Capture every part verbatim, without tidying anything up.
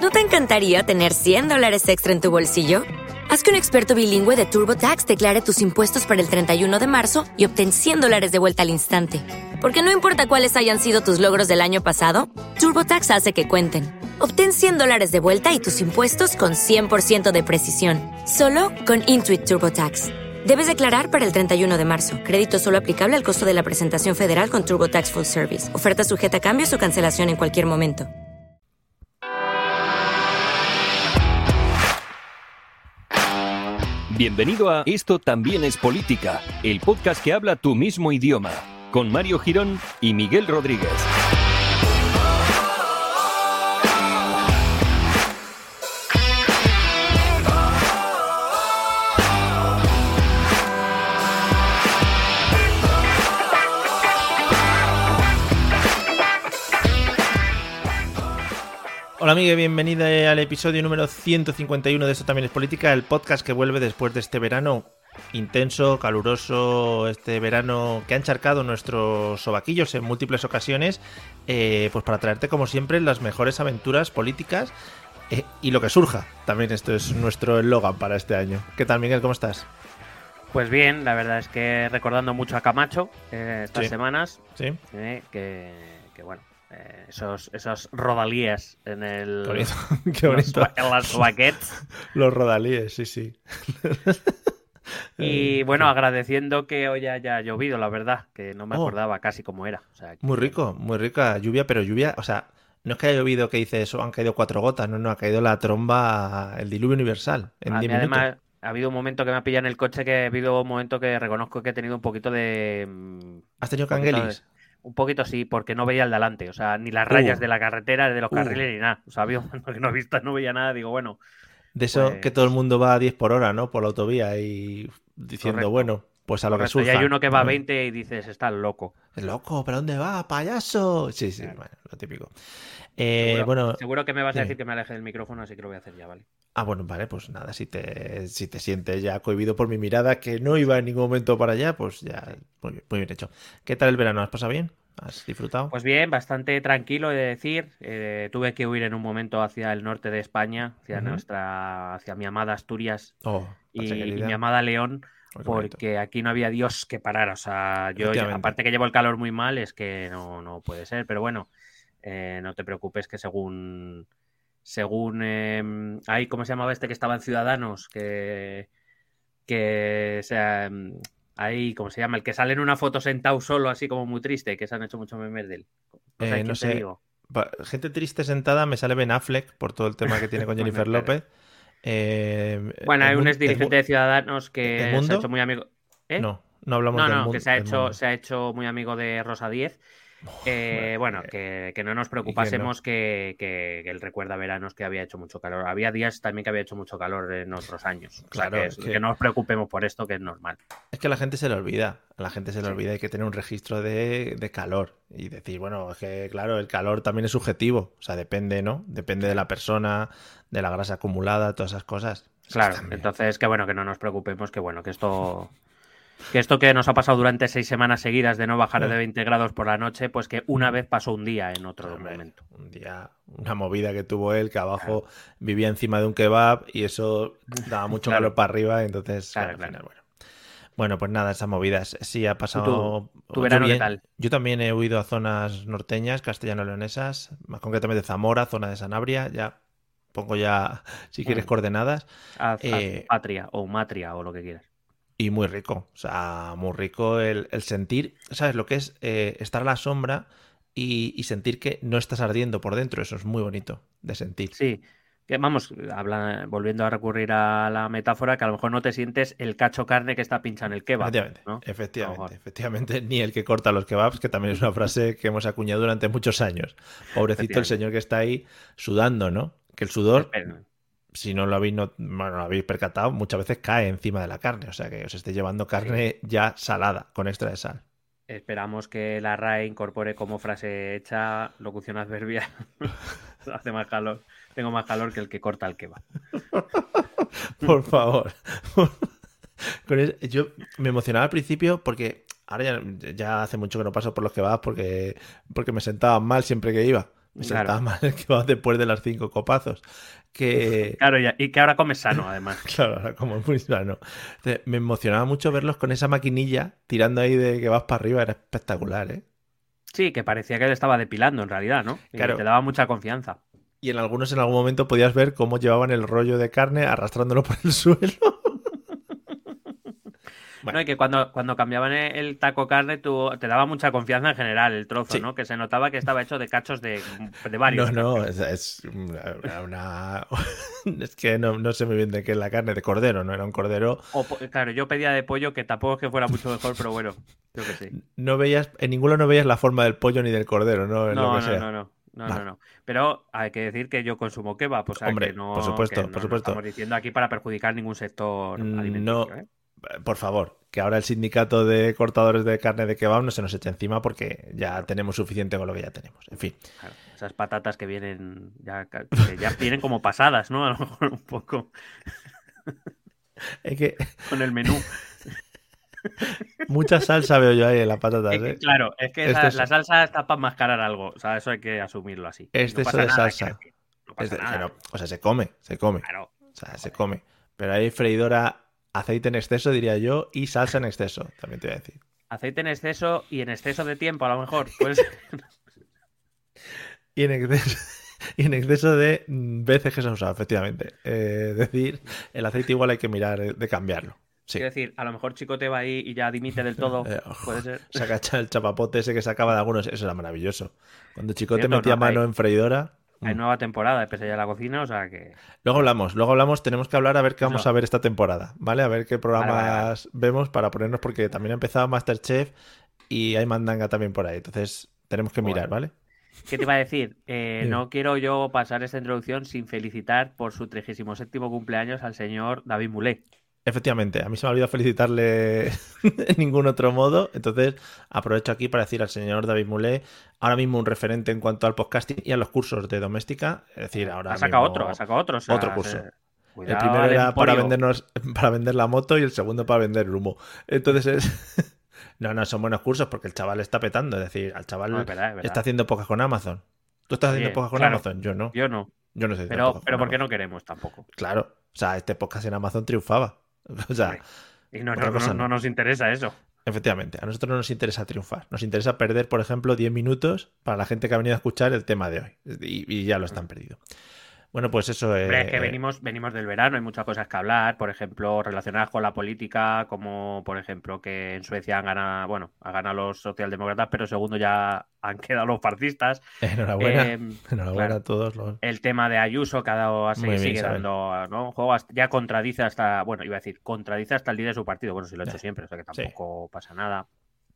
¿No te encantaría tener cien dólares extra en tu bolsillo? Haz que un experto bilingüe de TurboTax declare tus impuestos para el treinta y uno de marzo y obtén cien dólares de vuelta al instante. Porque no importa cuáles hayan sido tus logros del año pasado, TurboTax hace que cuenten. Obtén cien dólares de vuelta y tus impuestos con cien por ciento de precisión. Solo con Intuit TurboTax. Debes declarar para el treinta y uno de marzo. Crédito solo aplicable al costo de la presentación federal con TurboTax Full Service. Oferta sujeta a cambios o cancelación en cualquier momento. Bienvenido a Esto también es política, el podcast que habla tu mismo idioma, con Mario Girón y Miguel Rodríguez. Hola amiga, bienvenida al episodio número ciento cincuenta y uno de Esto también es política, el podcast que vuelve después de este verano intenso, caluroso, este verano que ha encharcado nuestros sobaquillos en múltiples ocasiones, eh, pues para traerte como siempre las mejores aventuras políticas eh, y lo que surja. También esto es nuestro eslogan para este año. ¿Qué tal, Miguel? ¿Cómo estás? Pues bien, la verdad es que recordando mucho a Camacho eh, estas Sí. semanas, Sí. eh, que, que bueno, eh, esos, esos rodalíes en el Qué bonito. Qué bonito. Los, en las baguettes. Los rodalíes, sí, sí. Y bueno, agradeciendo que hoy haya llovido, la verdad, que no me Oh. acordaba casi cómo era. O sea, que- Muy rico, muy rica lluvia, pero lluvia, o sea, no es que haya llovido que dices, oh, han caído cuatro gotas, no, no, ha caído la tromba, el diluvio universal en A diez mí, minutos. además, ha habido un momento que me ha pillado en el coche, que ha habido un momento que reconozco que he tenido un poquito de... mm, ¿Has tenido un poquito canguelis? de- Un poquito sí, porque no veía el delante, o sea, ni las rayas Uh. de la carretera, de los Uh. carriles, ni nada. O sea, había un momento que no, he visto, no veía nada, digo, bueno, De eso pues- que todo el mundo va a diez por hora, ¿no? Por la autovía y diciendo, Correcto. bueno, pues a lo que correcto. Y surja. hay uno que va a ¿no? veinte y dices, estás loco. Loco, ¿pero dónde va? ¡Payaso! Sí, sí, Claro. bueno, lo típico. Eh, Seguro, bueno, seguro que me vas a sí. decir que me aleje del micrófono, así que lo voy a hacer ya, ¿vale? Ah, bueno, vale, pues nada, si te, si te sientes ya cohibido por mi mirada, que no iba en ningún momento para allá, pues ya, muy bien, muy bien hecho. ¿Qué tal el verano? ¿Has pasado bien? ¿Has disfrutado? Pues bien, bastante tranquilo, he de decir. Eh, tuve que huir en un momento hacia el norte de España, hacia Ujú. nuestra, hacia mi amada Asturias Oh, y, patria y querida. mi amada León, Oh, qué bonito. porque aquí no había Dios que parara. O sea, yo, Efectivamente. aparte que llevo el calor muy mal, es que no, no puede ser. Pero bueno, eh, no te preocupes que según, según, eh, ahí, ¿cómo se llamaba este que estaba en Ciudadanos? Que, que, o sea, em, ahí, ¿cómo se llama? El que sale en una foto sentado solo, así como muy triste, que se han hecho muchos memes de él. ¿No Eh, sabes no quién te sé. digo? Pa- Gente triste sentada, me sale Ben Affleck por todo el tema que tiene con Bueno, Jennifer claro. López. Eh, Bueno, hay el un mun- ex dirigente el de Ciudadanos que se ha Edmundo? hecho muy amigo. ¿Eh? mu- No, no hablamos No, del no, mundo. que se ha hecho, se ha hecho muy amigo de Rosa Díez. Eh, madre bueno, mía. que, que no nos Y que preocupásemos que, que- que él recuerda veranos que había hecho mucho calor. Había días también que había hecho mucho calor en otros años. O sea, Claro, que, es es- que- que no nos preocupemos por esto, que es normal. Es que a la gente se le olvida, a la gente se le Sí. olvida, hay que tener un registro de, de calor y decir, bueno, es que claro, el calor también es subjetivo, o sea, depende, ¿no? Depende de la persona, de la grasa acumulada, todas esas cosas. Es que Claro, también- entonces que bueno, que no nos preocupemos, que bueno, que esto... Que esto que nos ha pasado durante seis semanas seguidas de no bajar de veinte grados por la noche, pues que una vez pasó un día en otro Hombre, momento. un día, una movida que tuvo él, que abajo vivía encima de un kebab y eso daba mucho Claro. calor para arriba, entonces, Claro, claro, al claro. final, bueno. Bueno, pues nada, esas movidas. Sí, ha pasado. tu yo verano qué bien. tal? Yo también he huido a zonas norteñas, castellano-leonesas, más concretamente Zamora, zona de Sanabria. Ya pongo ya, si quieres, Mm. coordenadas. Haz, haz Eh, patria o matria o lo que quieras. Y muy rico, o sea, muy rico el, el sentir, ¿sabes? Lo que es eh, estar a la sombra y, y sentir que no estás ardiendo por dentro. Eso es muy bonito de sentir. Sí, que vamos, habla, volviendo a recurrir a la metáfora, que a lo mejor no te sientes el cacho carne que está pinchado en el kebab, Efectivamente, ¿no? A lo efectivamente, mejor. efectivamente, ni el que corta los kebabs, que también es una frase que hemos acuñado durante muchos años. Pobrecito el señor que está ahí sudando, ¿no? Que el sudor, Espera. si no lo habéis, no, bueno, lo habéis percatado, muchas veces cae encima de la carne, o sea que os esté llevando carne ya salada, con extra de sal. Esperamos que la R A E incorpore como frase hecha locución adverbial. Hace más calor. Tengo más calor que el que corta el kebab. Por favor. Con es- yo me emocionaba al principio porque ahora ya, ya hace mucho que no paso por los kebabs porque, porque me sentaban mal siempre que iba. Eso Claro. está mal, el kebab después de los cinco copazos. Que, Claro, ya- y que ahora comes sano, además. claro, ahora como es muy sano. Entonces, me emocionaba mucho verlos con esa maquinilla tirando ahí de que vas para arriba, era espectacular, ¿eh? Sí, que parecía que le estaba depilando en realidad, ¿no? Y Claro. te daba mucha confianza. Y en algunos en algún momento podías ver cómo llevaban el rollo de carne arrastrándolo por el suelo. Bueno. No, y que cuando, cuando cambiaban el, el taco carne, tú, te daba mucha confianza en general el trozo, Sí. ¿no? Que se notaba que estaba hecho de cachos de, de varios. No, no, cachos. es, es una... una- es que no, no sé muy bien de qué es la carne, de cordero, no era un cordero. O, po- claro, yo pedía de pollo, que tampoco es que fuera mucho mejor, pero bueno, yo que sí. No veías, en ninguno no veías la forma del pollo ni del cordero, ¿no? En lo No, que no, sea. no, no. No, Vale. no, no. Pero hay que decir que yo consumo kebab, o sea Hombre, que no, por supuesto, que no, por no supuesto. estamos diciendo aquí para perjudicar ningún sector No, alimenticio, ¿eh? por favor, que ahora el sindicato de cortadores de carne de kebab no se nos eche encima porque ya tenemos suficiente con lo que ya tenemos. En fin. Claro, esas patatas que vienen ya, ca- que ya vienen como pasadas, ¿no? A lo mejor un poco Es que con el menú. mucha salsa veo yo ahí en las patatas, Es que, ¿eh? claro, es que esa- Exceso. la salsa está para mascarar algo, o sea, eso hay que asumirlo así. Y no Exceso pasa de nada, salsa. quiero decir, no pasa Es de- nada. pero, o sea, se come, se come. Claro. O sea, se come. Pero hay freidora, aceite en exceso, diría yo, y salsa en exceso, también te voy a decir. Aceite en exceso y en exceso de tiempo, a lo mejor. Pues, Y en exceso, y en exceso de mm, veces que se ha usado, efectivamente. Eh, es decir, el aceite igual hay que mirar eh, de cambiarlo. Sí. quiero decir, a lo mejor Chicote va ahí y ya dimite del todo. Eh, Puede ser. Saca cha- el chapapote ese que sacaba de algunos, eso era maravilloso. Cuando Chicote Cierto, metía no, mano hay- en freidora. Hay mm. nueva temporada de Pesadilla en la cocina, o sea que. Luego hablamos, luego hablamos, tenemos que hablar a ver qué vamos Eso. a ver esta temporada, ¿vale? A ver qué programas Vale, vale, vale. vemos para ponernos, porque también ha empezado Masterchef y hay mandanga también por ahí, entonces tenemos que mirar, ¿vale? ¿Qué te iba a decir? Eh, Dime. no quiero yo pasar esta introducción sin felicitar por su trigésimo séptimo cumpleaños al señor David Mulé. Efectivamente, a mí se me ha olvidado felicitarle en ningún otro modo, entonces aprovecho aquí para decir al señor David Mulé, ahora mismo un referente en cuanto al podcasting y a los cursos de doméstica, es decir, ahora Ha sacado mismo- otro, ha sacado otro. o sea, otro curso. se- El Cuidado primero al era para emporio. vendernos, para vender la moto y el segundo para vender el humo. Entonces es... No, no, son buenos cursos porque el chaval está petando, es decir, al chaval No, es verdad, es verdad. está haciendo pocas con Amazon. ¿Tú estás haciendo Bien, pocas con claro. Amazon? Yo no. Yo no. Yo no sé. hacer Pero, pocas pero con ¿por qué Amazon. no queremos tampoco? Claro. O sea, este podcast en Amazon triunfaba. O sea, Hombre. Y no, otra no, cosa no, no. no nos interesa eso. efectivamente, a nosotros no nos interesa triunfar. Nos interesa perder, por ejemplo, diez minutos para la gente que ha venido a escuchar el tema de hoy. Y, y ya lo están perdido. Bueno, pues eso Hombre, eh, es que venimos, venimos del verano, hay muchas cosas que hablar, por ejemplo, relacionadas con la política, como por ejemplo que en Suecia han ganado, bueno, han ganado los socialdemócratas, pero segundo ya han quedado los fascistas. Enhorabuena. Eh, Enhorabuena claro. a todos los... El tema de Ayuso, que ha dado, Muy sigue, bien, sigue Isabel. dando ¿no? juego, hasta- ya contradice hasta, bueno, iba a decir, contradice hasta el líder de su partido. Bueno, si lo ha hecho Ya. siempre, o sea que Sí. tampoco pasa nada.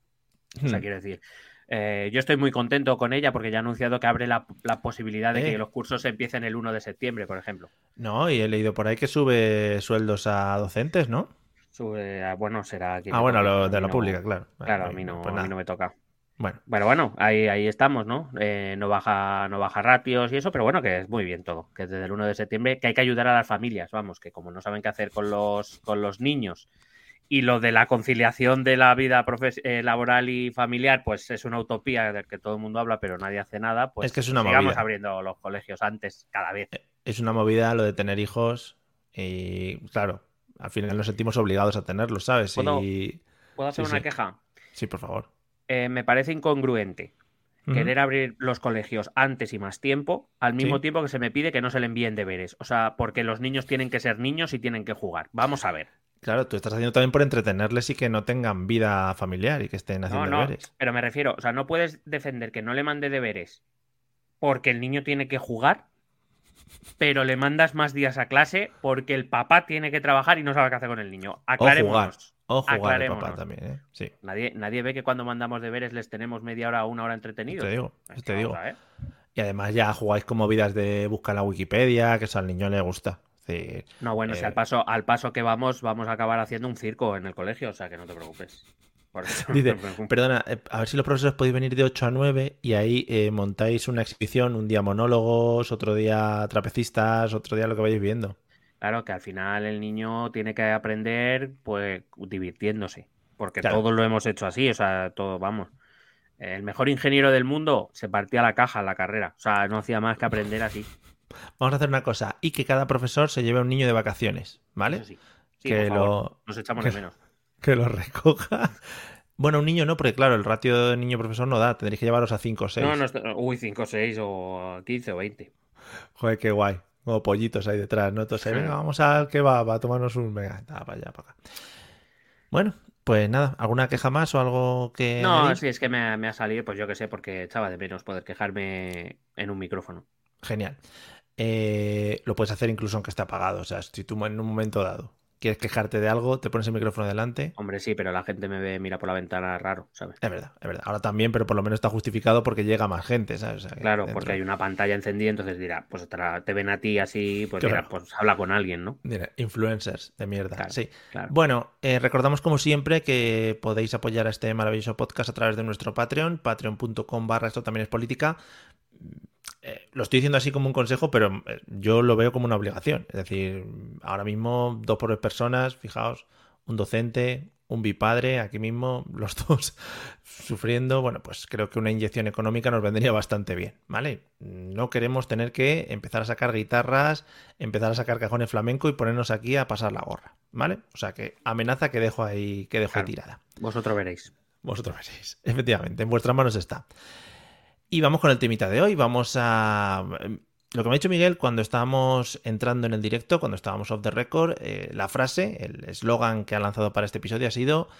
O sea, Hmm. quiero decir, eh, yo estoy muy contento con ella porque ya ha anunciado que abre la, la posibilidad de Eh. que los cursos empiecen el uno de septiembre, por ejemplo. No, y he leído por ahí que sube sueldos a docentes, ¿no? Sube a- bueno, será quien Ah, le bueno, toque, lo a de mí la no- pública, claro. Claro, a Vale, mí no, pues a nada. mí no me toca. Bueno, Bueno, bueno, ahí, ahí estamos, ¿no? Eh, no baja, no baja ratios y eso, pero bueno, que es muy bien todo. Que desde el uno de septiembre, que hay que ayudar a las familias, vamos, que como no saben qué hacer con los, con los niños y lo de la conciliación de la vida profes- eh, laboral y familiar, pues es una utopía del que todo el mundo habla, pero nadie hace nada, pues Es que es una sigamos movida. abriendo los colegios antes, cada vez. es una movida lo de tener hijos y, claro, al final nos sentimos obligados a tenerlos, ¿sabes? ¿Puedo- Y... ¿Puedo hacer Sí, una sí. queja? Sí, por favor. Eh, me parece incongruente Ujú. querer abrir los colegios antes y más tiempo, al mismo Sí. tiempo que se me pide que no se le envíen deberes. O sea, porque los niños tienen que ser niños y tienen que jugar. Vamos a ver. Claro, tú estás haciendo también por entretenerles y que no tengan vida familiar y que estén No, haciendo no, deberes. pero me refiero, o sea, no puedes defender que no le mande deberes porque el niño tiene que jugar, pero le mandas más días a clase porque el papá tiene que trabajar y no sabe qué hacer con el niño. O jugar. Aclarémonos. O jugar el Aclarémonos. papá también, ¿eh? Sí, Nadie, nadie ve que cuando mandamos deberes les tenemos media hora o una hora entretenidos. te digo, Es te que digo. vamos a ver. Y además ya jugáis con movidas de buscar la Wikipedia, que eso al niño le gusta. Es decir, No, bueno, si Eh, al paso, al paso que vamos, vamos a acabar haciendo un circo en el colegio, o sea que no te preocupes. Por eso no dice, te preocupes. perdona, eh, a ver si los profesores podéis venir de ocho a nueve y ahí eh, montáis una exhibición, un día monólogos, otro día trapecistas, otro día lo que vayáis viendo. Claro que al final el niño tiene que aprender, pues, divirtiéndose. Porque Claro. todos lo hemos hecho así, o sea, todo, vamos. El mejor ingeniero del mundo se partía la caja en la carrera. O sea, no hacía más que aprender así. Vamos a hacer una cosa. Y que cada profesor se lleve a un niño de vacaciones, ¿vale? Eso sí. Sí, que por favor. lo, Nos echamos que, de menos. Que lo recoja. Bueno, un niño no, porque claro, el ratio de niño-profesor no da. Tendréis que llevaros a cinco o seis. No, no, uy, cinco, seis o quince o veinte. Joder, qué guay. Como pollitos ahí detrás, ¿no? Entonces, venga, vamos al kebab a tomarnos un... Venga, está para allá, para acá. Bueno, pues nada, ¿alguna queja más o algo que No, añadir? sí, es que me, me ha salido, pues yo qué sé, porque echaba de menos poder quejarme en un micrófono. Genial. Eh, lo puedes hacer incluso aunque esté apagado. O sea, si tú en un momento dado quieres quejarte de algo, te pones el micrófono delante. Hombre, sí, pero la gente me ve, mira por la ventana raro, ¿sabes? Es verdad, es verdad. Ahora también, pero por lo menos está justificado porque llega más gente, ¿sabes? O sea, Claro, dentro... porque hay una pantalla encendida, entonces dirá, pues te ven a ti así, pues claro. dirá, pues habla con alguien, ¿no? Mira, influencers de mierda. Claro, sí. Claro. Bueno, eh, recordamos como siempre que podéis apoyar a este maravilloso podcast a través de nuestro Patreon, patreon.com barra esto también es política. Eh, lo estoy diciendo así como un consejo, pero yo lo veo como una obligación. Es decir, ahora mismo dos por personas, fijaos, un docente, un bipadre, aquí mismo, los dos sufriendo. Bueno, pues creo que una inyección económica nos vendría bastante bien, ¿vale? No queremos tener que empezar a sacar guitarras, empezar a sacar cajones flamenco y ponernos aquí a pasar la gorra, ¿vale? O sea que amenaza que dejo ahí, que dejo Claro. ahí tirada. Vosotros veréis. Vosotros veréis, efectivamente, en vuestras manos está. Y vamos con el temita de hoy. Vamos a... Lo que me ha dicho Miguel cuando estábamos entrando en el directo, cuando estábamos off the record, eh, la frase, el eslogan que ha lanzado para este episodio ha sido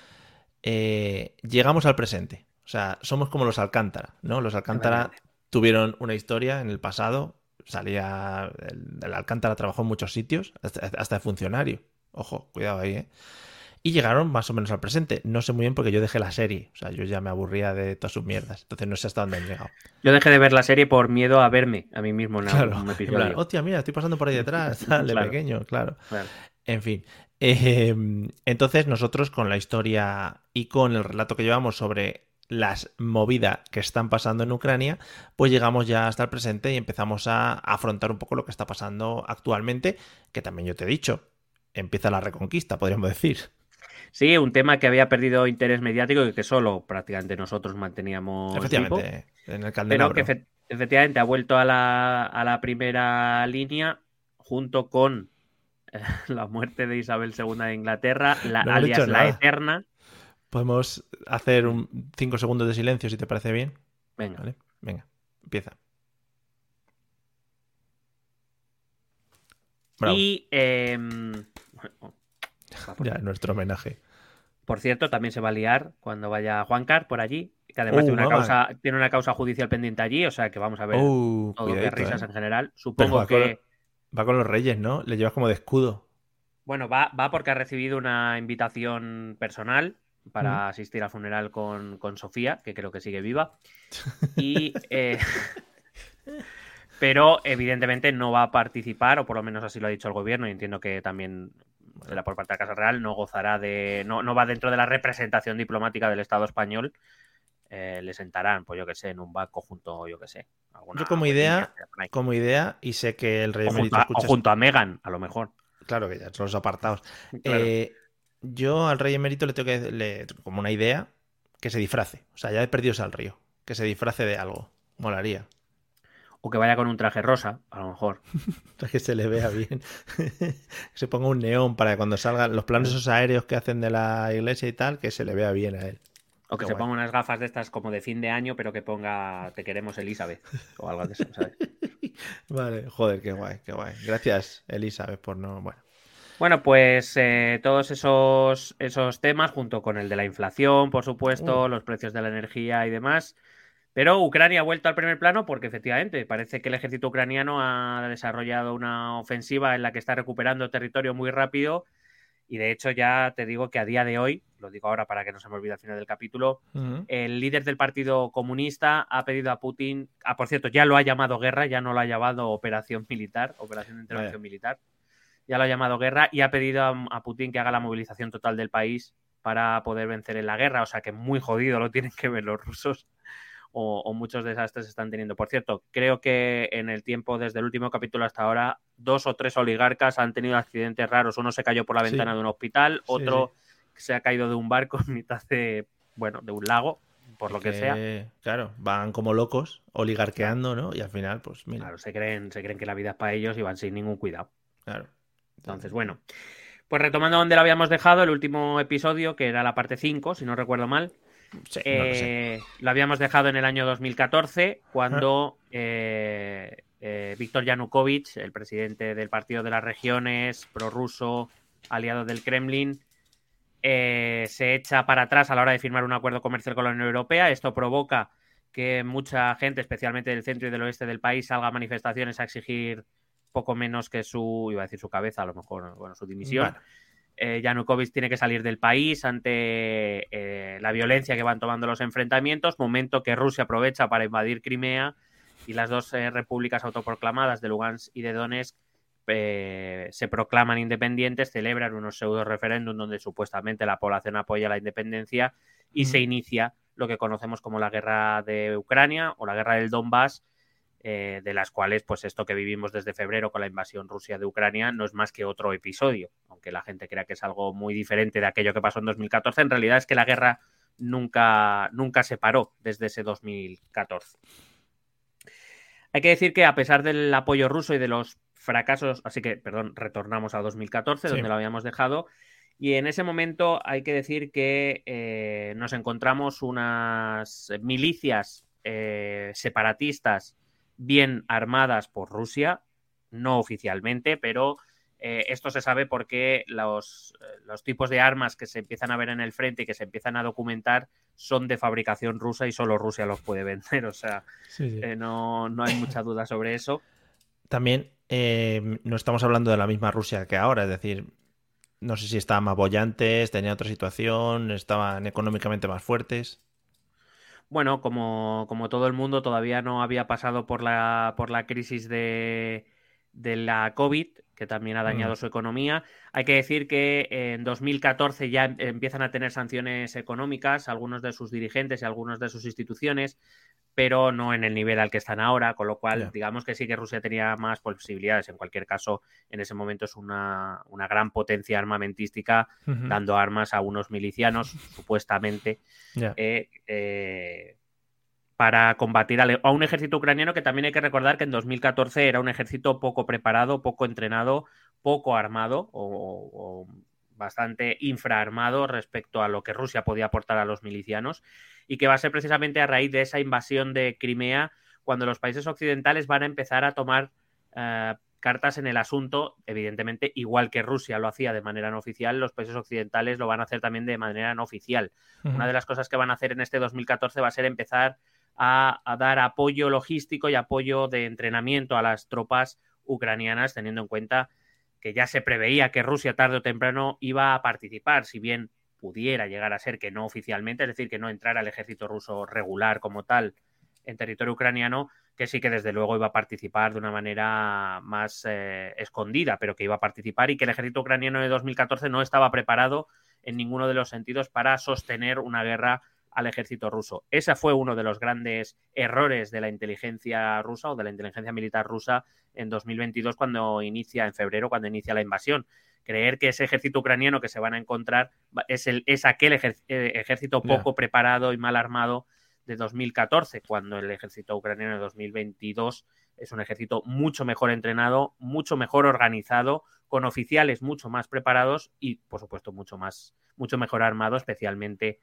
eh, llegamos al presente. O sea, somos como los Alcántara, ¿no? Los Alcántara tuvieron una historia en el pasado. Salía... El, el Alcántara trabajó en muchos sitios, hasta, hasta de funcionario. Ojo, cuidado ahí, ¿eh? Y llegaron más o menos al presente. No sé muy bien porque yo dejé la serie. O sea, yo ya me aburría de todas sus mierdas. Entonces no sé hasta dónde han llegado. Yo dejé de ver la serie por miedo a verme a mí mismo en claro, algún episodio. En plan, hostia, mira, estoy pasando por ahí detrás. Tal, de claro. pequeño, claro. claro. En fin. Eh, entonces nosotros con la historia y con el relato que llevamos sobre las movidas que están pasando en Ucrania, pues llegamos ya hasta el presente y empezamos a afrontar un poco lo que está pasando actualmente, que también yo te he dicho, empieza la reconquista, podríamos decir. Sí, un tema que había perdido interés mediático y que solo prácticamente nosotros manteníamos efectivamente vivo, en el candelabro. Pero que efe- efectivamente ha vuelto a la, a la primera línea junto con eh, la muerte de Isabel segunda de Inglaterra, la, no alias la nada. Eterna. Podemos hacer un cinco segundos de silencio si te parece bien. Venga. ¿Vale? Venga, empieza. Bravo. Y eh, ya, nuestro homenaje. Por cierto, también se va a liar cuando vaya Juancar por allí, que además uh, tiene, una mamá. causa, tiene una causa judicial pendiente allí, o sea que vamos a ver uh, todo de risas eh. en general. Supongo va que... Con, va con los reyes, ¿no? Le llevas como de escudo. Bueno, va, va porque ha recibido una invitación personal para ¿Mm? asistir al funeral con, con Sofía, que creo que sigue viva. Y... Eh... Pero evidentemente no va a participar, o por lo menos así lo ha dicho el gobierno, y entiendo que también la por parte de la Casa Real no gozará de. No, no va dentro de la representación diplomática del Estado español. Eh, le sentarán, pues yo que sé, en un banco junto, yo que sé. Yo como idea, como idea, y sé que el rey o emérito junto, a, escucha... o junto a Meghan, a lo mejor. Claro que ya son los apartados. Claro. Eh, yo al rey emérito le tengo que le, como una idea que se disfrace. O sea, ya he perdido al río. Que se disfrace de algo. Molaría. O que vaya con un traje rosa, a lo mejor. Para que se le vea bien. Se ponga un neón para que cuando salgan los planos esos aéreos que hacen de la iglesia y tal, que se le vea bien a él. O que Qué se guay. ponga unas gafas de estas como de fin de año, pero que ponga te queremos Elizabeth. O algo de eso, ¿sabes? Vale, joder, qué guay, qué guay. Gracias, Elizabeth, por no... Bueno. Bueno, pues eh, todos esos, esos temas, junto con el de la inflación, por supuesto, Uh. los precios de la energía y demás. Pero Ucrania ha vuelto al primer plano porque efectivamente parece que el ejército ucraniano ha desarrollado una ofensiva en la que está recuperando territorio muy rápido y de hecho ya te digo que a día de hoy, lo digo ahora para que no se me olvide al final del capítulo, Uh-huh. el líder del Partido Comunista ha pedido a Putin, ah, por cierto, ya lo ha llamado guerra, ya no lo ha llamado operación militar, operación de intervención Vale. militar, ya lo ha llamado guerra y ha pedido a, a Putin que haga la movilización total del país para poder vencer en la guerra, o sea que muy jodido lo tienen que ver los rusos. O, o muchos desastres están teniendo. Por cierto, creo que en el tiempo, desde el último capítulo hasta ahora, dos o tres oligarcas han tenido accidentes raros. Uno se cayó por la ventana Sí. de un hospital, Sí, otro sí. se ha caído de un barco en mitad de, bueno, de un lago. por lo que, que sea. Claro, van como locos, oligarqueando, ¿no? Y al final, pues mira. Claro, se creen, se creen que la vida es para ellos y van sin ningún cuidado. Claro. Entonces, bueno, pues retomando donde lo habíamos dejado, el último episodio, que era la parte cinco, si no recuerdo mal, Sí, eh, no lo sé. lo habíamos dejado en el año dos mil catorce, cuando eh, eh, Víctor Yanukovych, el presidente del Partido de las Regiones, prorruso, aliado del Kremlin, eh, se echa para atrás a la hora de firmar un acuerdo comercial con la Unión Europea. Esto provoca que mucha gente, especialmente del centro y del oeste del país, salga a manifestaciones a exigir poco menos que su, iba a decir su cabeza, a lo mejor, bueno, su dimisión. Vale. Eh, Yanukovych tiene que salir del país ante eh, la violencia que van tomando los enfrentamientos, momento que Rusia aprovecha para invadir Crimea, y las dos eh, repúblicas autoproclamadas de Lugansk y de Donetsk eh, se proclaman independientes, celebran unos pseudo referéndum donde supuestamente la población apoya la independencia y Mm. se inicia lo que conocemos como la guerra de Ucrania o la guerra del Donbass, eh, de las cuales pues esto que vivimos desde febrero con la invasión Rusia de Ucrania no es más que otro episodio, aunque la gente crea que es algo muy diferente de aquello que pasó en dos mil catorce. En realidad es que la guerra nunca, nunca se paró desde ese dos mil catorce. Hay que decir que a pesar del apoyo ruso y de los fracasos, así que, perdón, retornamos a dos mil catorce, Sí. donde lo habíamos dejado, y en ese momento hay que decir que eh, nos encontramos unas milicias eh, separatistas bien armadas por Rusia, no oficialmente, pero eh, esto se sabe porque los, los tipos de armas que se empiezan a ver en el frente y que se empiezan a documentar son de fabricación rusa y solo Rusia los puede vender, o sea, Sí, sí. eh, no, no hay mucha duda sobre eso. También eh, no estamos hablando de la misma Rusia que ahora, es decir, no sé si estaban más bollantes, tenían otra situación, estaban económicamente más fuertes. Bueno, como, como todo el mundo, todavía no había pasado por la, por la crisis de, de la COVID, que también ha dañado Mm. su economía. Hay que decir que en dos mil catorce ya empiezan a tener sanciones económicas algunos de sus dirigentes y algunas de sus instituciones, pero no en el nivel al que están ahora, con lo cual Yeah. digamos que sí que Rusia tenía más posibilidades. En cualquier caso, en ese momento es una, una gran potencia armamentística, Ujú. dando armas a unos milicianos, supuestamente, Yeah. eh, eh, para combatir a, a un ejército ucraniano que también hay que recordar que en dos mil catorce era un ejército poco preparado, poco entrenado, poco armado o, o bastante infraarmado respecto a lo que Rusia podía aportar a los milicianos, y que va a ser precisamente a raíz de esa invasión de Crimea cuando los países occidentales van a empezar a tomar eh, cartas en el asunto. Evidentemente, igual que Rusia lo hacía de manera no oficial, los países occidentales lo van a hacer también de manera no oficial. Ujú. Una de las cosas que van a hacer en este dos mil catorce va a ser empezar a, a dar apoyo logístico y apoyo de entrenamiento a las tropas ucranianas, teniendo en cuenta que ya se preveía que Rusia tarde o temprano iba a participar, si bien pudiera llegar a ser que no oficialmente, es decir, que no entrara el ejército ruso regular como tal en territorio ucraniano, que sí que desde luego iba a participar de una manera más eh, escondida, pero que iba a participar, y que el ejército ucraniano de dos mil catorce no estaba preparado en ninguno de los sentidos para sostener una guerra al ejército ruso. Ese fue uno de los grandes errores de la inteligencia rusa o de la inteligencia militar rusa en dos mil veintidós, cuando inicia, en febrero, cuando inicia la invasión. Creer que ese ejército ucraniano que se van a encontrar es, el, es aquel ejer, ejército poco yeah. preparado y mal armado de dos mil catorce, cuando el ejército ucraniano de dos mil veintidós es un ejército mucho mejor entrenado, mucho mejor organizado, con oficiales mucho más preparados y, por supuesto, mucho más, mucho mejor armado, especialmente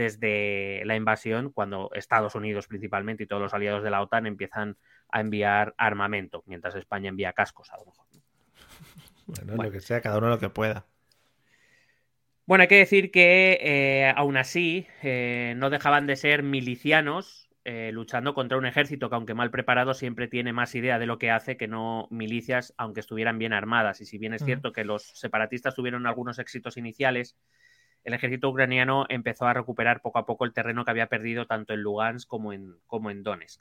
desde la invasión, cuando Estados Unidos principalmente y todos los aliados de la OTAN empiezan a enviar armamento, mientras España envía cascos, a lo mejor. Bueno, bueno. Lo que sea, cada uno lo que pueda. Bueno, hay que decir que eh, aún así eh, no dejaban de ser milicianos eh, luchando contra un ejército que, aunque mal preparado, siempre tiene más idea de lo que hace que no milicias, aunque estuvieran bien armadas. Y si bien es cierto que los separatistas tuvieron algunos éxitos iniciales, el ejército ucraniano empezó a recuperar poco a poco el terreno que había perdido tanto en Lugansk como en, como en Donetsk.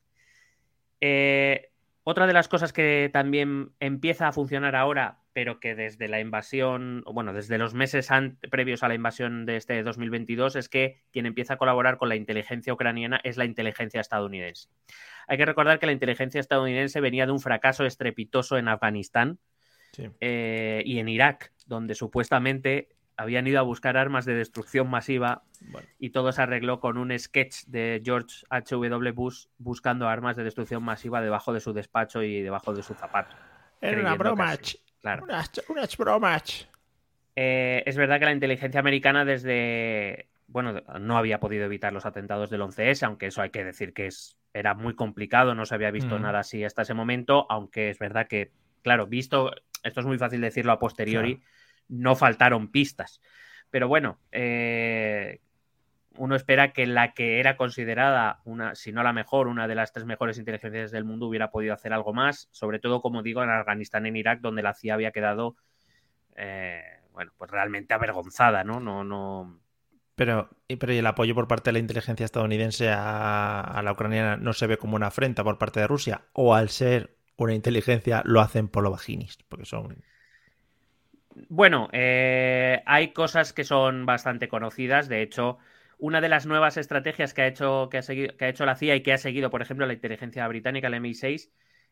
Eh, otra de las cosas que también empieza a funcionar ahora, pero que desde la invasión, bueno, desde los meses previos a la invasión de este dos mil veintidós, es que quien empieza a colaborar con la inteligencia ucraniana es la inteligencia estadounidense. Hay que recordar que la inteligencia estadounidense venía de un fracaso estrepitoso en Afganistán sí. eh, y en Irak, donde supuestamente habían ido a buscar armas de destrucción masiva Bueno. y todo se arregló con un sketch de George H W Bush buscando armas de destrucción masiva debajo de su despacho y debajo de su zapato. Era una broma. Claro. Unas, unas bromas. Eh, es verdad que la inteligencia americana desde... Bueno, no había podido evitar los atentados del once ese, aunque eso hay que decir que es, era muy complicado, no se había visto mm. nada así hasta ese momento, aunque es verdad que, claro, visto, esto es muy fácil decirlo a posteriori, claro. No faltaron pistas. Pero bueno, eh, uno espera que la que era considerada, una, si no la mejor, una de las tres mejores inteligencias del mundo hubiera podido hacer algo más, sobre todo, como digo, en Afganistán y en Irak, donde la C I A había quedado, eh, bueno, pues realmente avergonzada, ¿no? No, no... Pero, pero ¿y el apoyo por parte de la inteligencia estadounidense a, a la ucraniana no se ve como una afrenta por parte de Rusia? ¿O al ser una inteligencia lo hacen por lo vaginis? Porque son... Bueno, eh, hay cosas que son bastante conocidas. De hecho, una de las nuevas estrategias que ha hecho, que ha seguido, que ha hecho la C I A y que ha seguido, por ejemplo, la inteligencia británica, el M I seis,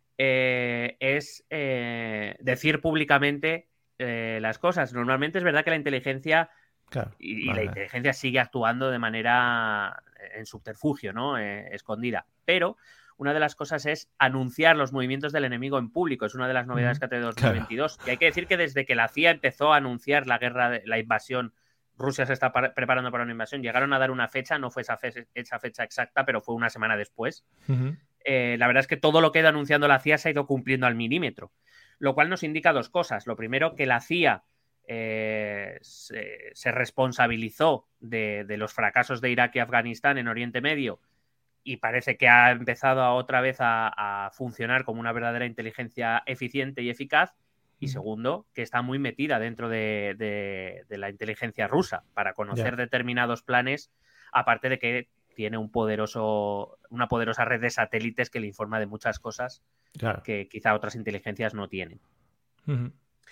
eh, es eh, decir públicamente eh, las cosas. Normalmente es verdad que la inteligencia... Claro, y, vale. y la inteligencia sigue actuando de manera en subterfugio, ¿no? Eh, escondida. Pero una de las cosas es anunciar los movimientos del enemigo en público. Es una de las novedades que ha tenido dos mil veintidós. Claro. Y hay que decir que desde que la C I A empezó a anunciar la guerra, de, la invasión, Rusia se está preparando para una invasión, llegaron a dar una fecha, no fue esa, fe esa fecha exacta, pero fue una semana después. Uh-huh. eh, la verdad es que todo lo que ha ido anunciando la C I A se ha ido cumpliendo al milímetro. Lo cual nos indica dos cosas. Lo primero, que la C I A Eh, se, se responsabilizó de, de los fracasos de Irak y Afganistán en Oriente Medio y parece que ha empezado a, otra vez a, a funcionar como una verdadera inteligencia eficiente y eficaz. Y segundo, que está muy metida dentro de, de, de la inteligencia rusa para conocer yeah. determinados planes, aparte de que tiene un poderoso, una poderosa red de satélites que le informa de muchas cosas claro. que quizá otras inteligencias no tienen. Uh-huh.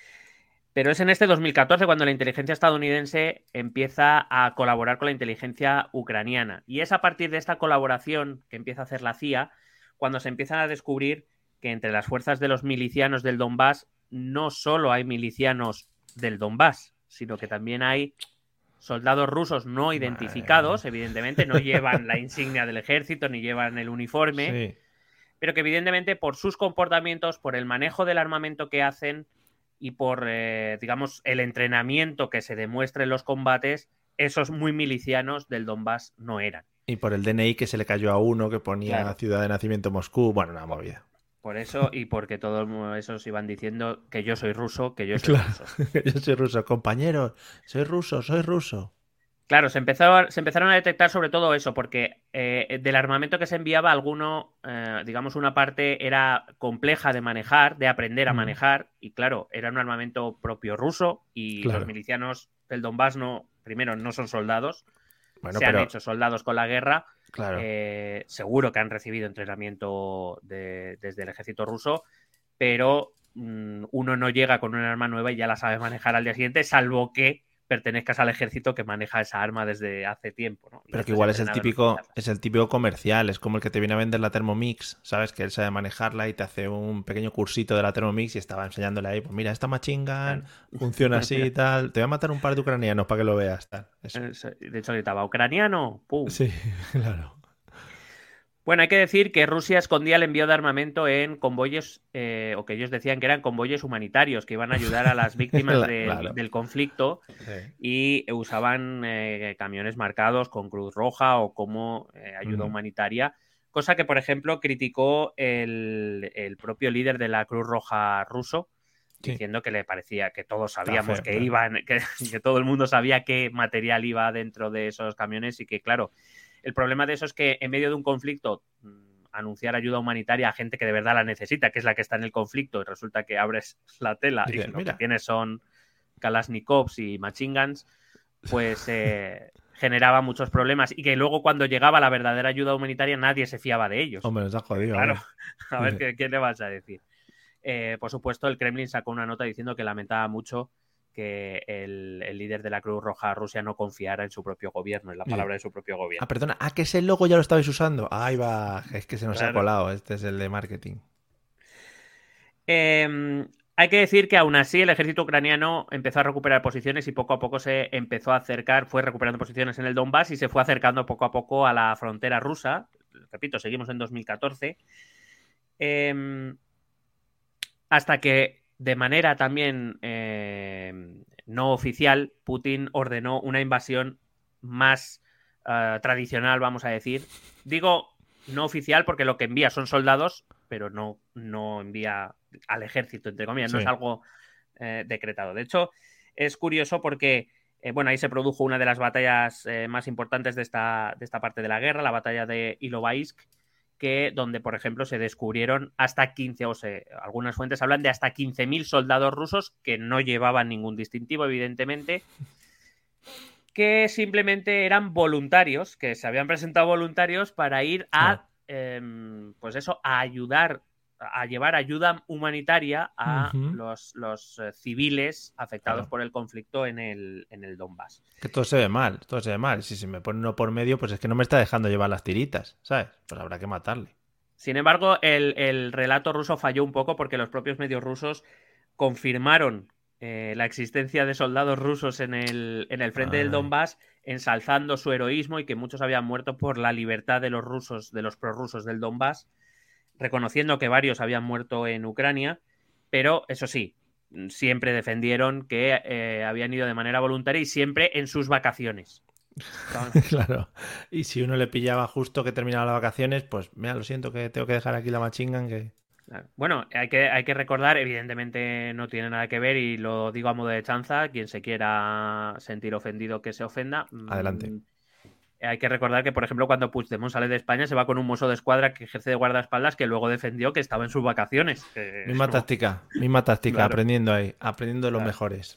Pero es en este dos mil catorce cuando la inteligencia estadounidense empieza a colaborar con la inteligencia ucraniana. Y es a partir de esta colaboración que empieza a hacer la C I A cuando se empiezan a descubrir que entre las fuerzas de los milicianos del Donbass no solo hay milicianos del Donbass, sino que también hay soldados rusos no identificados, evidentemente no llevan la insignia del ejército ni llevan el uniforme, sí. pero que evidentemente por sus comportamientos, por el manejo del armamento que hacen, y por, eh, digamos, el entrenamiento que se demuestra en los combates, esos muy milicianos del Donbass no eran. Y por el D N I que se le cayó a uno que ponía claro. ciudad de nacimiento Moscú, bueno, una movida. Por eso, y porque todos esos iban diciendo que yo soy ruso, que yo soy claro, ruso. Que yo soy ruso, compañeros, soy ruso, soy ruso. Claro, se, empezó, se empezaron a detectar sobre todo eso, porque eh, del armamento que se enviaba, alguno, eh, digamos, una parte era compleja de manejar, de aprender a manejar, y claro, era un armamento propio ruso, y claro. los milicianos del Donbass no, primero, no son soldados, bueno, se pero... han hecho soldados con la guerra, claro. eh, seguro que han recibido entrenamiento de, desde el ejército ruso, pero mmm, uno no llega con un arma nueva y ya la sabe manejar al día siguiente, salvo que pertenezcas al ejército que maneja esa arma desde hace tiempo, ¿no? Pero que igual es el típico es el típico comercial, es como el que te viene a vender la Thermomix, ¿sabes? Que él sabe manejarla y te hace un pequeño cursito de la Thermomix y estaba enseñándole ahí, pues mira, esta machine gun funciona así y tal, te voy a matar un par de ucranianos para que lo veas, tal. Eso. De hecho, gritaba, ¿ucraniano? ¡Pum! Sí, claro. Bueno, hay que decir que Rusia escondía el envío de armamento en convoyes, eh, o que ellos decían que eran convoyes humanitarios, que iban a ayudar a las víctimas de, claro. del conflicto, sí. y usaban eh, camiones marcados con Cruz Roja o como eh, ayuda mm. humanitaria, cosa que, por ejemplo, criticó el, el propio líder de la Cruz Roja ruso, sí. diciendo que le parecía que todos sabíamos feo, que claro. iban, que, que todo el mundo sabía qué material iba dentro de esos camiones y que, claro, el problema de eso es que en medio de un conflicto mmm, anunciar ayuda humanitaria a gente que de verdad la necesita, que es la que está en el conflicto, y resulta que abres la tela Dice, y lo mira. que tienes son Kalashnikovs y machine guns, pues eh, generaba muchos problemas y que luego cuando llegaba la verdadera ayuda humanitaria nadie se fiaba de ellos. Hombre, está jodido. Claro, a ver ¿qué, qué le vas a decir. Eh, por supuesto, el Kremlin sacó una nota diciendo que lamentaba mucho que el, el líder de la Cruz Roja Rusia no confiara en su propio gobierno, en la palabra de su propio gobierno. Ah, perdona, ¿ah, que ese logo ya lo estabais usando? Ahí va, es que se nos claro. ha colado, este es el de marketing. Eh, Hay que decir que aún así el ejército ucraniano empezó a recuperar posiciones y poco a poco se empezó a acercar, fue recuperando posiciones en el Donbass y se fue acercando poco a poco a la frontera rusa. Repito, seguimos en dos mil catorce. Eh, hasta que de manera también eh, no oficial, Putin ordenó una invasión más uh, tradicional, vamos a decir. Digo no oficial porque lo que envía son soldados, pero no, no envía al ejército, entre comillas, sí. No es algo eh, decretado. De hecho, es curioso porque, eh, bueno, ahí se produjo una de las batallas eh, más importantes de esta, de esta parte de la guerra, la batalla de Ilovaisk, que donde, por ejemplo, se descubrieron hasta quince, o sea, algunas fuentes hablan de hasta quince mil soldados rusos que no llevaban ningún distintivo, evidentemente, que simplemente eran voluntarios, que se habían presentado voluntarios para ir a, sí. eh, pues eso, a ayudar, a llevar ayuda humanitaria a uh-huh. los, los eh, civiles afectados claro. por el conflicto en el, en el Donbass. Que todo se ve mal, todo se ve mal. Si se me pone uno por medio, pues es que no me está dejando llevar las tiritas, ¿sabes? Pues habrá que matarle. Sin embargo, el, el relato ruso falló un poco porque los propios medios rusos confirmaron eh, la existencia de soldados rusos en el, en el frente Ay. del Donbass, ensalzando su heroísmo y que muchos habían muerto por la libertad de los rusos, de los prorrusos del Donbass, reconociendo que varios habían muerto en Ucrania, pero eso sí, siempre defendieron que eh, habían ido de manera voluntaria y siempre en sus vacaciones. Claro, y si uno le pillaba justo que terminaba las vacaciones, pues mira, lo siento que tengo que dejar aquí la machine gun que... Bueno, hay que, hay que recordar, evidentemente no tiene nada que ver y lo digo a modo de chanza, quien se quiera sentir ofendido que se ofenda. Adelante. Hay que recordar que, por ejemplo, cuando Puigdemont sale de España se va con un mozo de escuadra que ejerce de guardaespaldas que luego defendió que estaba en sus vacaciones. Que misma no... táctica, misma táctica, claro. aprendiendo ahí, aprendiendo de los claro. mejores.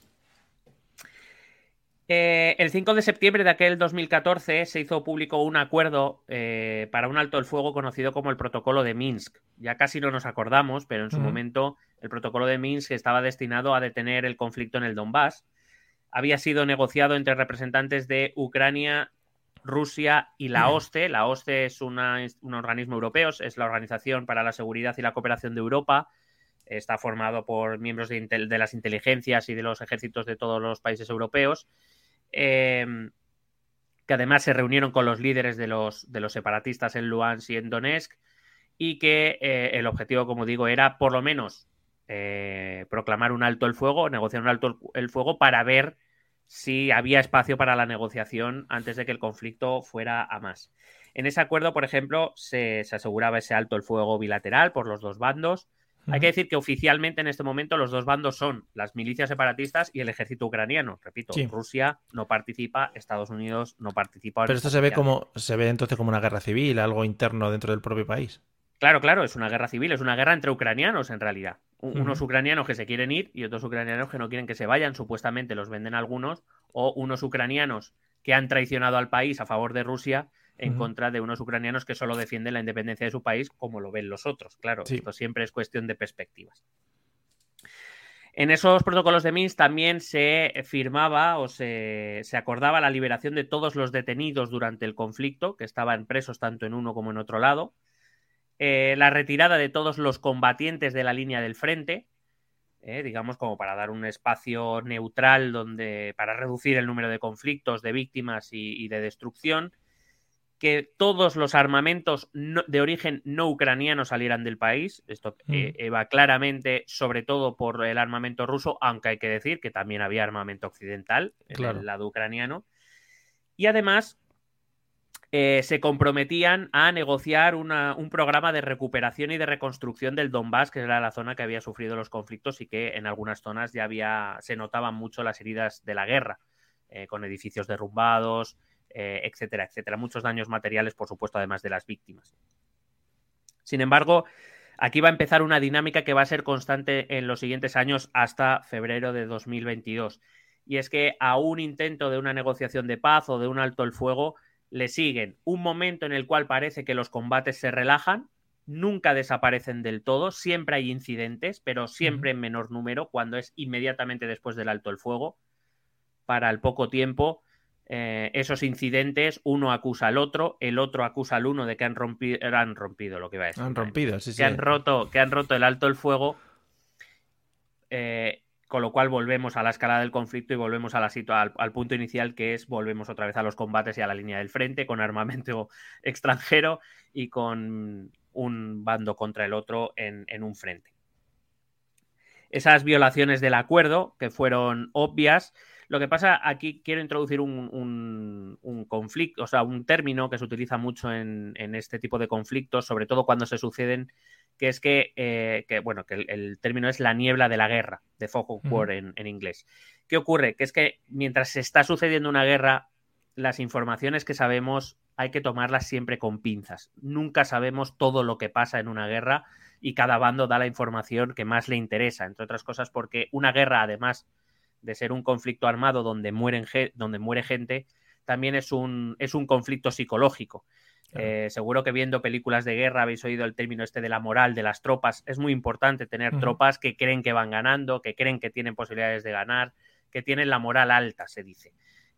Eh, el cinco de septiembre de aquel dos mil catorce se hizo público un acuerdo eh, para un alto el fuego conocido como el Protocolo de Minsk. Ya casi no nos acordamos, pero en su uh-huh. momento el Protocolo de Minsk estaba destinado a detener el conflicto en el Donbass. Había sido negociado entre representantes de Ucrania, Rusia y la OSCE. La OSCE es una, un organismo europeo, es la Organización para la Seguridad y la Cooperación de Europa. Está formado por miembros de, de las inteligencias y de los ejércitos de todos los países europeos. Eh, que además se reunieron con los líderes de los, de los separatistas en Luhansk y en Donetsk y que eh, el objetivo, como digo, era por lo menos eh, proclamar un alto el fuego, negociar un alto el fuego para ver si había espacio para la negociación antes de que el conflicto fuera a más. En ese acuerdo, por ejemplo, se, se aseguraba ese alto el fuego bilateral por los dos bandos. Hay que decir que oficialmente en este momento los dos bandos son las milicias separatistas y el ejército ucraniano. Repito, sí. Rusia no participa, Estados Unidos no participa. Pero esto se ve como se ve entonces como una guerra civil, algo interno dentro del propio país. Claro, claro, es una guerra civil, es una guerra entre ucranianos en realidad. Uh-huh. Unos ucranianos que se quieren ir y otros ucranianos que no quieren que se vayan, supuestamente los venden algunos, o unos ucranianos que han traicionado al país a favor de Rusia en uh-huh. contra de unos ucranianos que solo defienden la independencia de su país como lo ven los otros. Claro, sí. Esto siempre es cuestión de perspectivas. En esos protocolos de Minsk también se firmaba o se, se acordaba la liberación de todos los detenidos durante el conflicto, que estaban presos tanto en uno como en otro lado, eh, la retirada de todos los combatientes de la línea del frente, eh, digamos como para dar un espacio neutral donde, para reducir el número de conflictos, de víctimas y, y de destrucción, que todos los armamentos no, de origen no ucraniano salieran del país. Esto eh, eh, va claramente, sobre todo por el armamento ruso, aunque hay que decir que también había armamento occidental claro. en el lado ucraniano. Y además eh, se comprometían a negociar una, un programa de recuperación y de reconstrucción del Donbass, que era la zona que había sufrido los conflictos y que en algunas zonas ya había, se notaban mucho las heridas de la guerra, eh, con edificios derrumbados, Eh, etcétera, etcétera. Muchos daños materiales, por supuesto, además de las víctimas. Sin embargo, aquí va a empezar una dinámica que va a ser constante en los siguientes años hasta febrero de dos mil veintidós. Y es que a un intento de una negociación de paz o de un alto el fuego le siguen un momento en el cual parece que los combates se relajan, nunca desaparecen del todo, siempre hay incidentes, pero siempre en menor número, cuando es inmediatamente después del alto el fuego. Para el poco tiempo, Eh, esos incidentes, uno acusa al otro, el otro acusa al uno de que han rompido, han rompido lo que iba a decir. Han rompido, sí, que sí. Han roto, que han roto el alto el fuego. Eh, con lo cual volvemos a la escalada del conflicto y volvemos a la situa- al, al punto inicial, que es volvemos otra vez a los combates y a la línea del frente, con armamento extranjero y con un bando contra el otro en, en un frente. Esas violaciones del acuerdo, que fueron obvias. Lo que pasa, aquí quiero introducir un, un, un conflicto, o sea, un término que se utiliza mucho en, en este tipo de conflictos, sobre todo cuando se suceden, que es que, eh, que bueno, que el, el término es la niebla de la guerra, de fog of war en, en inglés. ¿Qué ocurre? Que es que mientras se está sucediendo una guerra, las informaciones que sabemos hay que tomarlas siempre con pinzas. Nunca sabemos todo lo que pasa en una guerra y cada bando da la información que más le interesa, entre otras cosas porque una guerra, además de ser un conflicto armado donde, mueren, donde muere gente, también es un, es un conflicto psicológico. Claro. Eh, seguro que viendo películas de guerra habéis oído el término este de la moral de las tropas. Es muy importante tener uh-huh. tropas que creen que van ganando, que creen que tienen posibilidades de ganar, que tienen la moral alta, se dice.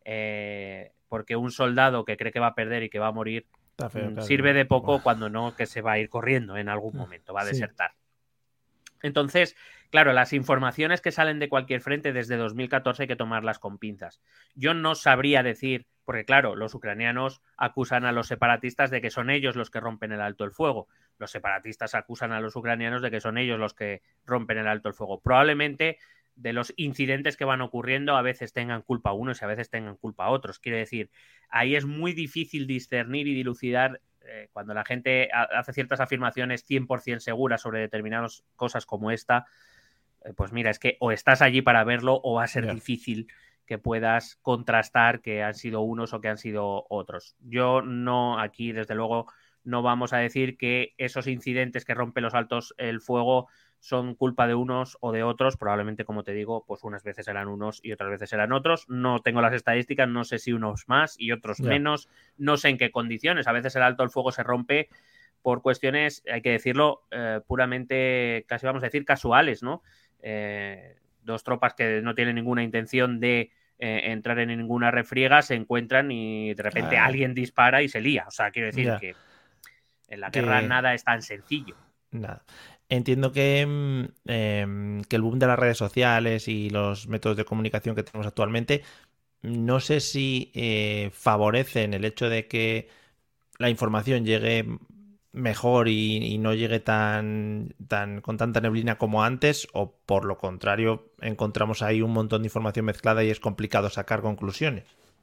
Eh, porque un soldado que cree que va a perder y que va a morir feo, claro. sirve de poco Uf. cuando no que se va a ir corriendo en algún momento, va a desertar. Sí. Entonces, claro, las informaciones que salen de cualquier frente desde dos mil catorce hay que tomarlas con pinzas. Yo no sabría decir, porque claro, los ucranianos acusan a los separatistas de que son ellos los que rompen el alto el fuego. Los separatistas acusan a los ucranianos de que son ellos los que rompen el alto el fuego. Probablemente de los incidentes que van ocurriendo a veces tengan culpa unos y a veces tengan culpa otros. Quiere decir, ahí es muy difícil discernir y dilucidar eh, cuando la gente hace ciertas afirmaciones cien por ciento seguras sobre determinadas cosas como esta. Eh, pues mira, es que o estás allí para verlo o va a ser yeah. difícil que puedas contrastar que han sido unos o que han sido otros. Yo no, aquí desde luego no vamos a decir que esos incidentes que rompen los altos el fuego son culpa de unos o de otros. Probablemente, como te digo, pues unas veces eran unos y otras veces eran otros. No tengo las estadísticas, no sé si unos más y otros yeah. menos. No sé en qué condiciones. A veces el alto el fuego se rompe por cuestiones, hay que decirlo, eh, puramente, casi vamos a decir, casuales, ¿no? Eh, dos tropas que no tienen ninguna intención de eh, entrar en ninguna refriega se encuentran y de repente ah. alguien dispara y se lía. O sea, quiero decir yeah. que en la guerra que... nada es tan sencillo. Nada. Entiendo que, eh, que el boom de las redes sociales y los métodos de comunicación que tenemos actualmente, no sé si eh, favorecen el hecho de que la información llegue mejor y, y no llegue tan, tan con tanta neblina como antes, o por lo contrario encontramos ahí un montón de información mezclada y es complicado sacar conclusiones.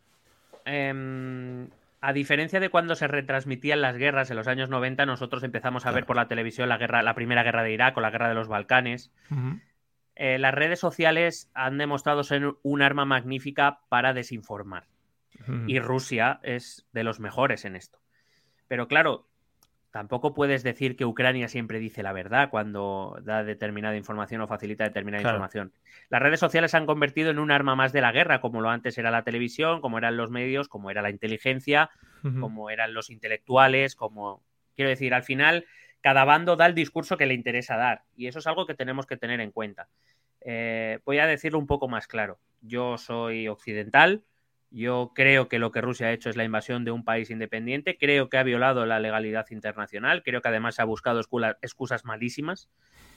Um... A diferencia de cuando se retransmitían las guerras en los años noventa, nosotros empezamos a claro. ver por la televisión la guerra, la primera guerra de Irak o la guerra de los Balcanes. Uh-huh. Eh, las redes sociales han demostrado ser un arma magnífica para desinformar. Uh-huh. Y Rusia es de los mejores en esto. Pero claro, tampoco puedes decir que Ucrania siempre dice la verdad cuando da determinada información o facilita determinada claro. información. Las redes sociales se han convertido en un arma más de la guerra, como lo antes era la televisión, como eran los medios, como era la inteligencia, uh-huh. como eran los intelectuales, como... Quiero decir, al final, cada bando da el discurso que le interesa dar, y eso es algo que tenemos que tener en cuenta. Eh, voy a decirlo un poco más claro. Yo soy occidental. Yo creo que lo que Rusia ha hecho es la invasión de un país independiente. Creo que ha violado la legalidad internacional. Creo que además se ha buscado excusas malísimas.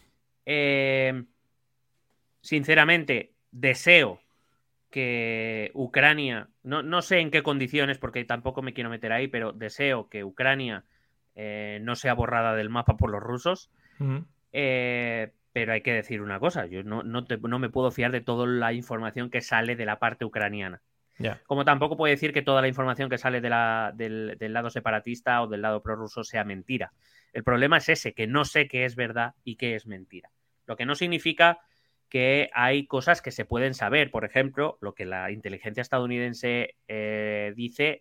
Eh, sinceramente, deseo que Ucrania, no, no sé en qué condiciones, porque tampoco me quiero meter ahí, pero deseo que Ucrania eh, no sea borrada del mapa por los rusos. Uh-huh. Eh, pero hay que decir una cosa. Yo no, no, te, no me puedo fiar de toda la información que sale de la parte ucraniana. Yeah. Como tampoco puedo decir que toda la información que sale de la, del, del lado separatista o del lado prorruso sea mentira. El problema es ese, que no sé qué es verdad y qué es mentira. Lo que no significa que hay cosas que se pueden saber. Por ejemplo, lo que la inteligencia estadounidense eh, dice...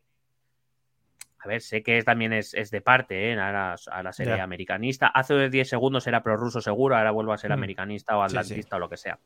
A ver, sé que es, también es, es de parte, ¿eh? Ahora, ahora seré yeah. americanista. Hace diez segundos era prorruso seguro, ahora vuelvo a ser mm. americanista o atlantista sí, sí. o lo que sea.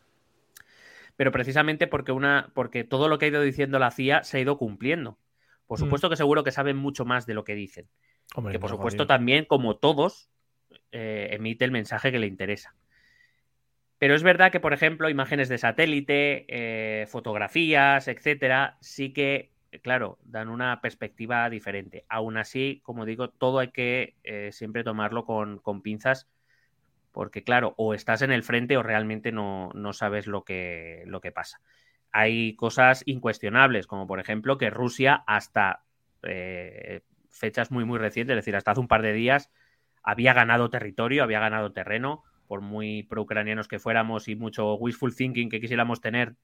Pero precisamente porque una porque todo lo que ha ido diciendo la C I A se ha ido cumpliendo. Por supuesto mm. que seguro que saben mucho más de lo que dicen. Hombre, que por no supuesto jodido. También, como todos, eh, emite el mensaje que le interesa. Pero es verdad que, por ejemplo, imágenes de satélite, eh, fotografías, etcétera, sí que, claro, dan una perspectiva diferente. Aún así, como digo, todo hay que eh, siempre tomarlo con, con pinzas, porque claro, o estás en el frente o realmente no, no sabes lo que, lo que pasa. Hay cosas incuestionables, como por ejemplo que Rusia hasta eh, fechas muy muy recientes, es decir, hasta hace un par de días, había ganado territorio, había ganado terreno, por muy pro-ucranianos que fuéramos y mucho wishful thinking que quisiéramos tener,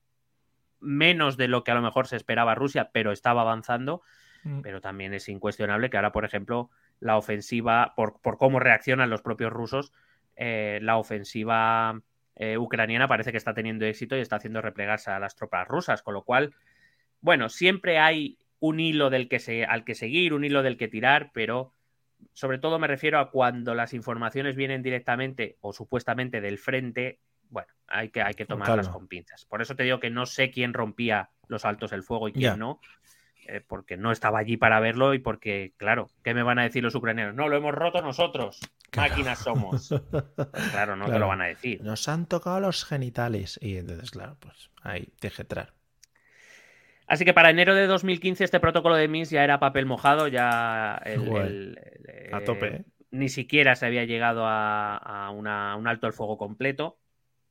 menos de lo que a lo mejor se esperaba Rusia, pero estaba avanzando. Mm. Pero también es incuestionable que ahora, por ejemplo, la ofensiva, por, por cómo reaccionan los propios rusos, eh, la ofensiva eh, ucraniana parece que está teniendo éxito y está haciendo replegarse a las tropas rusas, con lo cual, bueno, siempre hay un hilo del que se, al que seguir, un hilo del que tirar, pero sobre todo me refiero a cuando las informaciones vienen directamente o supuestamente del frente. Bueno, hay que, hay que tomarlas con pinzas. Por eso te digo que no sé quién rompía los altos del fuego y quién yeah. no, eh, porque no estaba allí para verlo y porque, claro, ¿qué me van a decir los ucranianos? No, lo hemos roto nosotros, claro. Máquinas somos. Pues claro, no claro. te lo van a decir. Nos han tocado los genitales y entonces, claro, pues ahí, deje entrar. Así que para enero de dos mil quince este protocolo de Minsk ya era papel mojado, ya el, el, el, el, a tope, ¿eh? Ni siquiera se había llegado a, a una, un alto el fuego completo.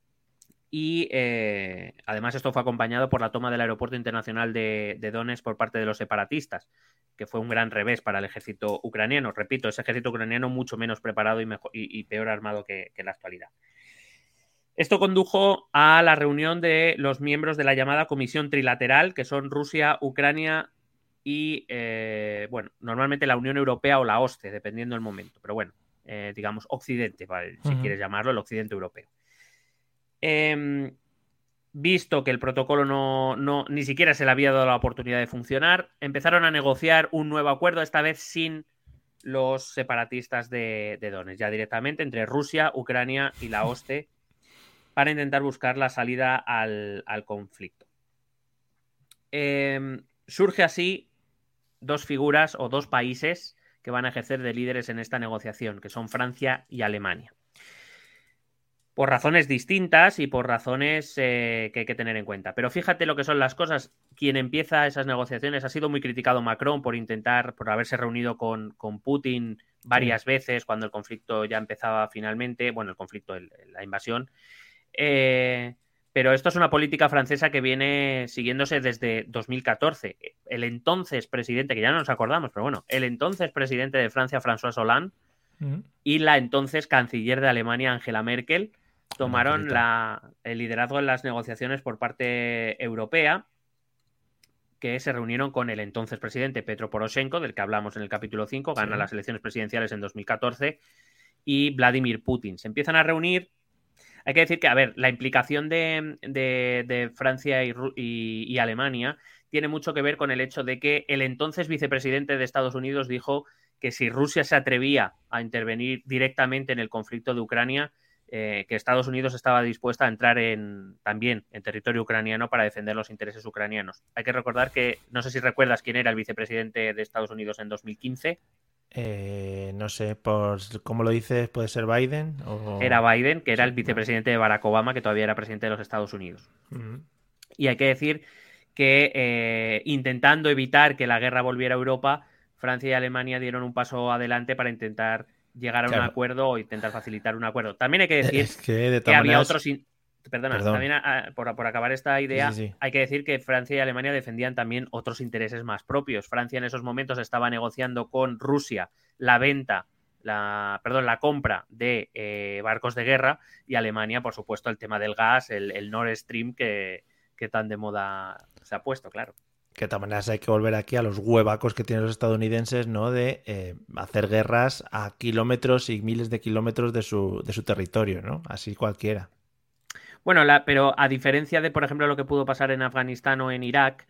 Y eh, además esto fue acompañado por la toma del aeropuerto internacional de, de Donetsk por parte de los separatistas, que fue un gran revés para el ejército ucraniano. Repito, ese ejército ucraniano mucho menos preparado y, mejor, y, y peor armado que, que en la actualidad. Esto condujo a la reunión de los miembros de la llamada Comisión Trilateral, que son Rusia, Ucrania y, eh, bueno, normalmente la Unión Europea o la OSCE, dependiendo del momento. Pero bueno, eh, digamos Occidente, ¿vale? Si uh-huh. quieres llamarlo, el Occidente Europeo. Eh, visto que el protocolo no, no ni siquiera se le había dado la oportunidad de funcionar, empezaron a negociar un nuevo acuerdo, esta vez sin los separatistas de, de Donetsk, ya directamente entre Rusia, Ucrania y la OSCE, para intentar buscar la salida al, al conflicto. Eh, surge así dos figuras o dos países que van a ejercer de líderes en esta negociación, que son Francia y Alemania. Por razones distintas y por razones eh, que hay que tener en cuenta. Pero fíjate lo que son las cosas. Quien empieza esas negociaciones ha sido muy criticado Macron por intentar, por haberse reunido con, con Putin varias sí. veces cuando el conflicto ya empezaba finalmente. Bueno, el conflicto, el, la invasión. Eh, pero esto es una política francesa que viene siguiéndose desde dos mil catorce. El entonces presidente, que ya no nos acordamos, pero bueno, el entonces presidente de Francia, François Hollande, uh-huh. y la entonces canciller de Alemania, Angela Merkel, tomaron la, el liderazgo en las negociaciones por parte europea, que se reunieron con el entonces presidente Petro Poroshenko, del que hablamos en el capítulo cinco, gana sí. las elecciones presidenciales en dos mil catorce, y Vladimir Putin. Se empiezan a reunir. Hay que decir que, a ver, la implicación de, de, de Francia y, y, y Alemania tiene mucho que ver con el hecho de que el entonces vicepresidente de Estados Unidos dijo que si Rusia se atrevía a intervenir directamente en el conflicto de Ucrania, Eh, que Estados Unidos estaba dispuesta a entrar en, también en territorio ucraniano para defender los intereses ucranianos. Hay que recordar que, no sé si recuerdas quién era el vicepresidente de Estados Unidos en dos mil quince. Eh, no sé, por cómo lo dices, ¿puede ser Biden? O... Era Biden, que era el vicepresidente de Barack Obama, que todavía era presidente de los Estados Unidos. Uh-huh. Y hay que decir que eh, intentando evitar que la guerra volviera a Europa, Francia y Alemania dieron un paso adelante para intentar llegar a claro. un acuerdo o intentar facilitar un acuerdo. También hay que decir es que, de que había maneras... otros... In... Perdona, Perdón. también a, a, por, por acabar esta idea, sí, sí, sí. hay que decir que Francia y Alemania defendían también otros intereses más propios. Francia en esos momentos estaba negociando con Rusia la venta, la, perdón, la compra de eh, barcos de guerra, y Alemania, por supuesto, el tema del gas, el, el Nord Stream que, que tan de moda se ha puesto, claro. Que de todas maneras hay que volver aquí a los huevacos que tienen los estadounidenses, ¿no? De eh, hacer guerras a kilómetros y miles de kilómetros de su, de su territorio, ¿no? Así cualquiera. Bueno, la, pero a diferencia de, por ejemplo, lo que pudo pasar en Afganistán o en Irak,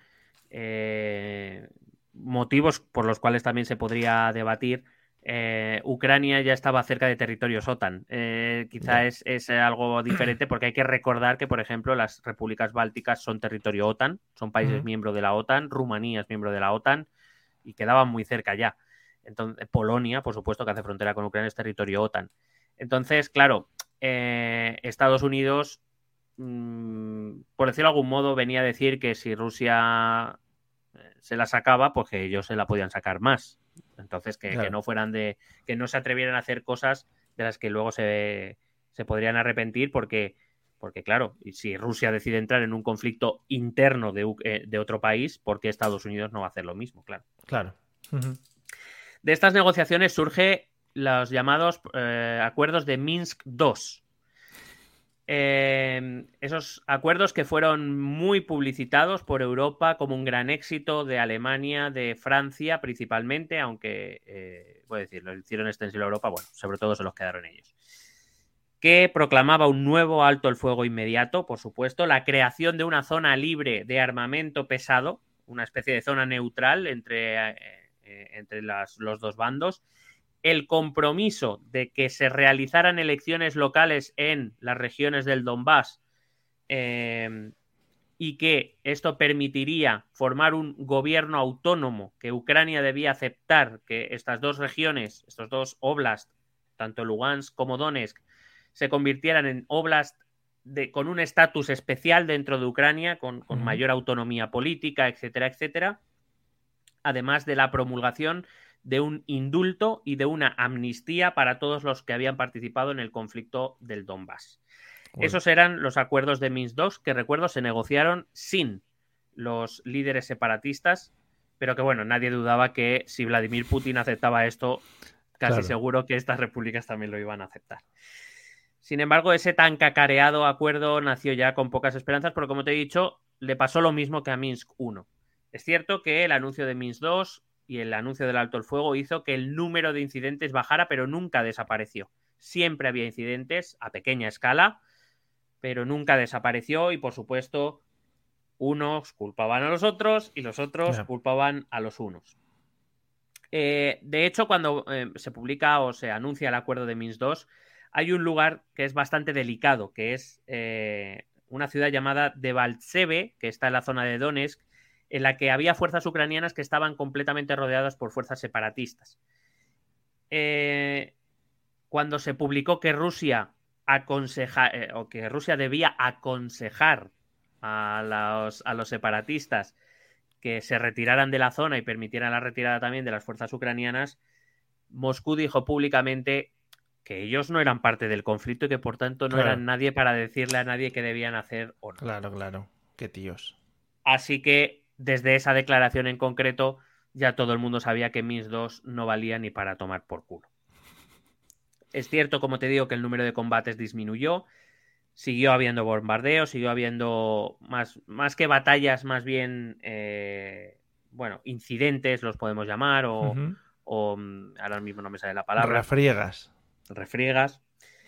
eh, motivos por los cuales también se podría debatir, eh, Ucrania ya estaba cerca de territorios OTAN. Eh, quizá yeah. es, es algo diferente porque hay que recordar que, por ejemplo, las repúblicas bálticas son territorio OTAN, son países uh-huh. miembros de la OTAN, Rumanía es miembro de la OTAN y quedaban muy cerca ya. Entonces, Polonia, por supuesto, que hace frontera con Ucrania, es territorio OTAN. Entonces, claro, eh, Estados Unidos, mmm, por decirlo de algún modo, venía a decir que si Rusia se la sacaba, pues que ellos se la podían sacar más. Entonces, que, claro. que no fueran de. Que no se atrevieran a hacer cosas de las que luego se, se podrían arrepentir porque, porque, claro, si Rusia decide entrar en un conflicto interno de, eh, de otro país, ¿por qué Estados Unidos no va a hacer lo mismo? Claro. Claro. Uh-huh. De estas negociaciones surge los llamados eh, acuerdos de Minsk dos. Eh, esos acuerdos que fueron muy publicitados por Europa como un gran éxito de Alemania, de Francia principalmente, aunque, eh, voy a decir, lo hicieron extensivo a Europa, bueno, sobre todo se los quedaron ellos. Que proclamaba un nuevo alto el fuego inmediato, por supuesto, la creación de una zona libre de armamento pesado, una especie de zona neutral entre, eh, entre las, los dos bandos, el compromiso de que se realizaran elecciones locales en las regiones del Donbass eh, y que esto permitiría formar un gobierno autónomo que Ucrania debía aceptar que estas dos regiones, estos dos oblasts, tanto Lugansk como Donetsk, se convirtieran en oblast de, con un estatus especial dentro de Ucrania, con, con uh-huh. mayor autonomía política, etcétera, etcétera, además de la promulgación de un indulto y de una amnistía para todos los que habían participado en el conflicto del Donbass. Uy. Esos eran los acuerdos de Minsk dos, que recuerdo se negociaron sin los líderes separatistas, pero que bueno, nadie dudaba que si Vladimir Putin aceptaba esto, casi claro. seguro que estas repúblicas también lo iban a aceptar. Sin embargo, ese tan cacareado acuerdo nació ya con pocas esperanzas, porque como te he dicho, le pasó lo mismo que a Minsk uno. Es cierto que el anuncio de Minsk dos y el anuncio del alto el fuego hizo que el número de incidentes bajara, pero nunca desapareció. Siempre había incidentes a pequeña escala, pero nunca desapareció y, por supuesto, unos culpaban a los otros y los otros yeah. culpaban a los unos. Eh, de hecho, cuando eh, se publica o se anuncia el acuerdo de Minsk dos, hay un lugar que es bastante delicado, que es eh, una ciudad llamada Debaltseve, que está en la zona de Donetsk, en la que había fuerzas ucranianas que estaban completamente rodeadas por fuerzas separatistas. Eh, cuando se publicó que Rusia aconseja, eh, o que Rusia debía aconsejar a los, a los separatistas que se retiraran de la zona y permitieran la retirada también de las fuerzas ucranianas, Moscú dijo públicamente que ellos no eran parte del conflicto y que por tanto no claro. eran nadie para decirle a nadie qué debían hacer o no. Claro, claro. Qué tíos. Así que desde esa declaración en concreto ya todo el mundo sabía que Minsk dos no valía ni para tomar por culo. Es cierto, como te digo, que el número de combates disminuyó, siguió habiendo bombardeos, siguió habiendo más, más que batallas, más bien, eh, bueno, incidentes los podemos llamar, o, uh-huh. o ahora mismo no me sale la palabra. Refriegas. Refriegas.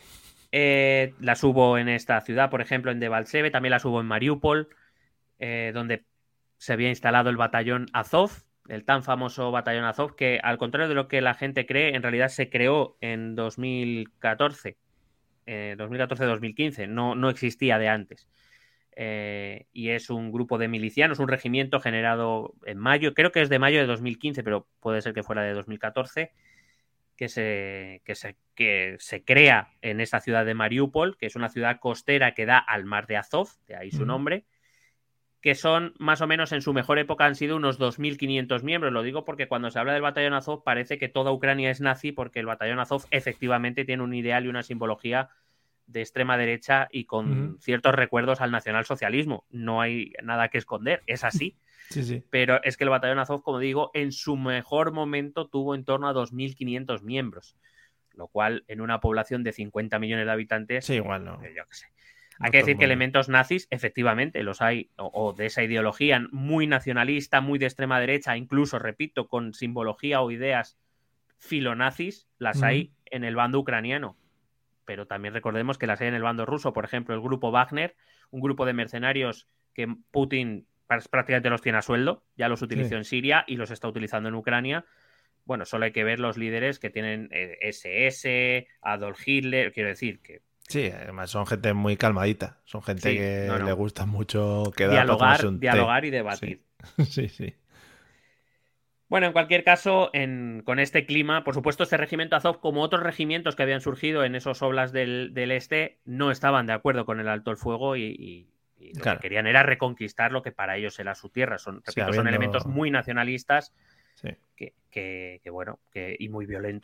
Eh, las hubo en esta ciudad, por ejemplo, en Debaltseve, también las hubo en Mariupol, eh, donde se había instalado el batallón Azov, el tan famoso batallón Azov, que al contrario de lo que la gente cree, en realidad se creó en dos mil catorce, eh, dos mil catorce dos mil quince, no, no existía de antes. Eh, y es un grupo de milicianos, un regimiento generado en mayo, creo que es de mayo de dos mil quince, pero puede ser que fuera de dos mil catorce, que se, que se, que se crea en esta ciudad de Mariupol, que es una ciudad costera que da al mar de Azov, de ahí su nombre, que son más o menos en su mejor época han sido unos dos mil quinientos miembros. Lo digo porque cuando se habla del batallón Azov parece que toda Ucrania es nazi, porque el batallón Azov efectivamente tiene un ideal y una simbología de extrema derecha y con uh-huh. ciertos recuerdos al nacionalsocialismo. No hay nada que esconder, es así. Sí, sí. Pero es que el batallón Azov, como digo, en su mejor momento tuvo en torno a dos mil quinientos miembros, lo cual en una población de cincuenta millones de habitantes, sí, igual no. Eh, yo qué sé. No hay que decir que elementos nazis, efectivamente, los hay, o, o de esa ideología muy nacionalista, muy de extrema derecha, incluso, repito, con simbología o ideas filonazis, las uh-huh. hay en el bando ucraniano. Pero también recordemos que las hay en el bando ruso. Por ejemplo, el grupo Wagner, un grupo de mercenarios que Putin prácticamente los tiene a sueldo, ya los utilizó sí. en Siria y los está utilizando en Ucrania. Bueno, solo hay que ver los líderes que tienen eh, ese ese, Adolf Hitler, quiero decir que... Sí, además son gente muy calmadita, son gente sí, que no, no. le gusta mucho quedar dialogar, un dialogar y debatir. Sí, sí, sí. Bueno, en cualquier caso, en, con este clima, por supuesto, este regimiento Azov, como otros regimientos que habían surgido en esos oblasts del, del este, no estaban de acuerdo con el alto el fuego y, y, y lo claro. que querían era reconquistar lo que para ellos era su tierra. Son, repito, sí, habiendo... son elementos muy nacionalistas sí. que, que, que, bueno, que, y muy violentos.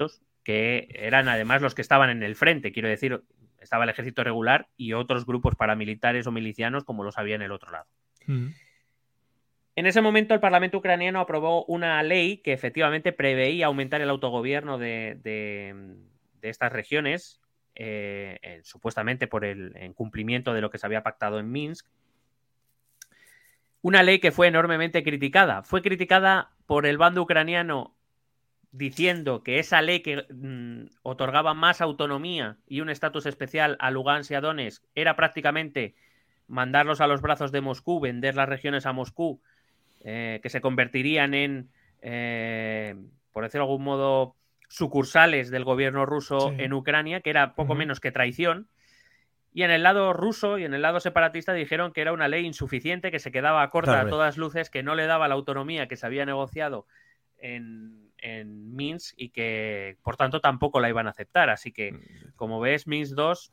que eran además los que estaban en el frente. Quiero decir, estaba el ejército regular y otros grupos paramilitares o milicianos como los había en el otro lado. Mm. En ese momento el Parlamento ucraniano aprobó una ley que efectivamente preveía aumentar el autogobierno de, de, de estas regiones, eh, eh, supuestamente por el en cumplimiento de lo que se había pactado en Minsk. Una ley que fue enormemente criticada. Fue criticada por el bando ucraniano diciendo que esa ley que mmm, otorgaba más autonomía y un estatus especial a Lugansk y a Donetsk era prácticamente mandarlos a los brazos de Moscú, vender las regiones a Moscú, eh, que se convertirían en, eh, por decirlo de algún modo, sucursales del gobierno ruso sí. en Ucrania, que era poco uh-huh. menos que traición. Y en el lado ruso y en el lado separatista dijeron que era una ley insuficiente, que se quedaba corta claro, a todas luces, que no le daba la autonomía que se había negociado en, en Minsk y que, por tanto, tampoco la iban a aceptar. Así que, como ves, Minsk dos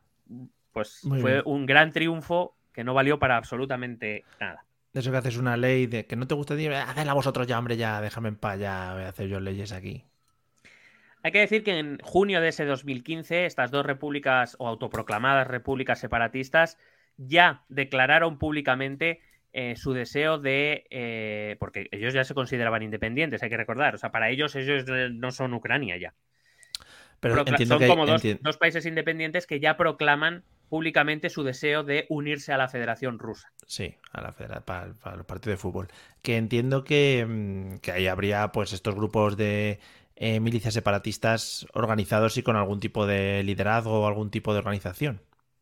pues Muy fue bien. un gran triunfo que no valió para absolutamente nada. De eso que haces una ley de que no te gusta, hacedla vosotros ya, hombre, ya, déjame en paz, ya voy a hacer yo leyes aquí. Hay que decir que en junio de ese dos mil quince estas dos repúblicas o autoproclamadas repúblicas separatistas ya declararon públicamente eh, su deseo de... Eh, porque ellos ya se consideraban independientes, hay que recordar. O sea, para ellos ellos no son Ucrania ya. Pero Procla- son como dos, dos países independientes que ya proclaman públicamente su deseo de unirse a la Federación Rusa. Sí, a la federa- para, para el partido de fútbol. Que entiendo que, que ahí habría pues estos grupos de... Eh, milicias separatistas organizados y con algún tipo de liderazgo o algún tipo de organización.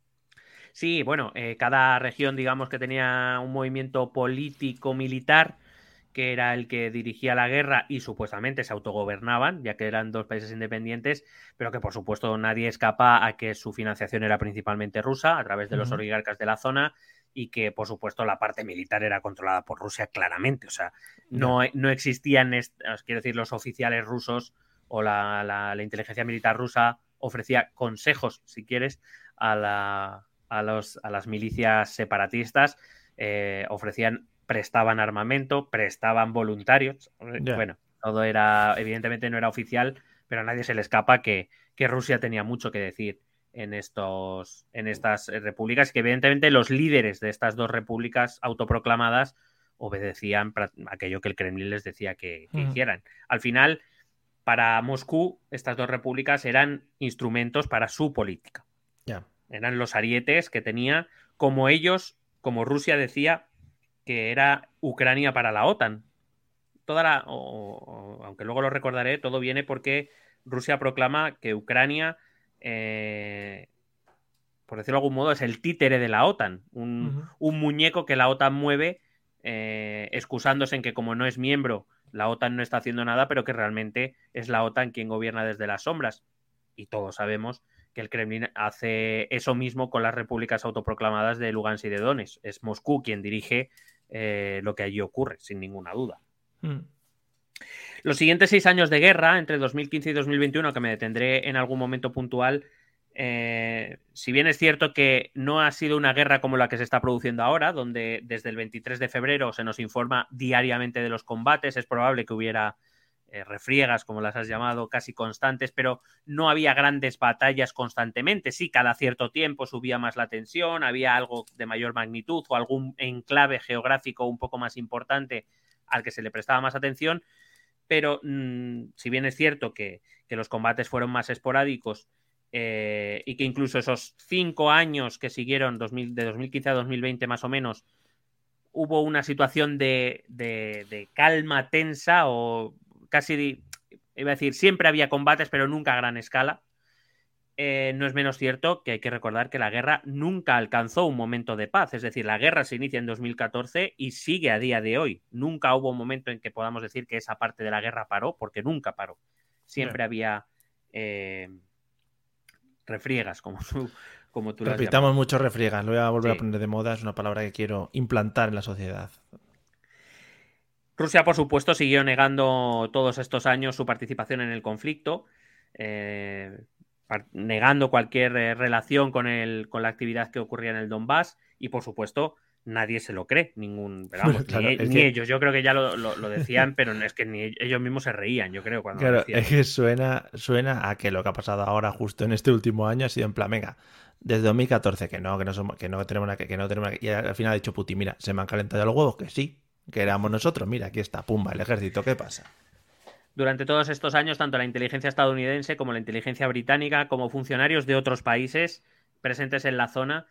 Sí, bueno, eh, cada región, digamos que tenía un movimiento político-militar que era el que dirigía la guerra y supuestamente se autogobernaban, ya que eran dos países independientes, pero que por supuesto nadie escapa a que su financiación era principalmente rusa, a través de los uh-huh. oligarcas de la zona, y que por supuesto la parte militar era controlada por Rusia claramente. O sea, no, no existían, quiero decir, los oficiales rusos o la, la, la inteligencia militar rusa ofrecía consejos, si quieres, a, la, a, los, a las milicias separatistas, eh, ofrecían, prestaban armamento, prestaban voluntarios. Yeah. Bueno, todo era, evidentemente no era oficial, pero a nadie se le escapa que, que Rusia tenía mucho que decir en estos en estas repúblicas, que evidentemente los líderes de estas dos repúblicas autoproclamadas obedecían aquello que el Kremlin les decía que, que uh-huh. hicieran. Al final, para Moscú, estas dos repúblicas eran instrumentos para su política. Yeah. Eran los arietes que tenía, como ellos, como Rusia decía que era Ucrania para la OTAN. Toda la, o, o, aunque luego lo recordaré, todo viene porque Rusia proclama que Ucrania Eh, por decirlo de algún modo, es el títere de la OTAN, un, uh-huh. un muñeco que la OTAN mueve, eh, excusándose en que como no es miembro, la OTAN no está haciendo nada, pero que realmente es la OTAN quien gobierna desde las sombras. Y todos sabemos que el Kremlin hace eso mismo con las repúblicas autoproclamadas de Lugansk y de Donetsk. Es Moscú quien dirige eh, lo que allí ocurre, sin ninguna duda. Uh-huh. Los siguientes seis años de guerra, entre dos mil quince y dos mil veintiuno, que me detendré en algún momento puntual, eh, si bien es cierto que no ha sido una guerra como la que se está produciendo ahora, donde desde el veintitrés de febrero se nos informa diariamente de los combates, es probable que hubiera eh, refriegas, como las has llamado, casi constantes, pero no había grandes batallas constantemente. Sí, cada cierto tiempo subía más la tensión, había algo de mayor magnitud o algún enclave geográfico un poco más importante al que se le prestaba más atención. Pero mmm, si bien es cierto que, que los combates fueron más esporádicos eh, y que incluso esos cinco años que siguieron dos mil, de dos mil quince a dos mil veinte más o menos hubo una situación de, de, de calma tensa o casi, iba a decir, siempre había combates pero nunca a gran escala, eh, no es menos cierto que hay que recordar que la guerra nunca alcanzó un momento de paz. Es decir, la guerra se inicia en dos mil catorce y sigue a día de hoy. Nunca hubo un momento en que podamos decir que esa parte de la guerra paró, porque nunca paró. Siempre Bien. había eh, refriegas, como tú, como tú las llamas. Repitamos mucho refriegas, lo voy a volver sí. a poner de moda, es una palabra que quiero implantar en la sociedad. Rusia, por supuesto, siguió negando todos estos años su participación en el conflicto, eh, negando cualquier eh, relación con, el, con la actividad que ocurría en el Donbass y, por supuesto, nadie se lo cree, ningún, pero vamos, Bueno, claro, ni, es ni que... ellos, yo creo que ya lo, lo, lo decían, pero es que ni ellos mismos se reían, yo creo, cuando Claro, lo decían. es que suena, suena a que lo que ha pasado ahora justo en este último año ha sido en plan, venga, desde dos mil catorce que no, que no somos, que no tenemos una, que no tenemos una, y al final ha dicho Putin, mira, se me han calentado los huevos, que sí, que éramos nosotros, mira, aquí está, pumba, el ejército, ¿qué pasa? Durante todos estos años, tanto la inteligencia estadounidense como la inteligencia británica, como funcionarios de otros países presentes en la zona,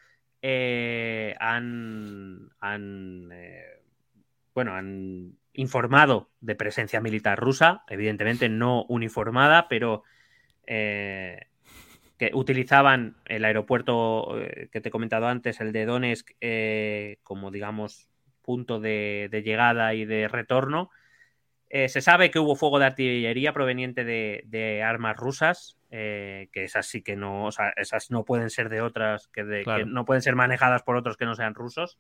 eh, han, han eh, bueno, han informado de presencia militar rusa, evidentemente no uniformada, pero eh, que utilizaban el aeropuerto eh, que te he comentado antes, el de Donetsk, eh, como digamos punto de, de llegada y de retorno. Eh, se sabe que hubo fuego de artillería proveniente de, de armas rusas, eh, que esas sí que no, o sea, esas no pueden ser de otras, que, de, Claro. que no pueden ser manejadas por otros que no sean rusos.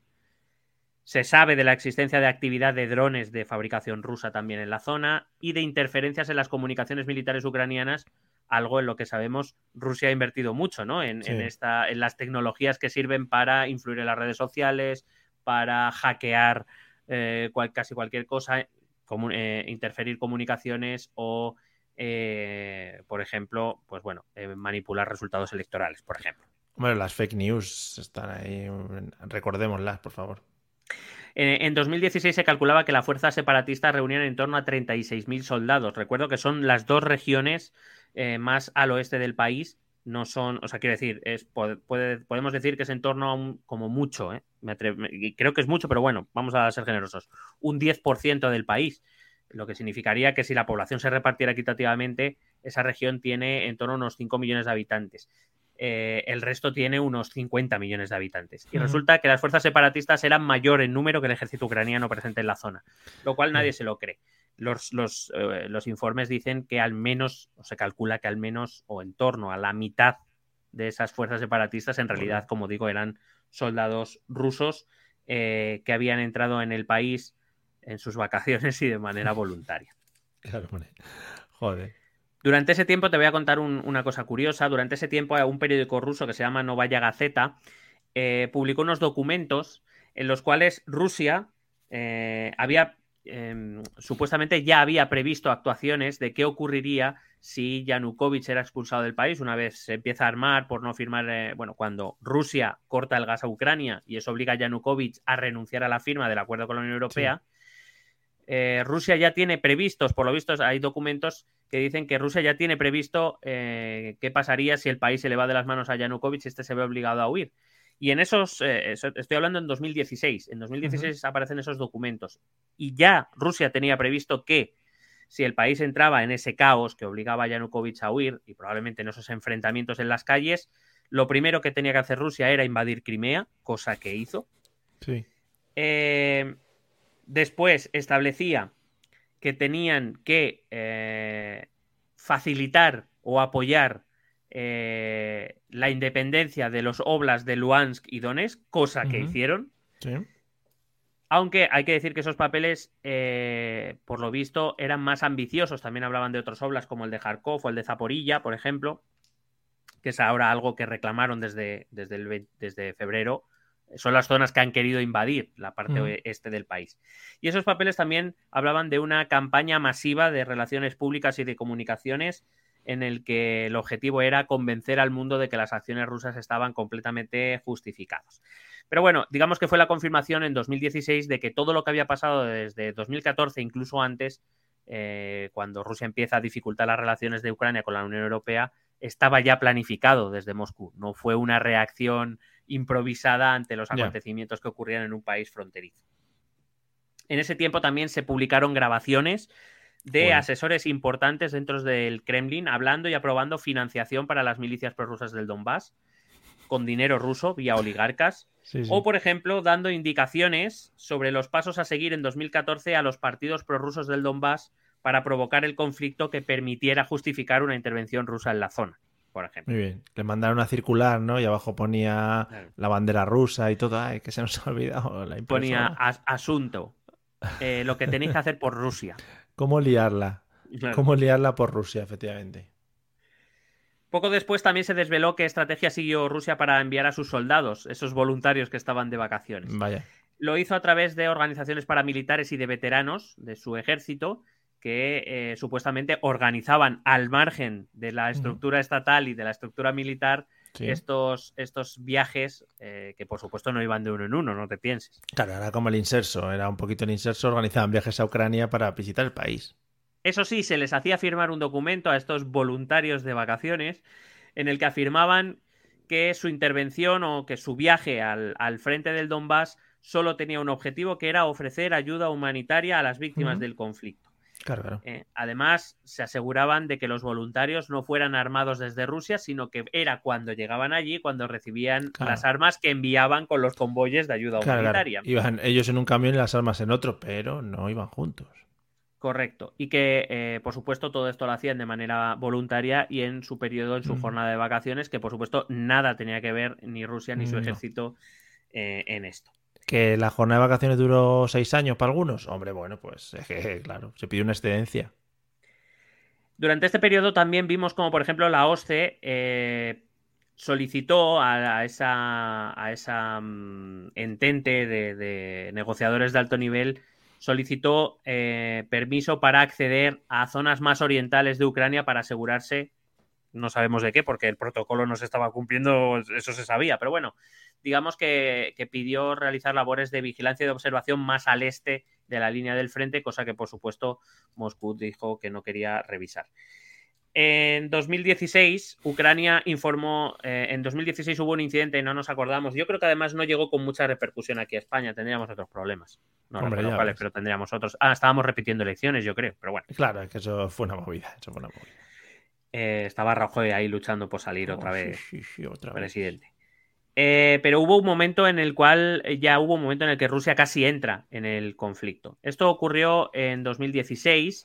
Se sabe de la existencia de actividad de drones de fabricación rusa también en la zona y de interferencias en las comunicaciones militares ucranianas, algo en lo que sabemos Rusia ha invertido mucho, ¿no? En, Sí. en, esta, en las tecnologías que sirven para influir en las redes sociales, para hackear eh, cual, casi cualquier cosa, como, eh, interferir comunicaciones o, eh, por ejemplo, pues bueno, eh, manipular resultados electorales, por ejemplo. Bueno, las fake news están ahí, recordémoslas, por favor. En dos mil dieciséis se calculaba que las fuerzas separatistas reunían en torno a treinta y seis mil soldados. Recuerdo que son las dos regiones eh, más al oeste del país. No son, o sea, quiero decir, es, puede, podemos decir que es en torno a un, como mucho, ¿eh? Me atrevo, creo que es mucho, pero bueno, vamos a ser generosos. Un diez por ciento del país, lo que significaría que si la población se repartiera equitativamente, esa región tiene en torno a unos cinco millones de habitantes. Eh, el resto tiene unos cincuenta millones de habitantes. Y uh-huh. resulta que las fuerzas separatistas eran mayor en número que el ejército ucraniano presente en la zona, lo cual nadie uh-huh. se lo cree. Los, los, eh, los informes dicen que al menos, o se calcula que al menos, o en torno a la mitad de esas fuerzas separatistas, en realidad, uh-huh. como digo, eran soldados rusos eh, que habían entrado en el país en sus vacaciones y de manera voluntaria. Claro, joder. Durante ese tiempo te voy a contar un, una cosa curiosa. Durante ese tiempo un periódico ruso que se llama Novaya Gazeta eh, publicó unos documentos en los cuales Rusia eh, había eh, supuestamente ya había previsto actuaciones de qué ocurriría si Yanukovych era expulsado del país una vez se empieza a armar por no firmar, eh, bueno, cuando Rusia corta el gas a Ucrania y eso obliga a Yanukovych a renunciar a la firma del acuerdo con la Unión Europea. Sí. Eh, Rusia ya tiene previstos, por lo visto hay documentos que dicen que Rusia ya tiene previsto eh, qué pasaría si el país se le va de las manos a Yanukovych y este se ve obligado a huir. Y en esos, eh, estoy hablando en dos mil dieciséis, en dos mil dieciséis uh-huh. aparecen esos documentos. Y ya Rusia tenía previsto que si el país entraba en ese caos que obligaba a Yanukovych a huir y probablemente en esos enfrentamientos en las calles, lo primero que tenía que hacer Rusia era invadir Crimea, cosa que hizo. Sí. Eh... Después establecía que tenían que eh, facilitar o apoyar eh, la independencia de los oblasts de Luhansk y Donetsk, cosa que uh-huh. hicieron. Sí. Aunque hay que decir que esos papeles, eh, por lo visto, eran más ambiciosos. También hablaban de otros oblasts como el de Kharkov o el de Zaporilla, por ejemplo, que es ahora algo que reclamaron desde, desde, el, desde febrero. Son las zonas que han querido invadir la parte uh-huh. este del país. Y esos papeles también hablaban de una campaña masiva de relaciones públicas y de comunicaciones en el que el objetivo era convencer al mundo de que las acciones rusas estaban completamente justificadas. Pero bueno, digamos que fue la confirmación en dos mil dieciséis de que todo lo que había pasado desde dos mil catorce, incluso antes, eh, cuando Rusia empieza a dificultar las relaciones de Ucrania con la Unión Europea, estaba ya planificado desde Moscú. No fue una reacción improvisada ante los acontecimientos yeah. que ocurrían en un país fronterizo. En ese tiempo también se publicaron grabaciones de bueno. asesores importantes dentro del Kremlin hablando y aprobando financiación para las milicias prorrusas del Donbass con dinero ruso vía oligarcas sí, sí. o, por ejemplo, dando indicaciones sobre los pasos a seguir en dos mil catorce a los partidos prorrusos del Donbass para provocar el conflicto que permitiera justificar una intervención rusa en la zona, por ejemplo. Muy bien. Le mandaron una circular, ¿no? Y abajo ponía claro. la bandera rusa y todo. Ay, que se nos ha olvidado la impresora. Ponía as- asunto. Eh, lo que tenéis que hacer por Rusia. ¿Cómo liarla? Claro. ¿Cómo liarla por Rusia, efectivamente? Poco después también se desveló qué estrategia siguió Rusia para enviar a sus soldados, esos voluntarios que estaban de vacaciones. Vaya. lo hizo a través de organizaciones paramilitares y de veteranos de su ejército que eh, supuestamente organizaban al margen de la estructura estatal y de la estructura militar sí. estos, estos viajes eh, que por supuesto no iban de uno en uno, no te pienses. Claro, era como el Inserso, era un poquito el Inserso, organizaban viajes a Ucrania para visitar el país. Eso sí, se les hacía firmar un documento a estos voluntarios de vacaciones en el que afirmaban que su intervención o que su viaje al, al frente del Donbass solo tenía un objetivo, que era ofrecer ayuda humanitaria a las víctimas uh-huh. del conflicto. Claro, claro. Eh, además, se aseguraban de que los voluntarios no fueran armados desde Rusia, sino que era cuando llegaban allí, cuando recibían claro. las armas que enviaban con los convoyes de ayuda claro, humanitaria. Claro. Iban ellos en un camión y las armas en otro, pero no iban juntos. Correcto. Y que, eh, por supuesto, todo esto lo hacían de manera voluntaria y en su periodo, en su mm. jornada de vacaciones, que, por supuesto, nada tenía que ver ni Rusia ni su no. ejército eh, en esto. ¿Que la jornada de vacaciones duró seis años para algunos? Hombre, bueno, pues es que, claro, se pidió una excedencia. Durante este periodo también vimos como, por ejemplo, la OSCE eh, solicitó a, a esa, a esa um, entente de, de negociadores de alto nivel, solicitó eh, permiso para acceder a zonas más orientales de Ucrania para asegurarse, no sabemos de qué, porque el protocolo no se estaba cumpliendo, eso se sabía, pero bueno, digamos que, que pidió realizar labores de vigilancia y de observación más al este de la línea del frente, cosa que por supuesto Moscú dijo que no quería revisar. En dos mil dieciséis, Ucrania informó, eh, en dos mil dieciséis hubo un incidente, no nos acordamos, yo creo que además no llegó con mucha repercusión aquí a España, tendríamos otros problemas, no Hombre, recuerdo cuáles, pero tendríamos otros. Ah, estábamos repitiendo elecciones, yo creo, pero bueno. Claro, es que eso fue una movida, eso fue una movida. Eh, estaba Rajoy ahí luchando por salir oh, otra vez sí, sí, sí, otra presidente. Vez. Eh, pero hubo un momento en el cual, ya hubo un momento en el que Rusia casi entra en el conflicto. Esto ocurrió en dos mil dieciséis.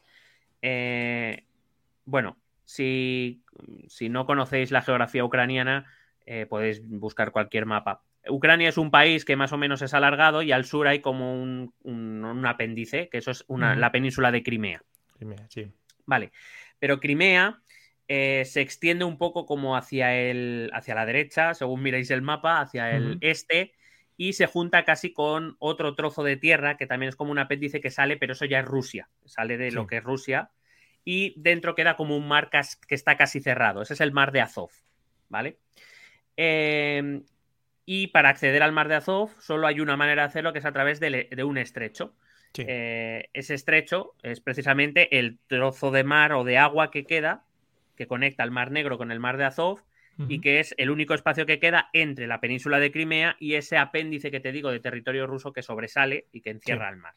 Eh, bueno, si, si no conocéis la geografía ucraniana, eh, podéis buscar cualquier mapa. Ucrania es un país que más o menos es alargado y al sur hay como un, un, un apéndice, que eso es una, mm. la península de Crimea. Crimea, sí. Vale, pero Crimea... Eh, se extiende un poco como hacia, el, hacia la derecha, según miréis el mapa, hacia el uh-huh. este, y se junta casi con otro trozo de tierra que también es como un apéndice que sale, pero eso ya es Rusia, sale de sí. lo que es Rusia, y dentro queda como un mar que está casi cerrado, ese es el mar de Azov, ¿vale? Eh, y para acceder al mar de Azov solo hay una manera de hacerlo, que es a través de, de un estrecho. Sí. Eh, ese estrecho es precisamente el trozo de mar o de agua que queda, que conecta el Mar Negro con el Mar de Azov uh-huh. y que es el único espacio que queda entre la península de Crimea y ese apéndice que te digo de territorio ruso que sobresale y que encierra sí. el mar.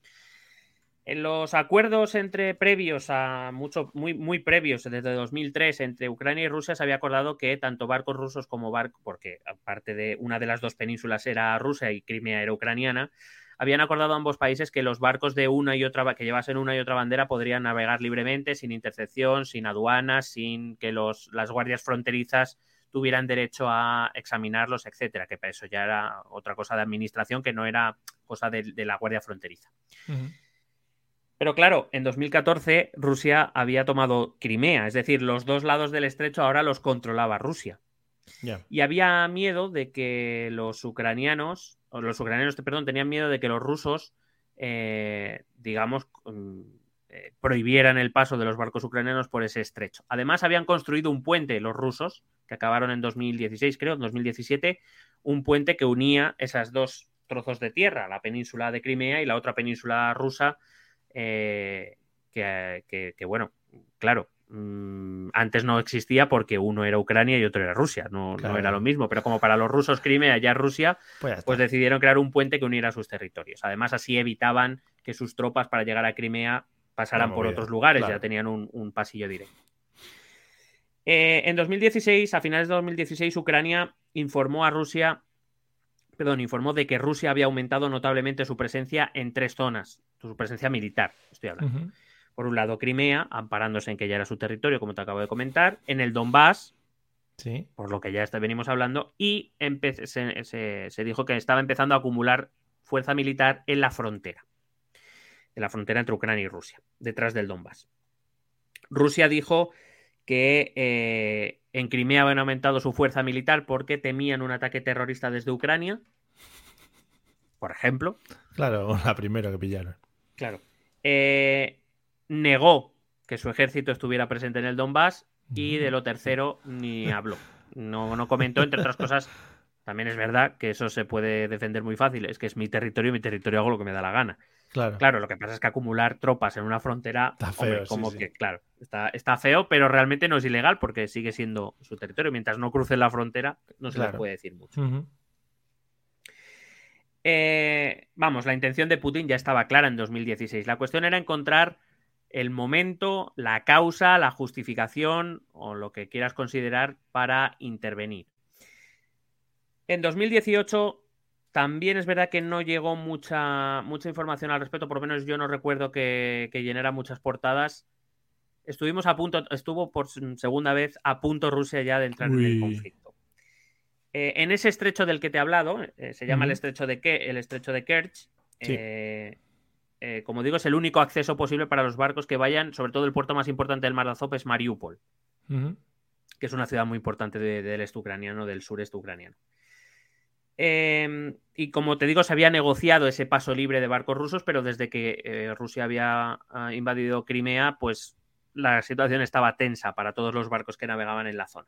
En los acuerdos entre previos a mucho, muy, muy previos, desde dos mil tres, entre Ucrania y Rusia, se había acordado que tanto barcos rusos como barcos, porque aparte de una de las dos penínsulas era rusa y Crimea era ucraniana, habían acordado ambos países que los barcos de una y otra que llevasen una y otra bandera podrían navegar libremente, sin intercepción, sin aduanas, sin que los, las guardias fronterizas tuvieran derecho a examinarlos, etcétera, que para eso ya era otra cosa de administración que no era cosa de, de la guardia fronteriza. Uh-huh. Pero claro, en dos mil catorce Rusia había tomado Crimea, es decir, los dos lados del estrecho ahora los controlaba Rusia. Yeah. Y había miedo de que los ucranianos o los ucranianos, perdón, tenían miedo de que los rusos, eh, digamos, eh, prohibieran el paso de los barcos ucranianos por ese estrecho. Además, habían construido un puente, los rusos, que acabaron en dos mil dieciséis, creo, en dos mil diecisiete, un puente que unía esas dos trozos de tierra, la península de Crimea y la otra península rusa, eh, que, que, que, bueno, claro, antes no existía porque uno era Ucrania y otro era Rusia, no, claro. no era lo mismo, pero como para los rusos Crimea ya es Rusia, pues, pues decidieron crear un puente que uniera sus territorios. Además, así evitaban que sus tropas para llegar a Crimea pasaran por otros lugares, claro. ya tenían un, un pasillo directo. Eh, en dos mil dieciséis, a finales de dos mil dieciséis, Ucrania informó a Rusia, perdón, informó de que Rusia había aumentado notablemente su presencia en tres zonas, su presencia militar, estoy hablando. Uh-huh. Por un lado, Crimea, amparándose en que ya era su territorio, como te acabo de comentar. En el Donbass, sí. por lo que ya está, venimos hablando. Y empe- se, se, se dijo que estaba empezando a acumular fuerza militar en la frontera. En la frontera entre Ucrania y Rusia, detrás del Donbass. Rusia dijo que eh, en Crimea habían aumentado su fuerza militar porque temían un ataque terrorista desde Ucrania. por ejemplo. Claro, la primera que pillaron. Claro. Eh, negó que su ejército estuviera presente en el Donbass y de lo tercero ni habló. No, no comentó, entre otras cosas. También es verdad que eso se puede defender muy fácil. Es que es mi territorio y mi territorio hago lo que me da la gana. Claro. Claro, lo que pasa es que acumular tropas en una frontera, está feo, hombre, como sí, que, sí. claro, está, está feo, pero realmente no es ilegal porque sigue siendo su territorio. Mientras no crucen la frontera, no se Claro. les puede decir mucho. Uh-huh. Eh, vamos, la intención de Putin ya estaba clara en dos mil dieciséis. La cuestión era encontrar el momento, la causa, la justificación o lo que quieras considerar para intervenir. En dos mil dieciocho también es verdad que no llegó mucha, mucha información al respecto, por lo menos yo no recuerdo que, que llenara muchas portadas. Estuvimos a punto, estuvo por segunda vez a punto Rusia ya de entrar Uy. en el conflicto. Eh, en ese estrecho del que te he hablado, eh, se llama Uh-huh. el estrecho de Ke- el estrecho de Kerch. Sí. Eh, eh, como digo, es el único acceso posible para los barcos que vayan, sobre todo el puerto más importante del Mar de Azov es Mariupol, Uh-huh. que es una ciudad muy importante de, del este ucraniano, del sureste ucraniano. Eh, y como te digo, se había negociado ese paso libre de barcos rusos, pero desde que eh, Rusia había uh, invadido Crimea, pues la situación estaba tensa para todos los barcos que navegaban en la zona.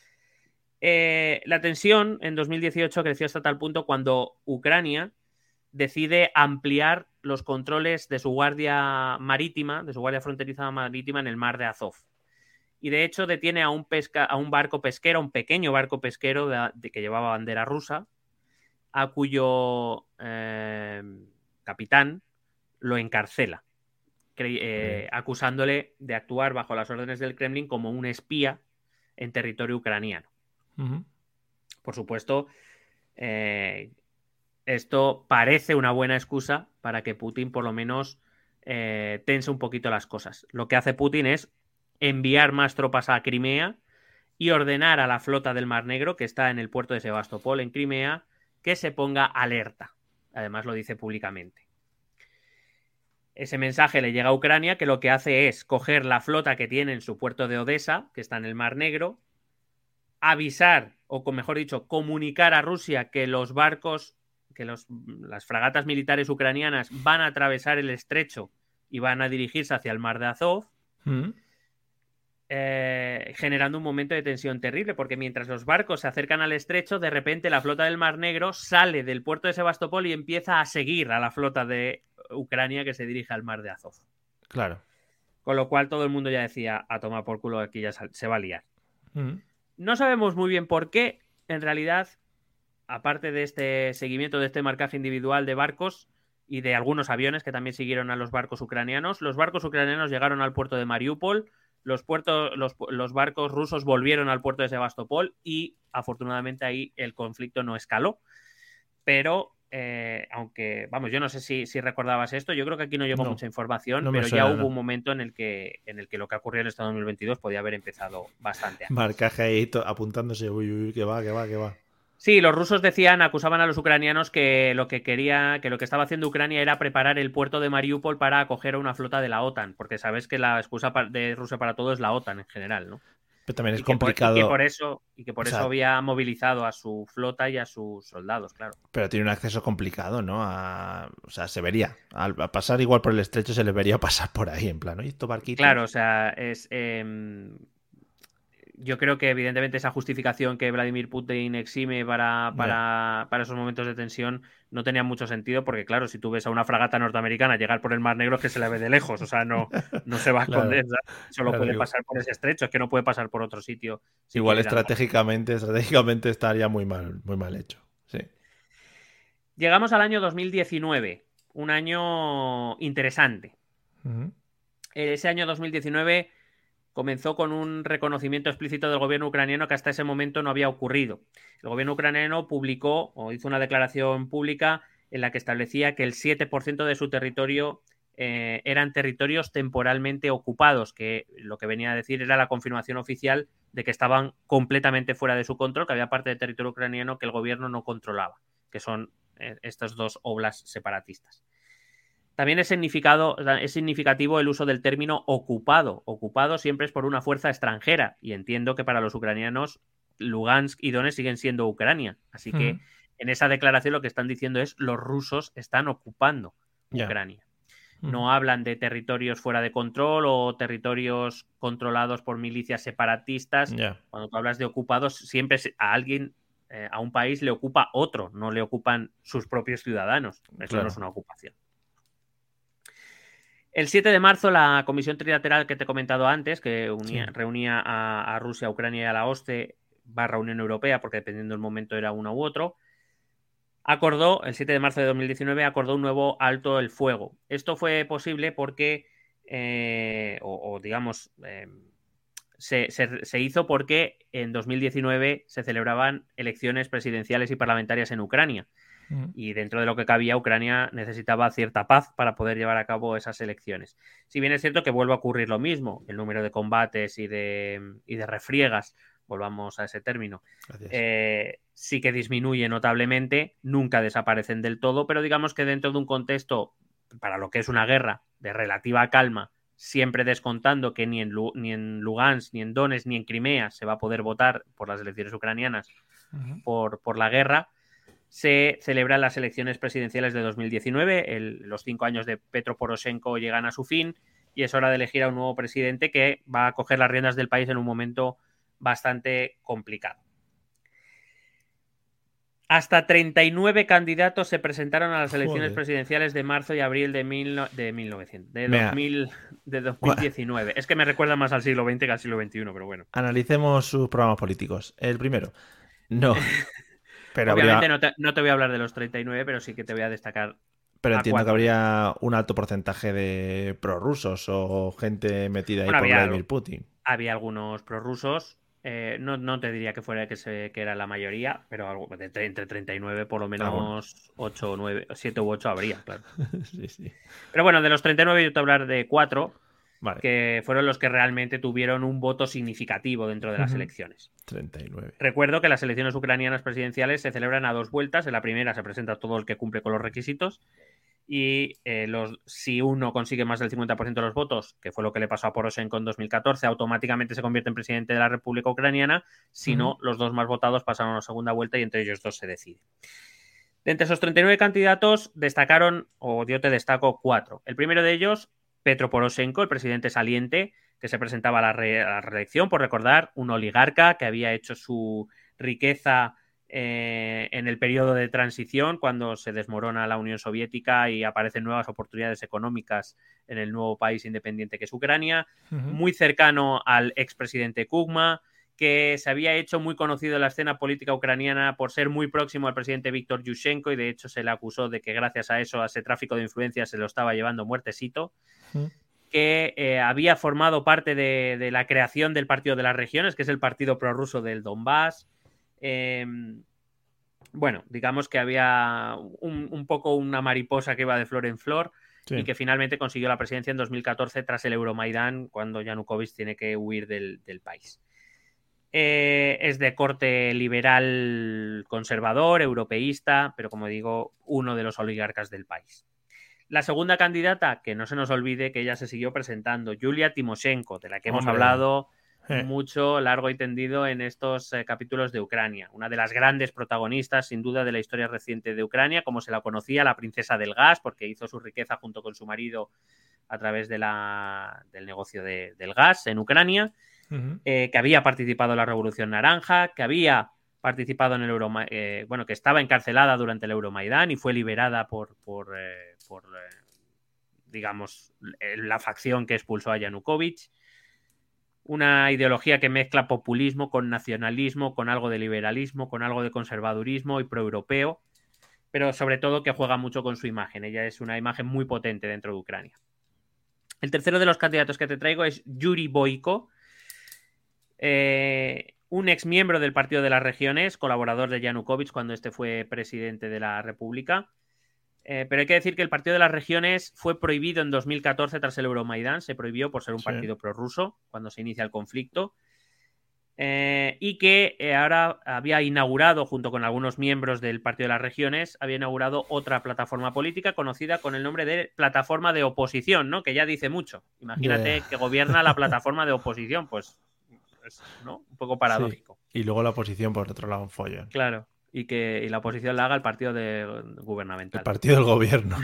Eh, la tensión en dos mil dieciocho creció hasta tal punto cuando Ucrania decide ampliar los controles de su guardia marítima, de su guardia fronteriza marítima en el mar de Azov. Y de hecho detiene a un, pesca, a un barco pesquero, un pequeño barco pesquero de, de que llevaba bandera rusa, a cuyo eh, capitán lo encarcela, cre- eh, acusándole de actuar bajo las órdenes del Kremlin como un espía en territorio ucraniano. Uh-huh. Por supuesto, eh, esto parece una buena excusa para que Putin por lo menos eh, tense un poquito las cosas. Lo que hace Putin es enviar más tropas a Crimea y ordenar a la flota del Mar Negro, que está en el puerto de Sebastopol, en Crimea, que se ponga alerta. Además lo dice públicamente. Ese mensaje le llega a Ucrania, que lo que hace es coger la flota que tiene en su puerto de Odessa, que está en el Mar Negro, avisar, o mejor dicho, comunicar a Rusia que los barcos, que los, las fragatas militares ucranianas van a atravesar el estrecho y van a dirigirse hacia el Mar de Azov, Uh-huh. eh, generando un momento de tensión terrible, porque mientras los barcos se acercan al estrecho, de repente la flota del Mar Negro sale del puerto de Sebastopol y empieza a seguir a la flota de Ucrania que se dirige al Mar de Azov. Claro. Con lo cual todo el mundo ya decía, a tomar por culo, aquí ya se va a liar. Uh-huh. No sabemos muy bien por qué, en realidad, aparte de este seguimiento, de este marcaje individual de barcos y de algunos aviones que también siguieron a los barcos ucranianos, los barcos ucranianos llegaron al puerto de Mariupol, los, puertos, los, los barcos rusos volvieron al puerto de Sebastopol y, afortunadamente, ahí el conflicto no escaló. Pero, eh, aunque, vamos, yo no sé si, si recordabas esto, yo creo que aquí no llegó No, mucha información, no me pero suena, ya hubo no. un momento en el que en el que lo que ocurrió en este dos mil veintidós podía haber empezado bastante antes. Marcaje ahí to- apuntándose. Uy, uy, que va, que va, que va. Sí, los rusos decían, acusaban a los ucranianos que lo que quería, que lo que estaba haciendo Ucrania era preparar el puerto de Mariupol para acoger a una flota de la OTAN, porque sabes que la excusa pa- de Rusia para todo es la OTAN en general, ¿no? Pero también es Y que, por, y complicado. que por eso, y que por O eso sea, había movilizado a su flota y a sus soldados, claro. Pero tiene un acceso complicado, ¿no? A... O sea, se vería. Al a pasar igual por el estrecho se le vería pasar por ahí, en plan, ¿no? ¿Y estos barquitos? Claro, o sea, es... Eh, yo creo que evidentemente esa justificación que Vladimir Putin exime para, para, para esos momentos de tensión no tenía mucho sentido porque, claro, si tú ves a una fragata norteamericana llegar por el Mar Negro es que se la ve de lejos, o sea, no, no se va a esconder, claro, solo claro, puede pasar por ese estrecho, es que no puede pasar por otro sitio. Si igual estratégicamente, estratégicamente estaría muy mal, muy mal hecho, sí. Llegamos al año dos mil diecinueve, un año interesante. Uh-huh. Ese año dos mil diecinueve comenzó con un reconocimiento explícito del gobierno ucraniano que hasta ese momento no había ocurrido. El gobierno ucraniano publicó o hizo una declaración pública en la que establecía que el siete por ciento de su territorio eh, eran territorios temporalmente ocupados, que lo que venía a decir era la confirmación oficial de que estaban completamente fuera de su control, que había parte del territorio ucraniano que el gobierno no controlaba, que son eh, estos dos oblasts separatistas. También es, significado, es significativo el uso del término ocupado. Ocupado siempre es por una fuerza extranjera y entiendo que para los ucranianos Lugansk y Donetsk siguen siendo Ucrania. Así que uh-huh. en esa declaración lo que están diciendo es los rusos están ocupando Ya. Ucrania. No hablan de territorios fuera de control o territorios controlados por milicias separatistas. Ya. Cuando tú hablas de ocupados, siempre a alguien, eh, a un país le ocupa otro, no le ocupan sus propios ciudadanos. Eso Claro. no es una ocupación. El siete de marzo, la comisión trilateral que te he comentado antes, que unía, Sí. reunía a, a Rusia, a Ucrania y a la OSCE barra Unión Europea, porque dependiendo del momento era uno u otro, acordó, el siete de marzo de dos mil diecinueve, acordó un nuevo alto el fuego. Esto fue posible porque, eh, o, o digamos, eh, se, se, se hizo porque en dos mil diecinueve se celebraban elecciones presidenciales y parlamentarias en Ucrania. Mm. Y dentro de lo que cabía, Ucrania necesitaba cierta paz para poder llevar a cabo esas elecciones. Si bien es cierto que vuelve a ocurrir lo mismo, el número de combates y de, y de refriegas, volvamos a ese término, eh, sí que disminuye notablemente, nunca desaparecen del todo, pero digamos que dentro de un contexto, para lo que es una guerra de relativa calma, siempre descontando que ni en, Lu- ni en Lugansk, ni en Donetsk, ni en Crimea se va a poder votar por las elecciones ucranianas Ujú. por, por la guerra, se celebran las elecciones presidenciales de dos mil diecinueve, el, los cinco años de Petro Poroshenko llegan a su fin y es hora de elegir a un nuevo presidente que va a coger las riendas del país en un momento bastante complicado. Hasta treinta y nueve candidatos se presentaron a las Joder. elecciones presidenciales de marzo y abril de, mil, de mil novecientos, de, Mira. dos mil, de dos mil diecinueve. Es que me recuerda más al siglo veinte que al siglo veintiuno, pero bueno. Analicemos sus programas políticos. El primero. No. Pero, Obviamente habría, no, te, no te voy a hablar de los treinta y nueve, pero sí que te voy a destacar. pero a entiendo que cuatro. habría un alto porcentaje de prorrusos o gente metida ahí Bueno, por había Vladimir algo. Putin. Había algunos prorrusos. Eh, no, no te diría que fuera que, se, que era la mayoría, pero algo de, de, entre treinta y nueve por lo menos ocho o nueve, siete u ocho habría, claro. Sí, sí. Pero bueno, de los treinta y nueve yo te voy a hablar de cuatro, Vale. que fueron los que realmente tuvieron un voto significativo dentro de las Ujú. elecciones. treinta y nueve. Recuerdo que las elecciones ucranianas presidenciales se celebran a dos vueltas. En la primera se presenta todo el que cumple con los requisitos y eh, los, si uno consigue más del cincuenta por ciento de los votos, que fue lo que le pasó a Poroshenko en dos mil catorce, automáticamente se convierte en presidente de la República Ucraniana. Si no, Ujú. los dos más votados pasan a una segunda vuelta y entre ellos dos se decide. De entre esos treinta y nueve candidatos destacaron, o yo te destaco, cuatro. El primero de ellos, Petro Poroshenko, el presidente saliente, que se presentaba a la, re a la reelección, por recordar, un oligarca que había hecho su riqueza eh, en el periodo de transición, cuando se desmorona la Unión Soviética y aparecen nuevas oportunidades económicas en el nuevo país independiente que es Ucrania, Ujú. muy cercano al expresidente Kugma, que se había hecho muy conocido en la escena política ucraniana por ser muy próximo al presidente Víctor Yushchenko, y de hecho se le acusó de que gracias a eso, a ese tráfico de influencias, se lo estaba llevando muertecito. Ujú. Que eh, había formado parte de, de la creación del Partido de las Regiones, que es el partido prorruso del Donbass. Eh, bueno, digamos que había un, un poco una mariposa que iba de flor en flor. Sí. Y que finalmente consiguió la presidencia en dos mil catorce tras el Euromaidán, cuando Yanukovych tiene que huir del, del país. Eh, es de corte liberal conservador, europeísta, pero como digo, uno de los oligarcas del país. La segunda candidata, que no se nos olvide que ella se siguió presentando, Yulia Timoshenko, de la que hemos Hombre. hablado Eh. mucho, largo y tendido en estos eh, capítulos de Ucrania. Una de las grandes protagonistas, sin duda, de la historia reciente de Ucrania, como se la conocía, la princesa del gas, porque hizo su riqueza junto con su marido a través de la, del negocio de, del gas en Ucrania, uh-huh. eh, que había participado en la Revolución Naranja, que había participado en el Euroma eh, bueno, que estaba encarcelada durante el Euromaidán y fue liberada por, por, eh, por eh, digamos, la facción que expulsó a Yanukovych. Una ideología que mezcla populismo con nacionalismo, con algo de liberalismo, con algo de conservadurismo y proeuropeo, pero sobre todo que juega mucho con su imagen. Ella es una imagen muy potente dentro de Ucrania. El tercero de los candidatos que te traigo es Yuri Boyko, eh, un ex miembro del Partido de las Regiones, colaborador de Yanukovych cuando este fue presidente de la República. Eh, pero hay que decir que el Partido de las Regiones fue prohibido en dos mil catorce tras el Euromaidán, se prohibió por ser un sí. partido prorruso cuando se inicia el conflicto, eh, y que eh, ahora había inaugurado, junto con algunos miembros del Partido de las Regiones, había inaugurado otra plataforma política conocida con el nombre de Plataforma de Oposición, ¿no? Que ya dice mucho. Imagínate yeah. que gobierna la plataforma de oposición, pues, pues ¿no? Un poco paradójico. Sí. Y luego la oposición por otro lado un follón. Claro. y que y la oposición la haga el partido de, gubernamental. El partido del gobierno.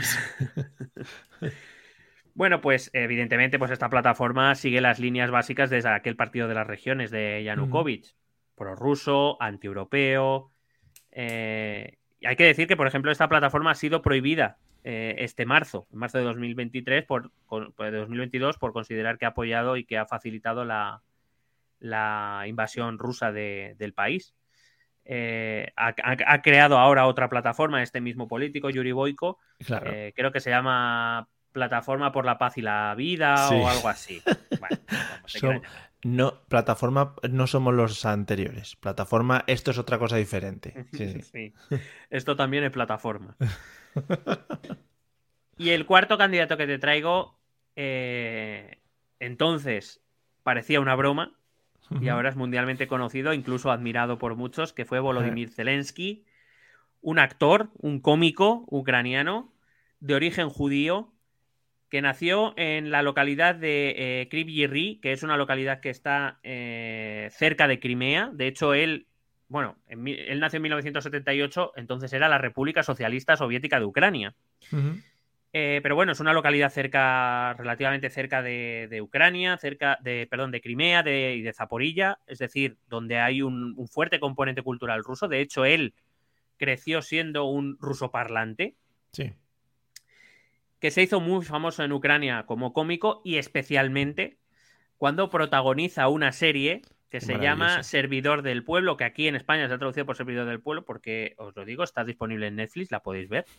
Bueno, pues evidentemente pues esta plataforma sigue las líneas básicas de aquel partido de las regiones de Yanukovych. Mm. Prorruso, antieuropeo. Eh, hay que decir que, por ejemplo, esta plataforma ha sido prohibida eh, este marzo, en marzo de dos mil veintitrés, por, de dos mil veintidós, por considerar que ha apoyado y que ha facilitado la, la invasión rusa de, del país. Eh, ha, ha, ha creado ahora otra plataforma, este mismo político, Yuri Boyko, claro. eh, creo que se llama Plataforma por la Paz y la Vida, sí. o algo así. Bueno, Som, no, plataforma no somos los anteriores. Plataforma, esto es otra cosa diferente. Sí, sí. Sí. Esto también es plataforma. Y el cuarto candidato que te traigo, eh, entonces parecía una broma y ahora es mundialmente conocido, incluso admirado por muchos, que fue Volodymyr Zelensky, un actor, un cómico ucraniano de origen judío, que nació en la localidad de eh, Kryvyi Rih, que es una localidad que está eh, cerca de Crimea. De hecho, él, bueno, en, él nació en mil novecientos setenta y ocho, entonces era la República Socialista Soviética de Ucrania. Uh-huh. Eh, pero bueno, es una localidad cerca, relativamente cerca de, de Ucrania, cerca de, perdón, de Crimea de, y de Zaporilla, es decir, donde hay un, un fuerte componente cultural ruso. De hecho, él creció siendo un rusoparlante. Sí. Que se hizo muy famoso en Ucrania como cómico y especialmente cuando protagoniza una serie que se llama Servidor del Pueblo, que aquí en España se ha traducido por Servidor del Pueblo porque, os lo digo, está disponible en Netflix, la podéis ver.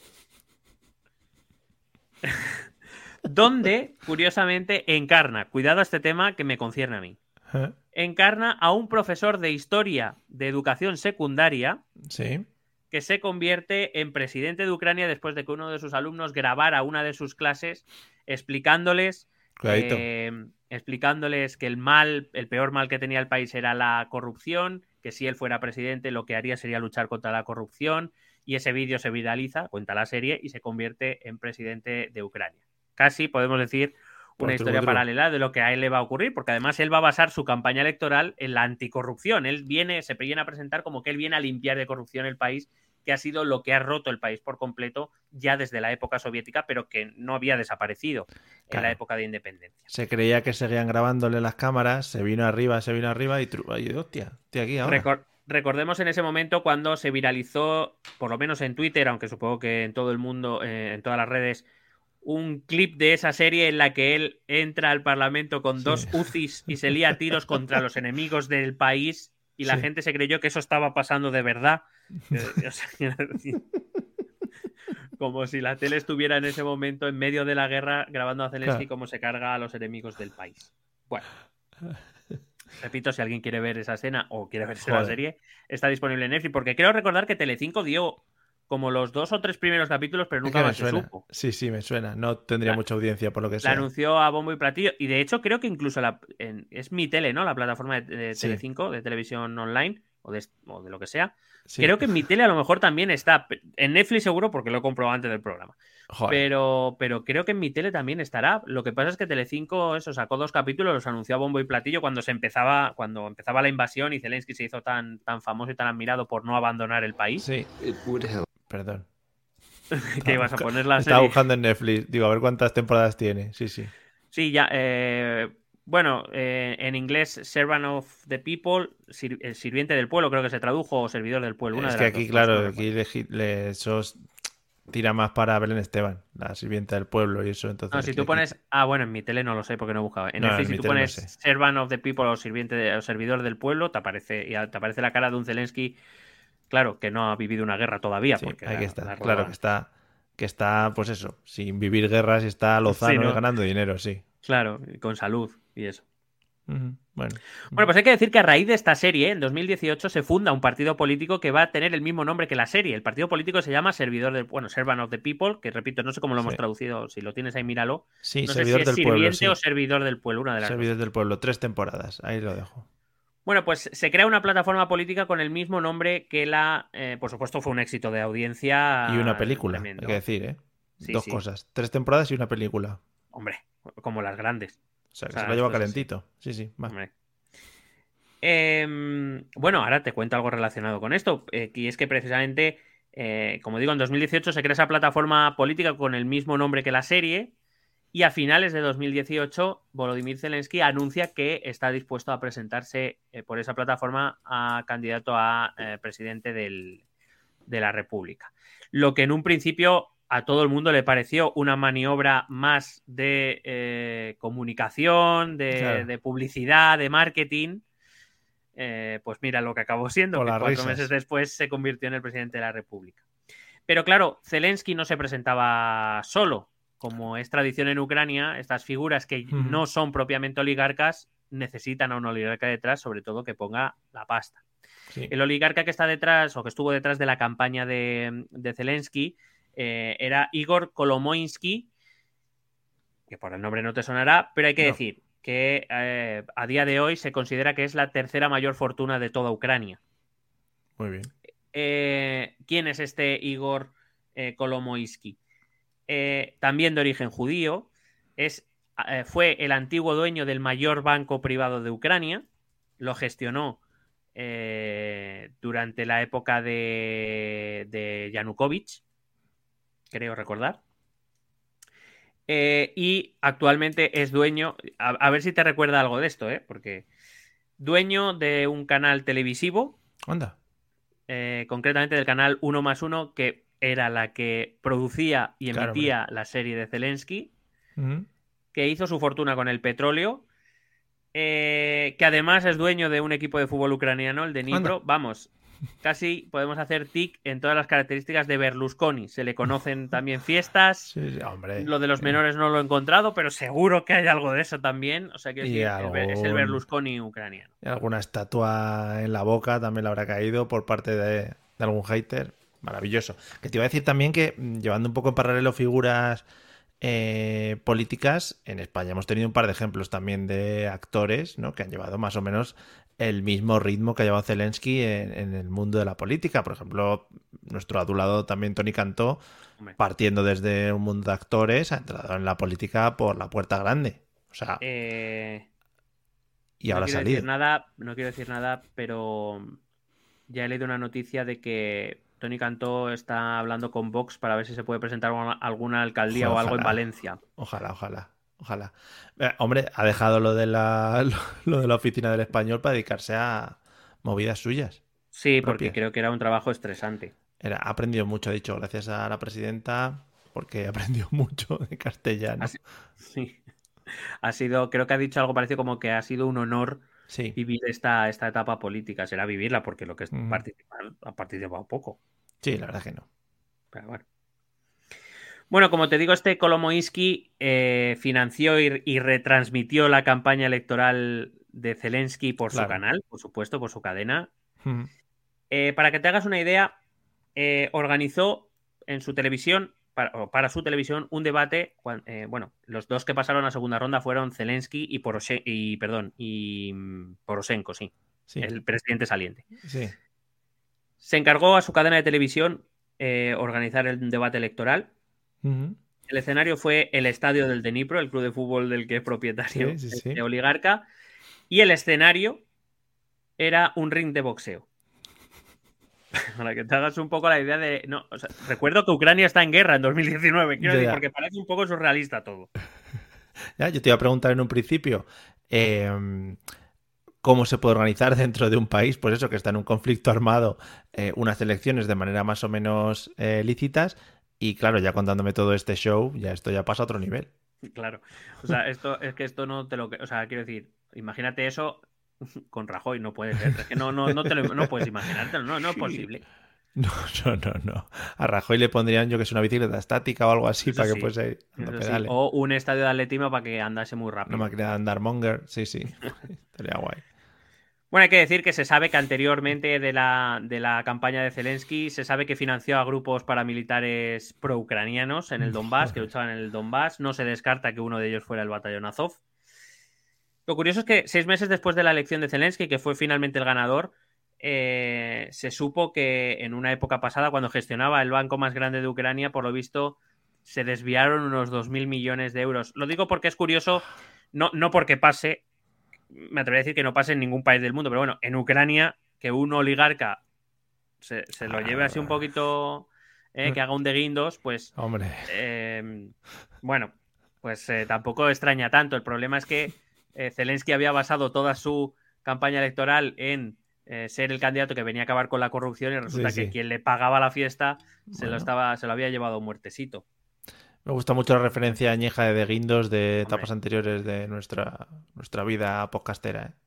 Donde, curiosamente, encarna, cuidado a este tema que me concierne a mí, ¿Eh? encarna a un profesor de historia de educación secundaria. Sí. Que se convierte en presidente de Ucrania después de que uno de sus alumnos grabara una de sus clases explicándoles eh, explicándoles que el mal, el peor mal que tenía el país era la corrupción, que si él fuera presidente lo que haría sería luchar contra la corrupción, y ese vídeo se viraliza, cuenta la serie, y se convierte en presidente de Ucrania. Casi podemos decir una historia paralela de lo que a él le va a ocurrir, porque además él va a basar su campaña electoral en la anticorrupción. Él viene, se viene a presentar como que él viene a limpiar de corrupción el país, que ha sido lo que ha roto el país por completo ya desde la época soviética, pero que no había desaparecido en claro. la época de independencia. Se creía que seguían grabándole las cámaras, se vino arriba, se vino arriba y, y hostia, estoy aquí ahora. Recor Recordemos en ese momento cuando se viralizó, por lo menos en Twitter, aunque supongo que en todo el mundo, eh, en todas las redes, un clip de esa serie en la que él entra al Parlamento con sí. dos U C Is y se lía a tiros contra los enemigos del país y la sí. gente se creyó que eso estaba pasando de verdad. O sea, como si la tele estuviera en ese momento en medio de la guerra grabando a Zelensky claro. como se carga a los enemigos del país. Bueno, repito, si alguien quiere ver esa escena o quiere ver esa serie, está disponible en Netflix, porque creo recordar que Telecinco dio como los dos o tres primeros capítulos, pero nunca más se supo. Sí, sí, me suena. No tendría la, mucha audiencia por lo que sea. La anunció a bombo y platillo. Y de hecho creo que incluso la, en, es Mi Tele, ¿no? La plataforma de, de sí. Telecinco, de televisión online, o de, o de lo que sea. Sí. Creo que en Mi Tele a lo mejor también está. En Netflix seguro, porque lo he comprobado antes del programa. Pero, pero creo que en Mi Tele también estará. Lo que pasa es que Telecinco eso sacó dos capítulos, los anunció a bombo y platillo cuando se empezaba, cuando empezaba la invasión y Zelensky se hizo tan, tan famoso y tan admirado por no abandonar el país. Sí. Perdón. Que ibas a poner la serie. Estaba buscando en Netflix. Digo, a ver cuántas temporadas tiene. Sí, sí. Sí, ya. Eh, bueno, eh, en inglés, Servant of the People, sir, el sirviente del pueblo, creo que se tradujo, o servidor del pueblo. Una es de que las aquí, dos, claro, no aquí le, le, eso tira más para Belén Esteban, la sirvienta del pueblo y eso. Entonces, no, si tú pones. Aquí... Ah, bueno, en Mi Tele no lo sé porque no he buscado. En no, Netflix, en si tú pones no sé. Servant of the People o sirviente de, o servidor del pueblo, te aparece, y te aparece la cara de un Zelensky. Claro, que no ha vivido una guerra todavía. Sí, porque ahí la, está. La claro que está, que está, pues eso, sin vivir guerras y está lozano sí, ¿no? y ganando dinero, sí. Claro, con salud y eso. Uh-huh. Bueno. Bueno, pues hay que decir que a raíz de esta serie, en dos mil dieciocho, se funda un partido político que va a tener el mismo nombre que la serie. El partido político se llama Servidor del Bueno, Servant of the People, que repito, no sé cómo lo hemos sí. traducido, si lo tienes ahí, míralo. Sí, no Servidor sé si es del Pueblo. Sirviente Sí. o Servidor del Pueblo, una de las Servidor dos. del Pueblo, tres temporadas, ahí lo dejo. Bueno, pues se crea una plataforma política con el mismo nombre que la... Eh, por supuesto, fue un éxito de audiencia. Y una película, tremendo. hay que decir, ¿eh? Sí, Dos sí. cosas. Tres temporadas y una película. Hombre, como las grandes. O sea, que o sea, se lo lleva calentito. Sí, sí, va. Hombre. Eh, bueno, ahora te cuento algo relacionado con esto, eh, y es que precisamente, eh, como digo, en dos mil dieciocho se crea esa plataforma política con el mismo nombre que la serie, y a finales de dos mil dieciocho Volodymyr Zelensky anuncia que está dispuesto a presentarse eh, por esa plataforma a candidato a eh, presidente del, de la República. Lo que en un principio a todo el mundo le pareció una maniobra más de eh, comunicación, de, claro. de publicidad, de marketing. Eh, pues mira lo que acabó siendo, por que cuatro risas. meses después se convirtió en el presidente de la República. Pero claro, Zelensky no se presentaba solo. Como es tradición en Ucrania, estas figuras que uh-huh. no son propiamente oligarcas necesitan a un oligarca detrás, sobre todo que ponga la pasta. Sí. El oligarca que está detrás, o que estuvo detrás de la campaña de, de Zelensky, eh, era Igor Kolomoisky, que por el nombre no te sonará, pero hay que no. decir que eh, a día de hoy se considera que es la tercera mayor fortuna de toda Ucrania. Muy bien. Eh, ¿Quién es este Igor eh, Kolomoisky? Eh, también de origen judío, es, eh, fue el antiguo dueño del mayor banco privado de Ucrania, lo gestionó eh, durante la época de, de Yanukovych, creo recordar. Eh, y actualmente es dueño, a, a ver si te recuerda algo de esto, ¿eh? Porque dueño de un canal televisivo. Anda. Eh, concretamente del canal Uno más Uno, que era la que producía y emitía claro, la serie de Zelensky, uh-huh. que hizo su fortuna con el petróleo, eh, que además es dueño de un equipo de fútbol ucraniano, el de Dnipro. Anda. Vamos, casi podemos hacer tic en todas las características de Berlusconi. Se le conocen también fiestas. Sí, sí, hombre. Lo de los menores no lo he encontrado, pero seguro que hay algo de eso también. O sea, que decir, algún... es el Berlusconi ucraniano. Y alguna estatua en la boca también le habrá caído por parte de, de algún hater. Maravilloso. Que te iba a decir también que, llevando un poco en paralelo figuras eh, políticas, en España hemos tenido un par de ejemplos también de actores, ¿no?, que han llevado más o menos el mismo ritmo que ha llevado Zelensky en, en el mundo de la política. Por ejemplo, nuestro adulado también Tony Cantó, Hombre. partiendo desde un mundo de actores, ha entrado en la política por la puerta grande. O sea, eh... y ahora no ha quiero salido. Decir nada, no quiero decir nada, pero ya he leído una noticia de que Tony Cantó está hablando con Vox para ver si se puede presentar a alguna alcaldía ojalá, o algo en Valencia. Ojalá, ojalá, ojalá. Eh, hombre, ha dejado lo de la lo, lo de la oficina del Español para dedicarse a movidas suyas. Sí, propias. Porque creo que era un trabajo estresante. Era, ha aprendido mucho, ha dicho, gracias a la presidenta, porque aprendió mucho de castellano. Ha, sí. Ha sido, creo que ha dicho algo parecido como que ha sido un honor sí. vivir esta, esta etapa política. Será vivirla, porque lo que es uh-huh. participar ha participado poco. Sí, la verdad que no. Pero bueno. Bueno, como te digo, este Kolomoisky eh, financió y, y retransmitió la campaña electoral de Zelensky por claro. su canal, por supuesto, por su cadena. Uh-huh. Eh, para que te hagas una idea, eh, organizó en su televisión, para, para su televisión, un debate. Eh, bueno, los dos que pasaron a segunda ronda fueron Zelensky y, Poroshenko, y perdón, y Poroshenko, sí, sí, el presidente saliente. Sí. Se encargó a su cadena de televisión eh, organizar el debate electoral. Uh-huh. El escenario fue el estadio del Dnipro, el club de fútbol del que es propietario sí, sí, sí. este oligarca. Y el escenario era un ring de boxeo. Para que te hagas un poco la idea de... No, o sea, recuerdo que Ucrania está en guerra en dos mil diecinueve, quiero decir, porque parece un poco surrealista todo. Ya, yo te iba a preguntar en un principio... Eh... ¿Cómo se puede organizar dentro de un país, pues eso, que está en un conflicto armado, eh, unas elecciones de manera más o menos eh, lícitas? Y claro, ya contándome todo este show, ya esto ya pasa a otro nivel. Claro, o sea, esto es que esto no te lo... O sea, quiero decir, imagínate eso con Rajoy, no puede ser. Es que no, no, no, te lo, no puedes imaginártelo, no, no es posible. No, no, no, no. A Rajoy le pondrían, yo que es una bicicleta estática o algo así, eso para sí, que fuese sí. O un estadio de atletismo para que andase muy rápido. Una máquina de andar monger, sí, sí. Estaría guay. Bueno, hay que decir que se sabe que anteriormente de la, de la campaña de Zelensky se sabe que financió a grupos paramilitares pro-ucranianos en el Donbass, que luchaban en el Donbass. No se descarta que uno de ellos fuera el batallón Azov. Lo curioso es que seis meses después de la elección de Zelensky, que fue finalmente el ganador, eh, se supo que en una época pasada, cuando gestionaba el banco más grande de Ucrania, por lo visto se desviaron unos dos mil millones de euros. Lo digo porque es curioso, no, no porque pase, me atrevería a decir que no pasa en ningún país del mundo, pero bueno, en Ucrania, que un oligarca se, se lo lleve así un poquito, eh, que haga un de guindos, pues... Hombre. Eh, bueno, pues eh, tampoco extraña tanto. El problema es que eh, Zelensky había basado toda su campaña electoral en eh, ser el candidato que venía a acabar con la corrupción y resulta Sí, sí. que quien le pagaba la fiesta se Bueno. lo estaba, se lo había llevado muertecito. Me gusta mucho la referencia añeja de, de guindos de Hombre. etapas anteriores de nuestra, nuestra vida podcastera. ¿eh?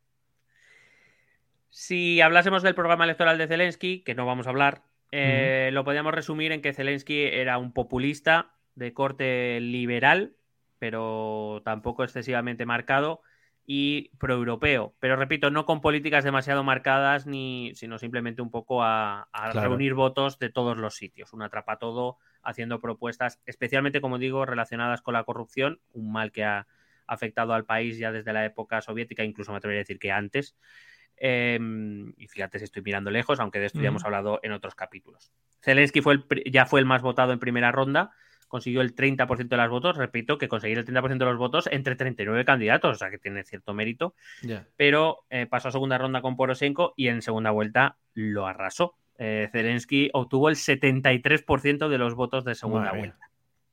Si hablásemos del programa electoral de Zelensky, que no vamos a hablar, eh, mm. lo podríamos resumir en que Zelensky era un populista de corte liberal, pero tampoco excesivamente marcado, y proeuropeo. Pero repito, no con políticas demasiado marcadas, ni, sino simplemente un poco a, a claro. reunir votos de todos los sitios. Un atrapa todo, haciendo propuestas, especialmente, como digo, relacionadas con la corrupción, un mal que ha afectado al país ya desde la época soviética, incluso me atrevería a decir que antes. Eh, y fíjate si estoy mirando lejos, aunque de esto ya hemos mm. hablado en otros capítulos. Zelensky fue el, ya fue el más votado en primera ronda, consiguió el treinta por ciento de los votos, repito, que conseguir el treinta por ciento de los votos entre treinta y nueve candidatos, o sea que tiene cierto mérito, yeah. pero eh, pasó a segunda ronda con Poroshenko y en segunda vuelta lo arrasó. Eh, Zelensky obtuvo el setenta y tres por ciento de los votos de segunda Madre vuelta.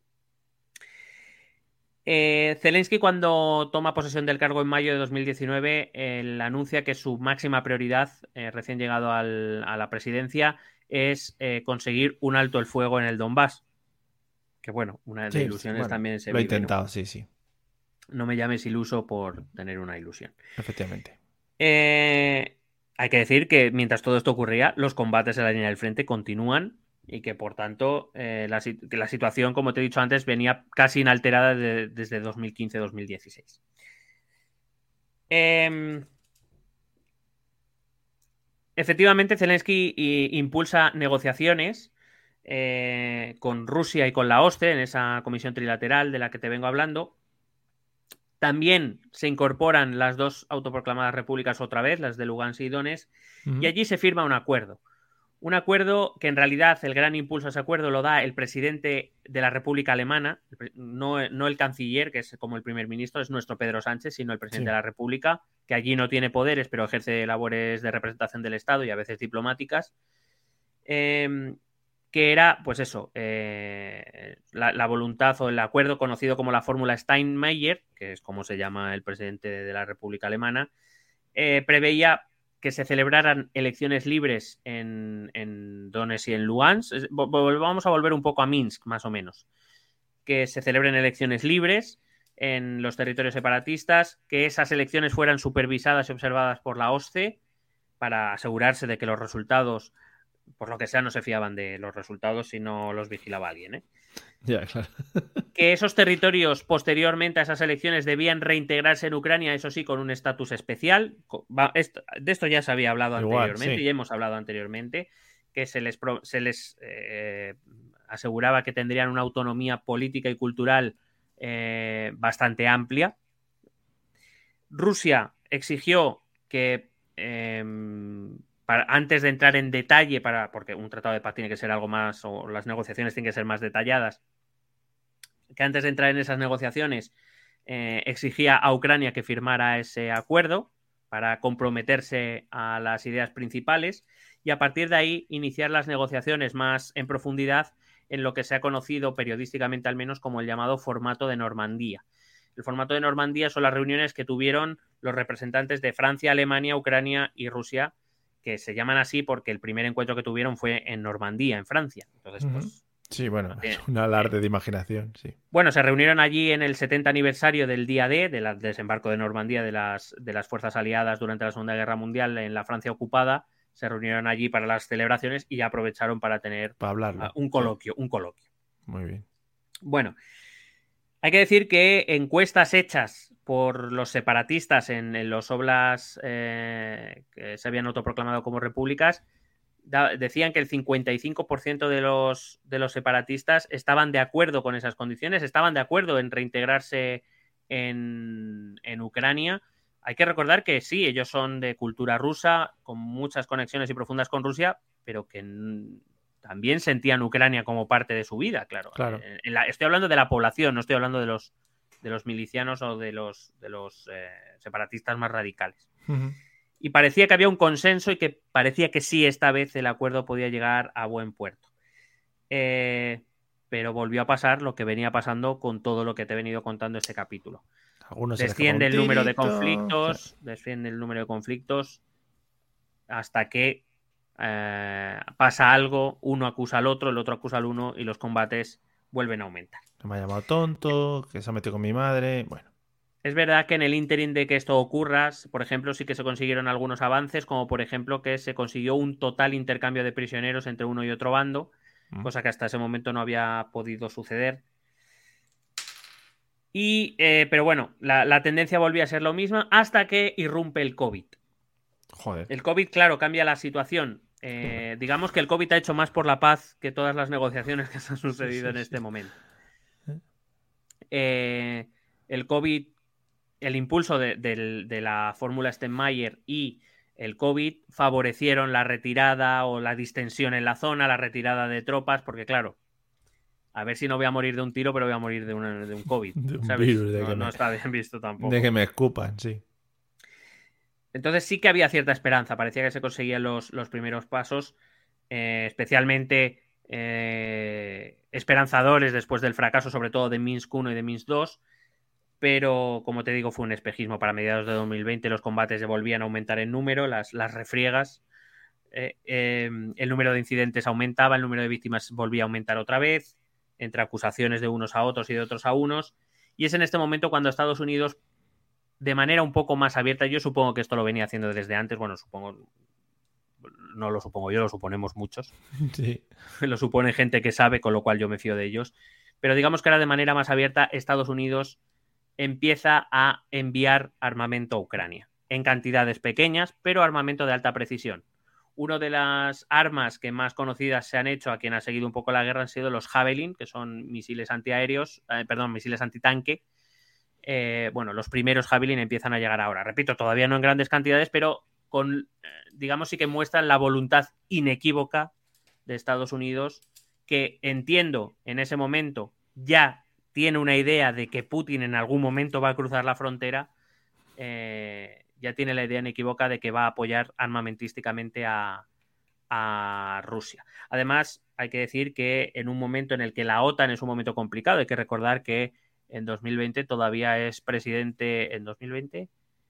Eh, Zelensky, cuando toma posesión del cargo en mayo de dos mil diecinueve, eh, anuncia que su máxima prioridad, eh, recién llegado al, a la presidencia, es eh, conseguir un alto el fuego en el Donbass. Que bueno, una de sí, ilusiones bueno, también se lo he vive, intentado, ¿no? sí, sí. No me llames iluso por tener una ilusión. Efectivamente. Eh, hay que decir que mientras todo esto ocurría, los combates en la línea del frente continúan y que por tanto eh, la, que la situación, como te he dicho antes, venía casi inalterada de, desde dos mil quince a dos mil dieciséis. Eh, efectivamente, Zelensky y, impulsa negociaciones eh, con Rusia y con la OSCE en esa comisión trilateral de la que te vengo hablando. También se incorporan las dos autoproclamadas repúblicas otra vez, las de Lugansk y Donetsk, uh-huh. y allí se firma un acuerdo. Un acuerdo que en realidad el gran impulso a ese acuerdo lo da el presidente de la República Alemana, no, no el canciller, que es como el primer ministro, es nuestro Pedro Sánchez, sino el presidente sí. de la República, que allí no tiene poderes, pero ejerce labores de representación del Estado y a veces diplomáticas, eh, que era, pues eso, eh, la, la voluntad o el acuerdo conocido como la fórmula Steinmeier, que es como se llama el presidente de la República Alemana, eh, preveía que se celebraran elecciones libres en, en Donetsk y en Luhansk. Vamos a volver un poco a Minsk, más o menos. Que se celebren elecciones libres en los territorios separatistas, que esas elecciones fueran supervisadas y observadas por la OSCE para asegurarse de que los resultados, por lo que sea, no se fiaban de los resultados si no los vigilaba alguien, ¿eh? Ya, claro. Que esos territorios posteriormente a esas elecciones debían reintegrarse en Ucrania, eso sí, con un estatus especial. De esto ya se había hablado Igual, anteriormente sí. y hemos hablado anteriormente, que se les, se les eh, aseguraba que tendrían una autonomía política y cultural eh, bastante amplia. Rusia exigió que eh, para, antes de entrar en detalle, para, porque un tratado de paz tiene que ser algo más, o las negociaciones tienen que ser más detalladas, que antes de entrar en esas negociaciones eh, exigía a Ucrania que firmara ese acuerdo para comprometerse a las ideas principales y a partir de ahí iniciar las negociaciones más en profundidad en lo que se ha conocido periodísticamente al menos como el llamado formato de Normandía. El formato de Normandía son las reuniones que tuvieron los representantes de Francia, Alemania, Ucrania y Rusia, que se llaman así porque el primer encuentro que tuvieron fue en Normandía, en Francia. Entonces, uh-huh. pues... Sí, bueno, es un alarde de imaginación, sí. Bueno, se reunieron allí en el setenta aniversario del día D, del desembarco de Normandía de las, de las fuerzas aliadas durante la Segunda Guerra Mundial en la Francia ocupada. Se reunieron allí para las celebraciones y ya aprovecharon para tener para hablarlo. Uh, un coloquio, un coloquio. Muy bien. Bueno, hay que decir que encuestas hechas por los separatistas en, en los oblasts eh, que se habían autoproclamado como repúblicas decían que el cincuenta y cinco por ciento de los, de los separatistas estaban de acuerdo con esas condiciones, estaban de acuerdo en reintegrarse en, en Ucrania. Hay que recordar que sí, ellos son de cultura rusa, con muchas conexiones y profundas con Rusia, pero que n- también sentían Ucrania como parte de su vida, claro. claro. En la, estoy hablando de la población, no estoy hablando de los, de los milicianos o de los, de los eh, separatistas más radicales. Uh-huh. Y parecía que había un consenso y que parecía que sí, esta vez el acuerdo podía llegar a buen puerto. Eh, pero volvió a pasar lo que venía pasando con todo lo que te he venido contando este capítulo. Algunos Desciende el número de tirito, conflictos, sí. desciende el número de conflictos hasta que eh, pasa algo, uno acusa al otro, el otro acusa al uno y los combates vuelven a aumentar. Que me ha llamado tonto, que se ha metido con mi madre, bueno. Es verdad que en el ínterin de que esto ocurra, por ejemplo, sí que se consiguieron algunos avances, como por ejemplo que se consiguió un total intercambio de prisioneros entre uno y otro bando, mm. cosa que hasta ese momento no había podido suceder. Y, eh, pero bueno, la, la tendencia volvía a ser lo mismo hasta que irrumpe el COVID. Joder. El COVID, claro, cambia la situación. Eh, digamos que el COVID ha hecho más por la paz que todas las negociaciones que se han sucedido sí, sí, en este sí. momento. Eh, el COVID, el impulso de, de, de la fórmula Steinmeier y el COVID favorecieron la retirada o la distensión en la zona, la retirada de tropas, porque claro, a ver si no voy a morir de un tiro, pero voy a morir de, una, de un COVID. De un ¿sabes? virus, de no, que no me... está bien visto tampoco. De que me escupan, sí. Entonces sí que había cierta esperanza, parecía que se conseguían los, los primeros pasos, eh, especialmente eh, esperanzadores después del fracaso, sobre todo de Minsk uno y de Minsk dos, pero como te digo, fue un espejismo. Para mediados de dos mil veinte los combates volvían a aumentar en número, las, las refriegas, eh, eh, el número de incidentes aumentaba, el número de víctimas volvía a aumentar otra vez, entre acusaciones de unos a otros y de otros a unos, y es en este momento cuando Estados Unidos, de manera un poco más abierta, yo supongo que esto lo venía haciendo desde antes, bueno, supongo, no lo supongo yo, lo suponemos muchos, sí. Lo supone gente que sabe, con lo cual yo me fío de ellos, pero digamos que ahora de manera más abierta Estados Unidos empieza a enviar armamento a Ucrania, en cantidades pequeñas, pero armamento de alta precisión. Una de las armas que más conocidas se han hecho a quien ha seguido un poco la guerra han sido los Javelin, que son misiles antiaéreos, eh, perdón, misiles antitanque. Eh, bueno, los primeros Javelin empiezan a llegar ahora. Repito, todavía no en grandes cantidades, pero con, eh, digamos, sí que muestran la voluntad inequívoca de Estados Unidos, que entiendo en ese momento ya tiene una idea de que Putin en algún momento va a cruzar la frontera, eh, ya tiene la idea inequívoca de que va a apoyar armamentísticamente a, a Rusia. Además, hay que decir que en un momento en el que la OTAN es un momento complicado, hay que recordar que en dos mil veinte todavía es presidente, en dos mil veinte,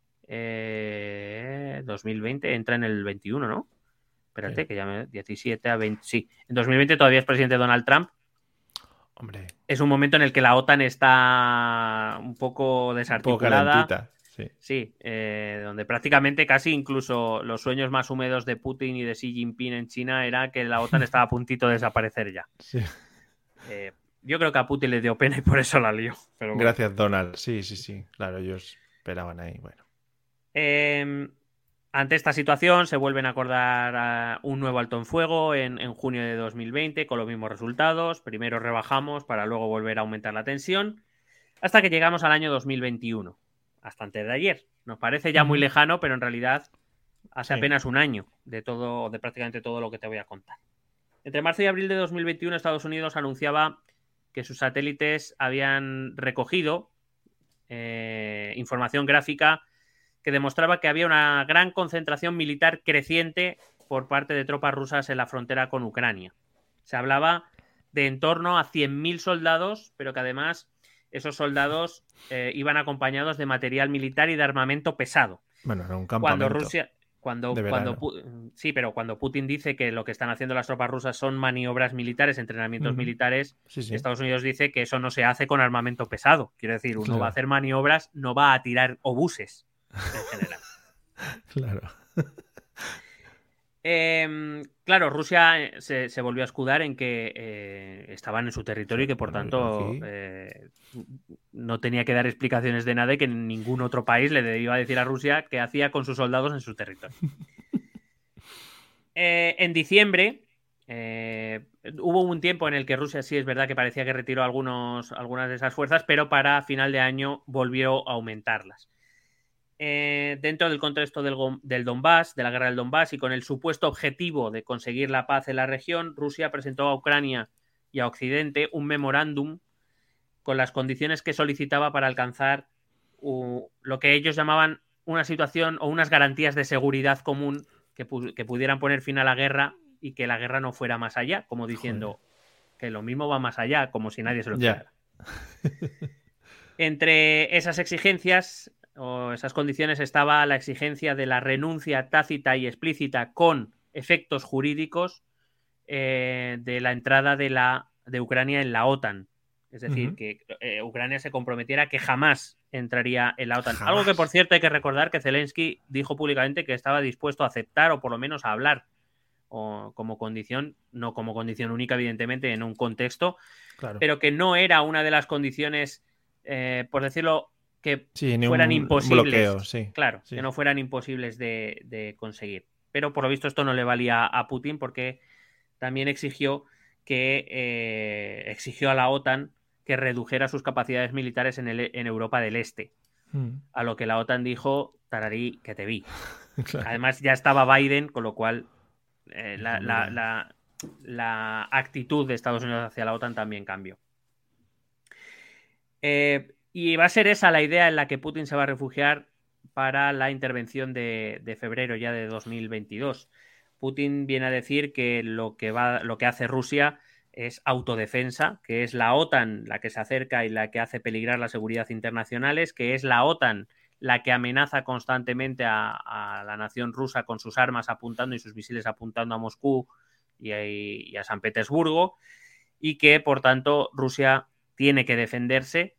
eh, dos mil veinte entra en el veintiuno, ¿no? Espérate, sí. que ya me... diecisiete a veinte, sí. En dos mil veinte todavía es presidente Donald Trump. Hombre. Es un momento en el que la OTAN está un poco desarticulada. Un poco sí, sí eh, donde prácticamente casi incluso los sueños más húmedos de Putin y de Xi Jinping en China era que la OTAN estaba a puntito de desaparecer ya. Sí. Eh, yo creo que a Putin le dio pena y por eso la lió. Pero bueno. Gracias, Donald. Sí, sí, sí. Claro, ellos esperaban ahí. Bueno. Eh, ante esta situación se vuelven a acordar uh, un nuevo alto en fuego en, en junio de dos mil veinte con los mismos resultados. Primero rebajamos para luego volver a aumentar la tensión hasta que llegamos al año dos mil veintiuno, hasta antes de ayer. Nos parece ya muy lejano, pero en realidad hace sí. apenas un año de todo, de prácticamente todo lo que te voy a contar. Entre marzo y abril de dos mil veintiuno Estados Unidos anunciaba que sus satélites habían recogido eh, información gráfica que demostraba que había una gran concentración militar creciente por parte de tropas rusas en la frontera con Ucrania. Se hablaba de en torno a cien mil soldados, pero que además esos soldados eh, iban acompañados de material militar y de armamento pesado. Bueno, era un campamento. Cuando Rusia... Cuando, cuando sí, pero cuando Putin dice que lo que están haciendo las tropas rusas son maniobras militares, entrenamientos uh-huh. militares, sí, sí. Estados Unidos dice que eso no se hace con armamento pesado. Quiero decir, uno claro. va a hacer maniobras, no va a tirar obuses en general. Claro. Eh, claro, Rusia se, se volvió a escudar en que eh, estaban en su territorio y que por tanto eh, no tenía que dar explicaciones de nada y que ningún otro país le iba a decir a Rusia qué hacía con sus soldados en su territorio. eh, en diciembre eh, hubo un tiempo en el que Rusia sí es verdad que parecía que retiró algunos, algunas de esas fuerzas, pero para final de año volvió a aumentarlas. Eh, dentro del contexto del, del Donbass, de la guerra del Donbass y con el supuesto objetivo de conseguir la paz en la región, Rusia presentó a Ucrania y a Occidente un memorándum con las condiciones que solicitaba para alcanzar uh, lo que ellos llamaban una situación o unas garantías de seguridad común que, pu- que pudieran poner fin a la guerra y que la guerra no fuera más allá, como diciendo Joder. que lo mismo va más allá, como si nadie se lo esperara. Entre esas exigencias o esas condiciones estaba la exigencia de la renuncia tácita y explícita con efectos jurídicos eh, de la entrada de, la, de Ucrania en la OTAN. Es decir, uh-huh. que eh, Ucrania se comprometiera que jamás entraría en la OTAN. Jamás. Algo que, por cierto, hay que recordar que Zelensky dijo públicamente que estaba dispuesto a aceptar o por lo menos a hablar o como condición, no como condición única, evidentemente, en un contexto, claro. pero que no era una de las condiciones, eh, por decirlo, que sí, fueran imposibles. Bloqueo, sí. Claro, sí. que no fueran imposibles de, de conseguir. Pero por lo visto esto no le valía a Putin porque también exigió que eh, exigió a la OTAN que redujera sus capacidades militares en, el, en Europa del Este. Hmm. A lo que la OTAN dijo, tararí, que te vi. Claro. Además ya estaba Biden, con lo cual eh, la, la, la, la actitud de Estados Unidos hacia la OTAN también cambió. Eh, y va a ser esa la idea en la que Putin se va a refugiar para la intervención de, de febrero ya de dos mil veintidós. Putin viene a decir que lo que, va, lo que hace Rusia es autodefensa, que es la OTAN la que se acerca y la que hace peligrar la seguridad internacionales, que es la OTAN la que amenaza constantemente a, a la nación rusa con sus armas apuntando y sus misiles apuntando a Moscú y a, y a San Petersburgo, y que, por tanto, Rusia tiene que defenderse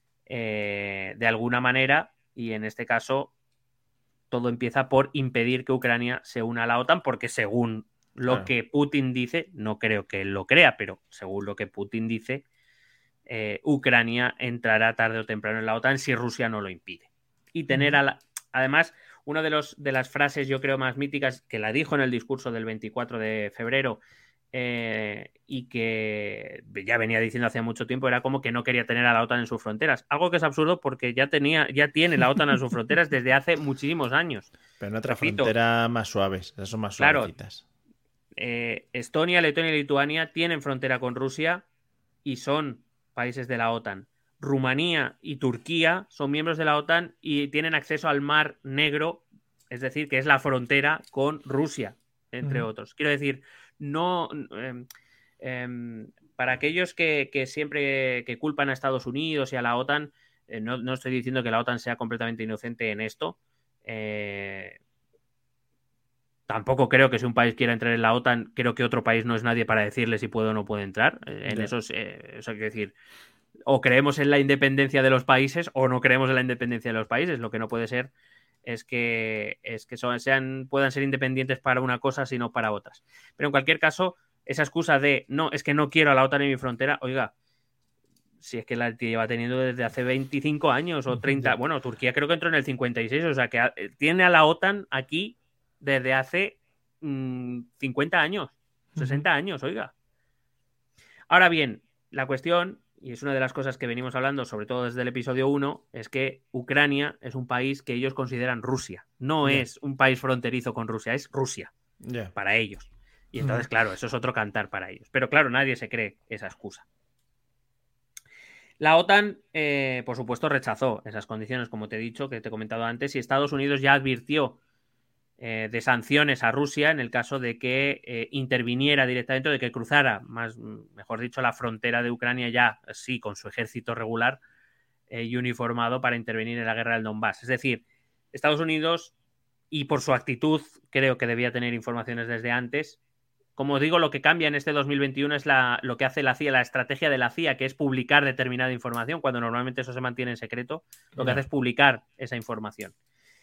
eh, de alguna manera, y en este caso todo empieza por impedir que Ucrania se una a la OTAN, porque según lo claro. que Putin dice, no creo que él lo crea, pero según lo que Putin dice, eh, Ucrania entrará tarde o temprano en la OTAN si Rusia no lo impide. Y tener a la... Además, una de, los, de las frases, yo creo, más míticas, que la dijo en el discurso del veinticuatro de febrero, eh, y que ya venía diciendo hace mucho tiempo, era como que no quería tener a la OTAN en sus fronteras. Algo que es absurdo porque ya tenía, ya tiene la OTAN en sus fronteras desde hace muchísimos años. Pero en otra Repito, frontera más suaves, esas son más suavecitas. Claro, eh, Estonia, Letonia y Lituania tienen frontera con Rusia y son países de la OTAN. Rumanía y Turquía son miembros de la OTAN y tienen acceso al Mar Negro, es decir, que es la frontera con Rusia, entre uh-huh. otros. Quiero decir, no eh, eh, para aquellos que, que siempre que culpan a Estados Unidos y a la OTAN, eh, no, no estoy diciendo que la OTAN sea completamente inocente en esto. Eh, tampoco creo que si un país quiera entrar en la OTAN, creo que otro país no es nadie para decirle si puede o no puede entrar. En yeah. eso, eh, eso quiere decir, o creemos en la independencia de los países o no creemos en la independencia de los países. Lo que no puede ser es que, es que son, sean, puedan ser independientes para una cosa, sino para otras. Pero en cualquier caso, esa excusa de no, es que no quiero a la OTAN en mi frontera, oiga, si es que la lleva teniendo desde hace veinticinco años o treinta, bueno, Turquía creo que entró en el cincuenta y seis, o sea que a, tiene a la OTAN aquí desde hace mmm, cincuenta años, sesenta años, oiga. Ahora bien, la cuestión, y es una de las cosas que venimos hablando, sobre todo desde el episodio uno, es que Ucrania es un país que ellos consideran Rusia. No yeah. es un país fronterizo con Rusia, es Rusia yeah. para ellos. Y entonces, mm. claro, eso es otro cantar para ellos. Pero claro, nadie se cree esa excusa. La OTAN, eh, por supuesto, rechazó esas condiciones, como te he dicho, que te he comentado antes, y Estados Unidos ya advirtió eh, de sanciones a Rusia en el caso de que eh, interviniera directamente, de que cruzara, más, mejor dicho, la frontera de Ucrania ya, sí, con su ejército regular eh, y uniformado para intervenir en la guerra del Donbass. Es decir, Estados Unidos, y por su actitud, creo que debía tener informaciones desde antes. Como digo, lo que cambia en este dos mil veintiuno es la, lo que hace la C I A, la estrategia de la C I A, que es publicar determinada información, cuando normalmente eso se mantiene en secreto. Lo que yeah. hace es publicar esa información.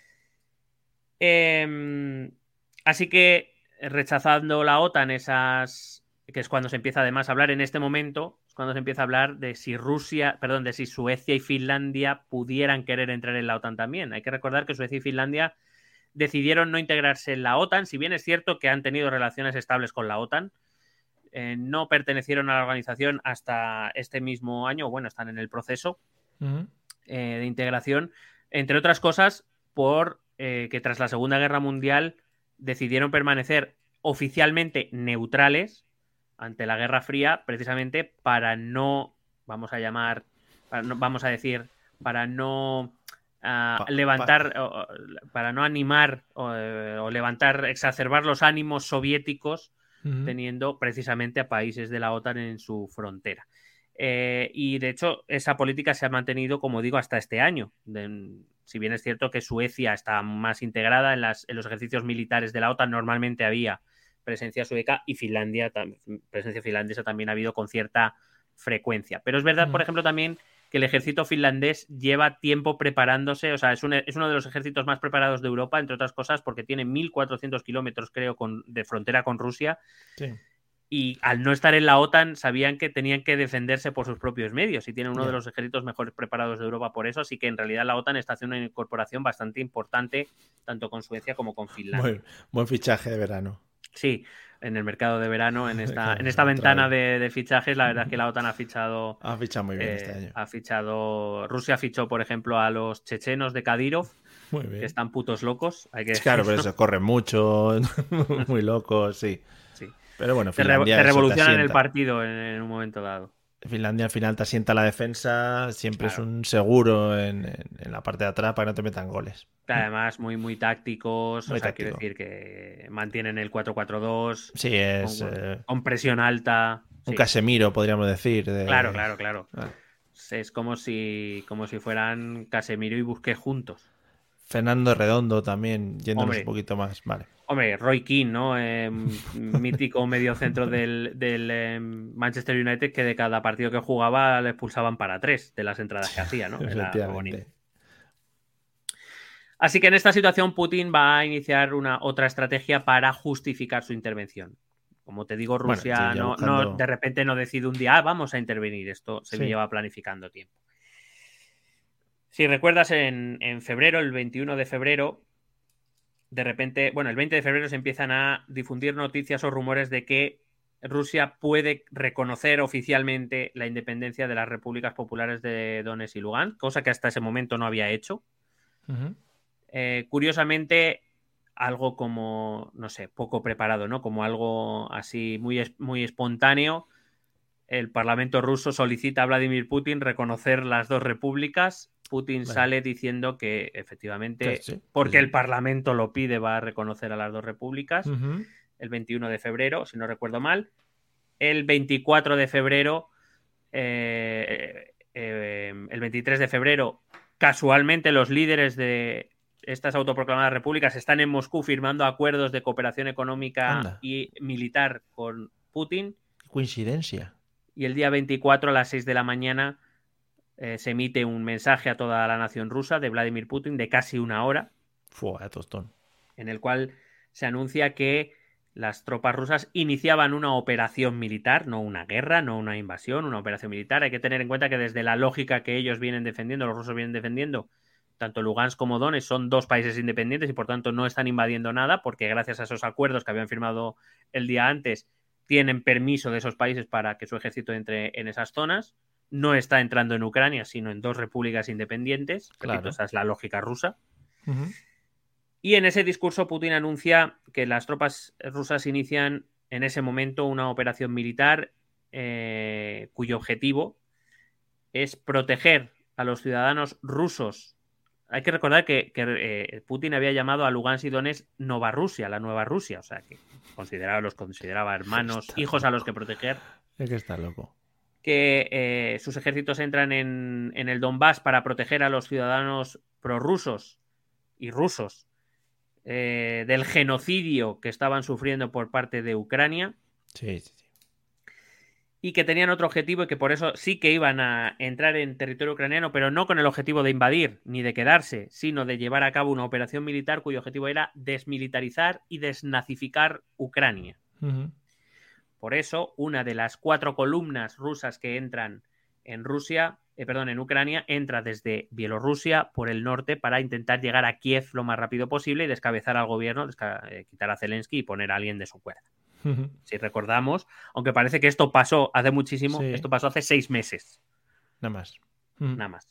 Eh, así que, rechazando la OTAN esas... que es cuando se empieza además a hablar en este momento, es cuando se empieza a hablar de si Rusia, perdón, de si Suecia y Finlandia pudieran querer entrar en la OTAN también. Hay que recordar que Suecia y Finlandia decidieron no integrarse en la OTAN, si bien es cierto que han tenido relaciones estables con la OTAN, eh, no pertenecieron a la organización hasta este mismo año, bueno, están en el proceso uh-huh. eh, de integración, entre otras cosas, por eh, que tras la Segunda Guerra Mundial decidieron permanecer oficialmente neutrales ante la Guerra Fría, precisamente para no, vamos a llamar, para no, vamos a decir, para no uh, pa, levantar, pa. o, para no animar o, o levantar, exacerbar los ánimos soviéticos, uh-huh. teniendo precisamente a países de la OTAN en su frontera. Eh, y de hecho, esa política se ha mantenido, como digo, hasta este año. De, si bien es cierto que Suecia está más integrada en, las, en los ejercicios militares de la OTAN, normalmente había presencia sueca, y Finlandia, presencia finlandesa también ha habido con cierta frecuencia. Pero es verdad, por ejemplo, también que el ejército finlandés lleva tiempo preparándose, o sea, es, un, es uno de los ejércitos más preparados de Europa, entre otras cosas, porque tiene mil cuatrocientos kilómetros, creo, con, de frontera con Rusia. Sí. Y al no estar en la OTAN, sabían que tenían que defenderse por sus propios medios, y tienen uno yeah. de los ejércitos mejores preparados de Europa por eso, así que en realidad la OTAN está haciendo una incorporación bastante importante, tanto con Suecia como con Finlandia. Buen, buen fichaje de verano. Sí, en el mercado de verano, en esta, en esta ventana de, de fichajes, la verdad es que la OTAN ha fichado... Ha fichado muy bien eh, este año. Ha fichado... Rusia fichó, por ejemplo, a los chechenos de Kadyrov, muy bien. que están putos locos. Hay que claro, pero eso, corren mucho, muy locos, sí. sí. Pero bueno, Finlandia te, re te revolucionan te el partido en, en un momento dado. Finlandia al final te asienta la defensa, siempre claro. es un seguro en, en, en la parte de atrás para que no te metan goles. Además, muy, muy tácticos, muy o sea, táctico. quiero decir que mantienen el cuatro cuatro dos, sí, es, con, eh, con presión alta. Un sí. Casemiro, podríamos decir. De... Claro, claro, claro. Ah. Es como si, como si fueran Casemiro y Busquets juntos. Fernando Redondo también, yéndonos Hombre. un poquito más. Vale. Hombre, Roy Keane, ¿no? Eh, mítico mediocentro del, del eh, Manchester United, que de cada partido que jugaba le expulsaban para tres de las entradas que hacía, ¿no? Era bonito. Así que en esta situación Putin va a iniciar una otra estrategia para justificar su intervención. Como te digo, Rusia bueno, no, buscando... no, de repente no decide un día, ah, vamos a intervenir. Esto se sí. lleva planificando tiempo. Si recuerdas, en, en febrero, el veintiuno de febrero, de repente, bueno, el veinte de febrero se empiezan a difundir noticias o rumores de que Rusia puede reconocer oficialmente la independencia de las repúblicas populares de Donetsk y Lugansk, cosa que hasta ese momento no había hecho. Uh-huh. Eh, curiosamente, algo como, no sé, poco preparado, ¿no? Como algo así muy, muy espontáneo, el Parlamento ruso solicita a Vladimir Putin reconocer las dos repúblicas. Putin bueno. sale diciendo que efectivamente, sí, sí, porque sí. el Parlamento lo pide, va a reconocer a las dos repúblicas. Uh-huh. El veintiuno de febrero, si no recuerdo mal. El veinticuatro de febrero, eh, eh, el veintitrés de febrero, casualmente los líderes de estas autoproclamadas repúblicas están en Moscú firmando acuerdos de cooperación económica Anda. y militar con Putin. Coincidencia. Y el día veinticuatro a las seis de la mañana eh, se emite un mensaje a toda la nación rusa de Vladimir Putin de casi una hora. Fua, tostón. En el cual se anuncia que las tropas rusas iniciaban una operación militar, no una guerra, no una invasión, una operación militar. Hay que tener en cuenta que desde la lógica que ellos vienen defendiendo, los rusos vienen defendiendo, tanto Lugansk como Donetsk son dos países independientes y por tanto no están invadiendo nada, porque gracias a esos acuerdos que habían firmado el día antes tienen permiso de esos países para que su ejército entre en esas zonas. No está entrando en Ucrania, sino en dos repúblicas independientes. Claro. Repito, esa es la lógica rusa. Uh-huh. Y en ese discurso Putin anuncia que las tropas rusas inician en ese momento una operación militar eh, cuyo objetivo es proteger a los ciudadanos rusos. Hay que recordar que, que eh, Putin había llamado a Lugansk y Donetsk Nova Rusia, la nueva Rusia, o sea que consideraba, los consideraba hermanos, está hijos loco. A los que proteger. Es que está loco. Que eh, sus ejércitos entran en, en el Donbass para proteger a los ciudadanos prorrusos y rusos eh, del genocidio que estaban sufriendo por parte de Ucrania. Sí, sí, sí. Y que tenían otro objetivo y que por eso sí que iban a entrar en territorio ucraniano, pero no con el objetivo de invadir ni de quedarse, sino de llevar a cabo una operación militar cuyo objetivo era desmilitarizar y desnazificar Ucrania. Uh-huh. Por eso, una de las cuatro columnas rusas que entran en Rusia, eh, perdón, en Ucrania, entra desde Bielorrusia por el norte para intentar llegar a Kiev lo más rápido posible y descabezar al gobierno, desca- eh, quitar a Zelensky y poner a alguien de su cuerda. Uh-huh. Si recordamos, aunque parece que esto pasó hace muchísimo, sí. esto pasó hace seis meses. Nada más. Uh-huh. Nada más.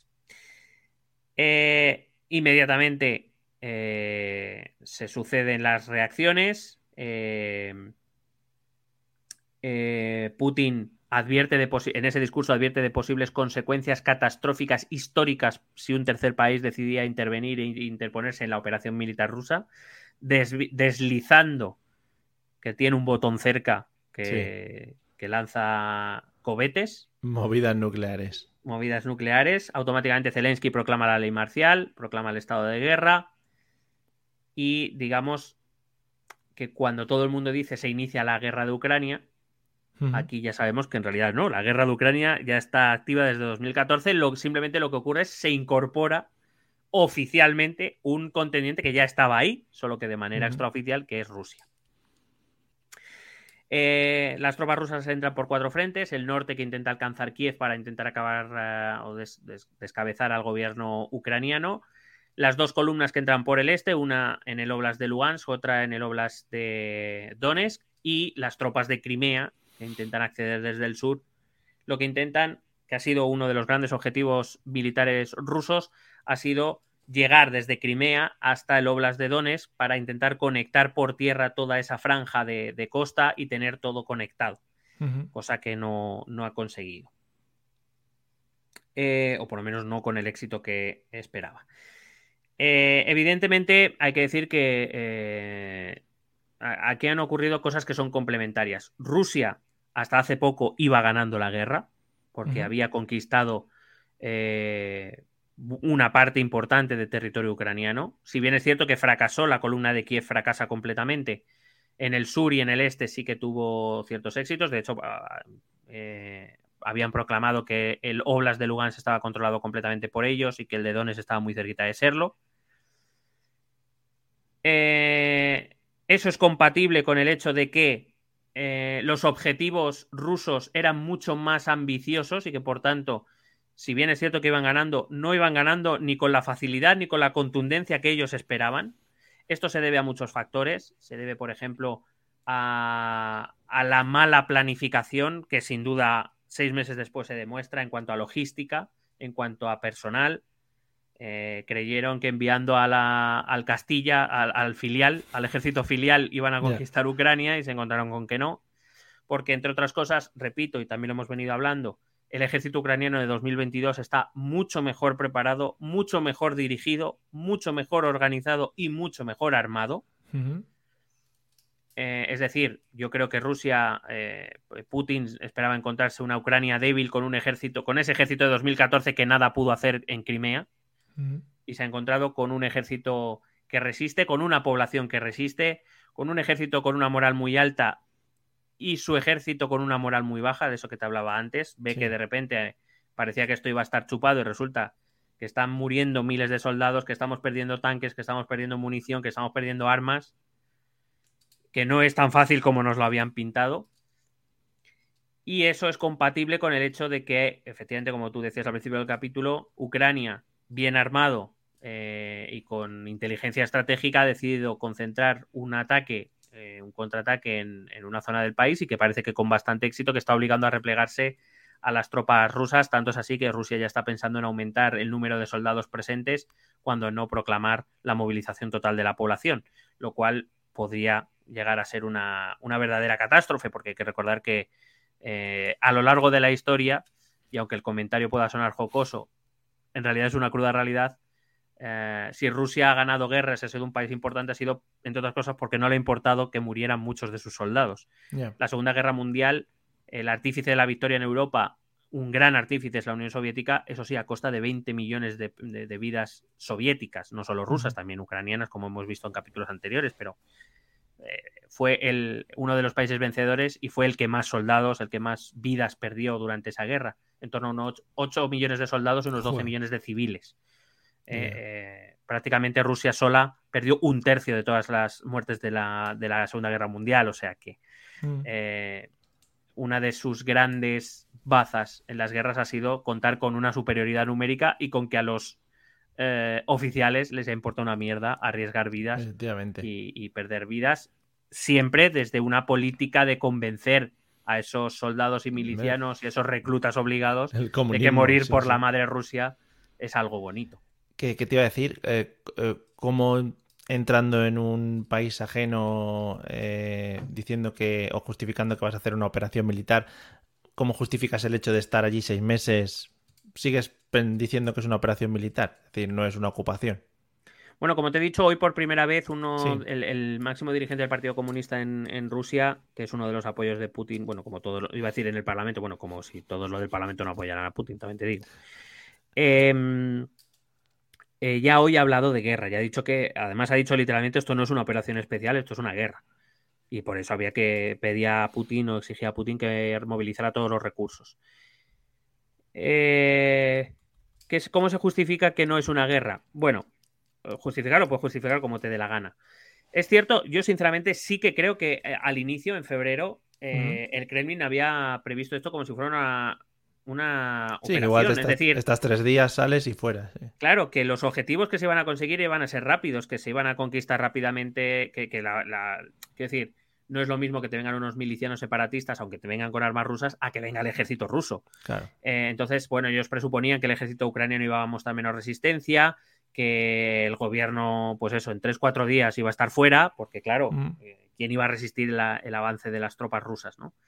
Eh, inmediatamente eh, se suceden las reacciones. Eh, eh, Putin advierte de en ese discurso advierte de posibles consecuencias catastróficas históricas si un tercer país decidía intervenir e interponerse en la operación militar rusa, des deslizando que tiene un botón cerca que, sí. que lanza cohetes. Movidas nucleares. Movidas nucleares. Automáticamente Zelensky proclama la ley marcial, proclama el estado de guerra y digamos que cuando todo el mundo dice se inicia la guerra de Ucrania, uh-huh. aquí ya sabemos que en realidad no, la guerra de Ucrania ya está activa desde dos mil catorce, lo, simplemente lo que ocurre es se incorpora oficialmente un contendiente que ya estaba ahí, solo que de manera uh-huh. extraoficial, que es Rusia. Eh, las tropas rusas entran por cuatro frentes, el norte que intenta alcanzar Kiev para intentar acabar uh, o des, des, descabezar al gobierno ucraniano, las dos columnas que entran por el este, una en el Oblast de Lugansk, otra en el Oblast de Donetsk, y las tropas de Crimea que intentan acceder desde el sur, lo que intentan, que ha sido uno de los grandes objetivos militares rusos, ha sido llegar desde Crimea hasta el Oblast de Donetsk para intentar conectar por tierra toda esa franja de, de costa y tener todo conectado, uh-huh. cosa que no, no ha conseguido. Eh, o por lo menos no con el éxito que esperaba. Eh, evidentemente hay que decir que eh, aquí han ocurrido cosas que son complementarias. Rusia hasta hace poco iba ganando la guerra porque uh-huh. había conquistado eh, una parte importante de territorio ucraniano. Si bien es cierto que fracasó, la columna de Kiev fracasa completamente, en el sur y en el este sí que tuvo ciertos éxitos. De hecho, eh, habían proclamado que el Oblast de Lugansk estaba controlado completamente por ellos y que el de Donetsk estaba muy cerquita de serlo. Eh, eso es compatible con el hecho de que eh, los objetivos rusos eran mucho más ambiciosos y que, por tanto, si bien es cierto que iban ganando, no iban ganando ni con la facilidad ni con la contundencia que ellos esperaban. Esto se debe a muchos factores. Se debe, por ejemplo, a, a la mala planificación que sin duda seis meses después se demuestra en cuanto a logística, en cuanto a personal. Eh, creyeron que enviando a la, al Castilla, al, al filial, al ejército filial, iban a conquistar yeah. Ucrania y se encontraron con que no. Porque, entre otras cosas, repito, y también lo hemos venido hablando, el ejército ucraniano de dos mil veintidós está mucho mejor preparado, mucho mejor dirigido, mucho mejor organizado y mucho mejor armado. Uh-huh. Eh, es decir, yo creo que Rusia, eh, Putin esperaba encontrarse una Ucrania débil con un ejército, con ese ejército de dos mil catorce que nada pudo hacer en Crimea. Uh-huh. Y se ha encontrado con un ejército que resiste, con una población que resiste, con un ejército con una moral muy alta y su ejército con una moral muy baja, de eso que te hablaba antes. Ve sí. que de repente parecía que esto iba a estar chupado y resulta que están muriendo miles de soldados, que estamos perdiendo tanques, que estamos perdiendo munición, que estamos perdiendo armas, que no es tan fácil como nos lo habían pintado. Y eso es compatible con el hecho de que, efectivamente, como tú decías al principio del capítulo, Ucrania, bien armado eh, y con inteligencia estratégica, ha decidido concentrar un ataque Eh, un contraataque en, en una zona del país y que parece que con bastante éxito, que está obligando a replegarse a las tropas rusas. Tanto es así que Rusia ya está pensando en aumentar el número de soldados presentes cuando no proclamar la movilización total de la población, lo cual podría llegar a ser una, una verdadera catástrofe, porque hay que recordar que eh, a lo largo de la historia, y aunque el comentario pueda sonar jocoso, en realidad es una cruda realidad. Eh, si Rusia ha ganado guerras, ha sido un país importante, ha sido, entre otras cosas, porque no le ha importado que murieran muchos de sus soldados. Yeah. La Segunda Guerra Mundial, el artífice de la victoria en Europa, un gran artífice es la Unión Soviética, eso sí, a costa de veinte millones de, de, de vidas soviéticas, no solo rusas, uh-huh. también ucranianas, como hemos visto en capítulos anteriores, pero eh, fue el, uno de los países vencedores y fue el que más soldados, el que más vidas perdió durante esa guerra, en torno a unos ocho millones de soldados y unos doce millones de civiles. Eh, eh, prácticamente Rusia sola perdió un tercio de todas las muertes de la, de la Segunda Guerra Mundial, o sea que mm. eh, una de sus grandes bazas en las guerras ha sido contar con una superioridad numérica y con que a los eh, oficiales les importa una mierda arriesgar vidas y, y perder vidas, siempre desde una política de convencer a esos soldados y milicianos y esos reclutas obligados de que morir sí, por sí. la madre Rusia es algo bonito. ¿Qué, qué te iba a decir? Eh, eh, ¿Cómo entrando en un país ajeno eh, diciendo que o justificando que vas a hacer una operación militar, ¿cómo justificas el hecho de estar allí seis meses? ¿Sigues diciendo que es una operación militar? Es decir, no es una ocupación. Bueno, como te he dicho, hoy por primera vez uno, Sí. el, el máximo dirigente del Partido Comunista en, en Rusia, que es uno de los apoyos de Putin, bueno, como todo, lo, iba a decir en el Parlamento, bueno, como si todos los del Parlamento no apoyaran a Putin, también te digo. Eh, eh, ya hoy ha hablado de guerra, ya ha dicho que, además ha dicho literalmente, esto no es una operación especial, esto es una guerra. Y por eso había que pedir a Putin o exigir a Putin que movilizara todos los recursos. Eh, ¿qué es, ¿Cómo se justifica que no es una guerra? Bueno, justificarlo, puedes justificar como te dé la gana. Es cierto, yo sinceramente sí que creo que eh, al inicio, en febrero, eh, uh-huh. el Kremlin había previsto esto como si fuera una, una sí, operación. Igual te es estás, decir, estás tres días, sales y fuera. Sí. Claro, que los objetivos que se iban a conseguir iban a ser rápidos, que se iban a conquistar rápidamente, que, que la, la... Quiero decir, no es lo mismo que te vengan unos milicianos separatistas, aunque te vengan con armas rusas, a que venga el ejército ruso. Claro. Eh, entonces, bueno, ellos presuponían que el ejército ucraniano iba a mostrar menos resistencia, que el gobierno, pues eso, en tres, cuatro días iba a estar fuera, porque claro, mm. eh, ¿quién iba a resistir la, el avance de las tropas rusas, no?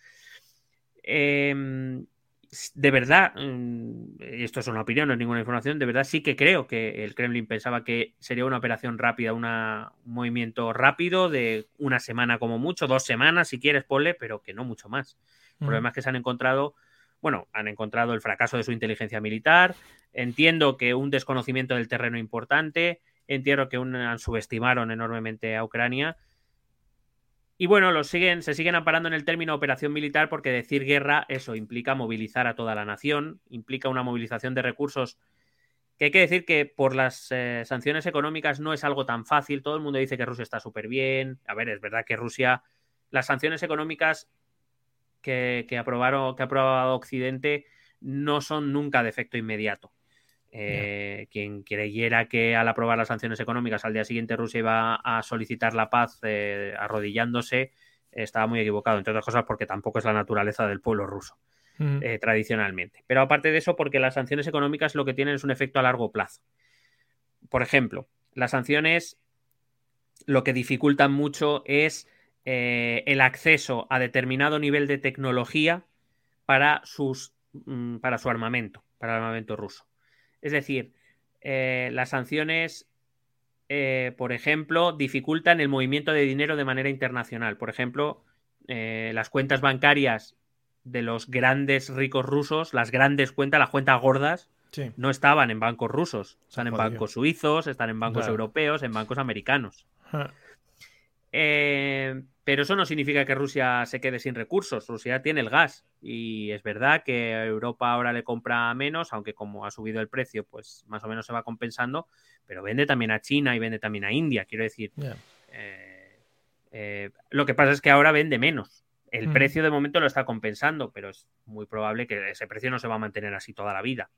Eh, de verdad, y esto es una opinión, no es ninguna información, de verdad sí que creo que el Kremlin pensaba que sería una operación rápida, una, un movimiento rápido de una semana como mucho, dos semanas si quieres, ponle, pero que no mucho más. El mm. problema es que se han encontrado, bueno, han encontrado el fracaso de su inteligencia militar, entiendo que un desconocimiento del terreno importante, entiendo que un, subestimaron enormemente a Ucrania. Y bueno, los siguen, se siguen amparando en el término operación militar porque decir guerra, eso implica movilizar a toda la nación, implica una movilización de recursos que hay que decir que por las eh, sanciones económicas no es algo tan fácil. Todo el mundo dice que Rusia está súper bien. A ver, es verdad que Rusia, las sanciones económicas que, que, aprobaron, que ha aprobado Occidente no son nunca de efecto inmediato. Eh, yeah. Quien creyera que al aprobar las sanciones económicas al día siguiente Rusia iba a solicitar la paz eh, arrodillándose, eh, estaba muy equivocado, entre otras cosas porque tampoco es la naturaleza del pueblo ruso mm. eh, tradicionalmente, pero aparte de eso porque las sanciones económicas lo que tienen es un efecto a largo plazo. Por ejemplo, las sanciones lo que dificultan mucho es eh, el acceso a determinado nivel de tecnología para, sus, mm, para su armamento, para el armamento ruso. Es decir, eh, las sanciones, eh, por ejemplo, dificultan el movimiento de dinero de manera internacional. Por ejemplo, eh, las cuentas bancarias de los grandes ricos rusos, las grandes cuentas, las cuentas gordas, sí. no estaban en bancos rusos. Están en bancos suizos, están en bancos claro. europeos, en bancos americanos. Eh, pero eso no significa que Rusia se quede sin recursos. Rusia tiene el gas y es verdad que Europa ahora le compra menos, aunque como ha subido el precio, pues más o menos se va compensando, pero vende también a China y vende también a India. Quiero decir, yeah. eh, eh, lo que pasa es que ahora vende menos. El mm. precio de momento lo está compensando, pero es muy probable que ese precio no se va a mantener así toda la vida.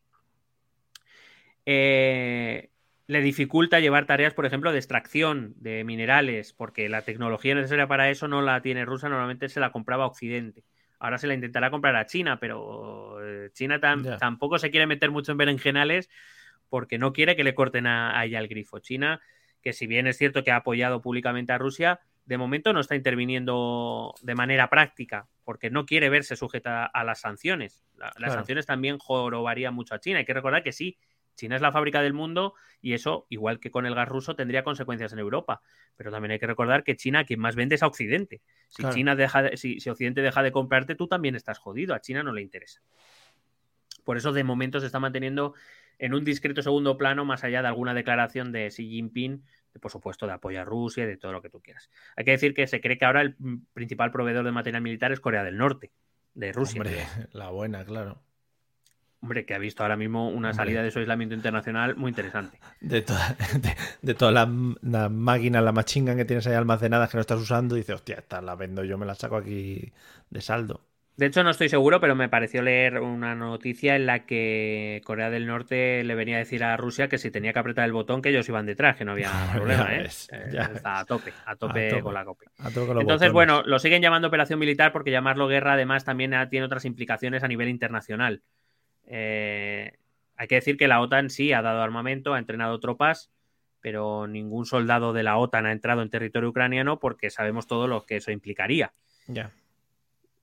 Eh... Le dificulta llevar tareas, por ejemplo, de extracción de minerales, porque la tecnología necesaria para eso no la tiene Rusia, normalmente se la compraba a Occidente. Ahora se la intentará comprar a China, pero China tam yeah. tampoco se quiere meter mucho en berenjenales porque no quiere que le corten a, a ella el grifo. China, que si bien es cierto que ha apoyado públicamente a Rusia, de momento no está interviniendo de manera práctica, porque no quiere verse sujeta a las sanciones. La, las claro. sanciones también jorobarían mucho a China. Hay que recordar que sí, China es la fábrica del mundo y eso, igual que con el gas ruso, tendría consecuencias en Europa. Pero también hay que recordar que China quien más vende es a Occidente. Si, claro. China deja de, si, si Occidente deja de comprarte, tú también estás jodido. A China no le interesa. Por eso, de momento, se está manteniendo en un discreto segundo plano, más allá de alguna declaración de Xi Jinping, de, por supuesto, de apoyo a Rusia y de todo lo que tú quieras. Hay que decir que se cree que ahora el principal proveedor de material militar es Corea del Norte, de Rusia. Hombre, la buena, claro. Hombre, que ha visto ahora mismo una Hombre. salida de su aislamiento internacional muy interesante. De, toda, de, de todas las la máquinas, las machingas que tienes ahí almacenadas que no estás usando, dices, hostia, estas las vendo yo, me las saco aquí de saldo. De hecho, no estoy seguro, pero me pareció leer una noticia en la que Corea del Norte le venía a decir a Rusia que si tenía que apretar el botón, que ellos iban detrás, que no había problema, ¿eh? Es, eh está a tope, a tope, a tope con la copia. A tope con los Entonces, botones. Bueno, lo siguen llamando operación militar porque llamarlo guerra, además, también tiene otras implicaciones a nivel internacional. Eh, hay que decir que la OTAN sí ha dado armamento, ha entrenado tropas, pero ningún soldado de la OTAN ha entrado en territorio ucraniano porque sabemos todo lo que eso implicaría. Ya.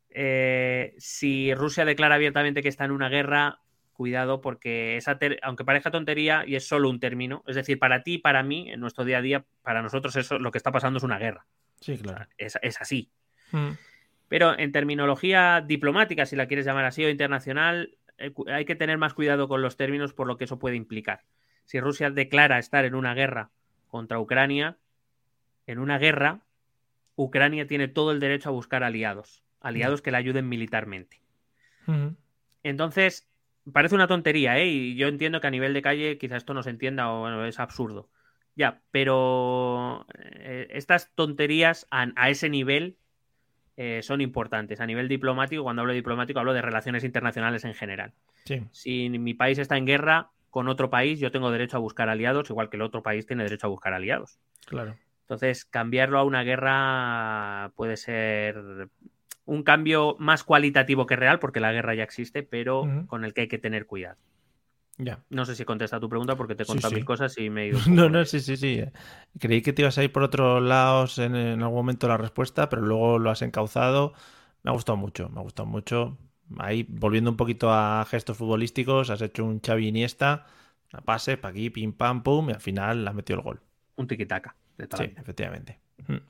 eh, si Rusia declara abiertamente que está en una guerra, cuidado, porque esa ter- aunque parezca tontería y es solo un término, es decir, para ti y para mí, en nuestro día a día, para nosotros eso lo que está pasando es una guerra. Sí, claro. O sea, es, es así. Mm. Pero en terminología diplomática, si la quieres llamar así, o internacional, eh, hay que tener más cuidado con los términos por lo que eso puede implicar. Si Rusia declara estar en una guerra contra Ucrania, en una guerra, Ucrania tiene todo el derecho a buscar aliados, aliados que le ayuden militarmente. Mm. Entonces, parece una tontería, ¿eh? Y yo entiendo que a nivel de calle quizás esto no se entienda o bueno, es absurdo. Ya, pero eh, estas tonterías a, a ese nivel eh, son importantes. A nivel diplomático, cuando hablo de diplomático, hablo de relaciones internacionales en general. Sí. Si mi país está en guerra con otro país, yo tengo derecho a buscar aliados, igual que el otro país tiene derecho a buscar aliados. Claro. Entonces, cambiarlo a una guerra puede ser un cambio más cualitativo que real, porque la guerra ya existe, pero Uh-huh. con el que hay que tener cuidado. Ya. No sé si contesta tu pregunta porque te he Sí, contado sí. mil cosas y me he ido. No, no, sí, sí, sí. Creí que te ibas a ir por otros lados en, en algún momento la respuesta, pero luego lo has encauzado. Me ha gustado mucho, me ha gustado mucho. Ahí, volviendo un poquito a gestos futbolísticos, has hecho un Xavi Iniesta, una pase, pa' aquí, pim, pam, pum, y al final has metido el gol. Un tiquitaca de toda la Sí, vida. efectivamente.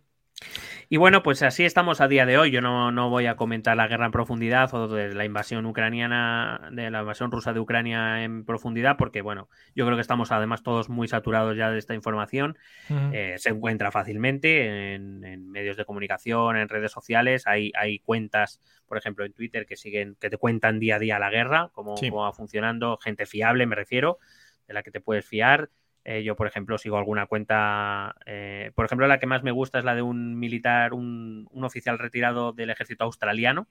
Y bueno, pues así estamos a día de hoy. Yo no, no voy a comentar la guerra en profundidad o de la invasión ucraniana, de la invasión rusa de Ucrania en profundidad, porque bueno, yo creo que estamos además todos muy saturados ya de esta información. Uh-huh. Eh, se encuentra fácilmente en, en medios de comunicación, en redes sociales. Hay, hay cuentas, por ejemplo, en Twitter que siguen, que te cuentan día a día la guerra, cómo, Sí. cómo va funcionando, gente fiable, me refiero, de la que te puedes fiar. Eh, yo, por ejemplo, sigo alguna cuenta, eh, por ejemplo, la que más me gusta es la de un militar, un, un oficial retirado del ejército australiano,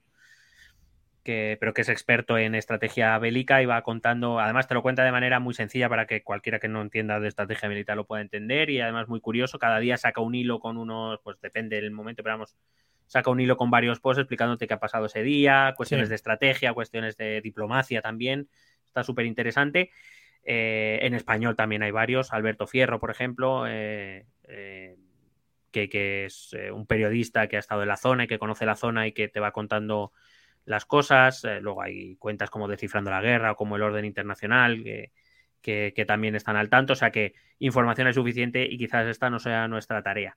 que, pero que es experto en estrategia bélica y va contando, además te lo cuenta de manera muy sencilla para que cualquiera que no entienda de estrategia militar lo pueda entender y además muy curioso, cada día saca un hilo con unos, pues depende del momento, pero vamos, saca un hilo con varios posts explicándote qué ha pasado ese día, cuestiones Sí. de estrategia, cuestiones de diplomacia también, está súper interesante. Eh, en español también hay varios. Alberto Fierro, por ejemplo, eh, eh, que, que es eh, un periodista que ha estado en la zona y que conoce la zona y que te va contando las cosas. Eh, luego hay cuentas como Descifrando la Guerra o como El Orden Internacional, que, que, que también están al tanto. O sea que información es suficiente y quizás esta no sea nuestra tarea.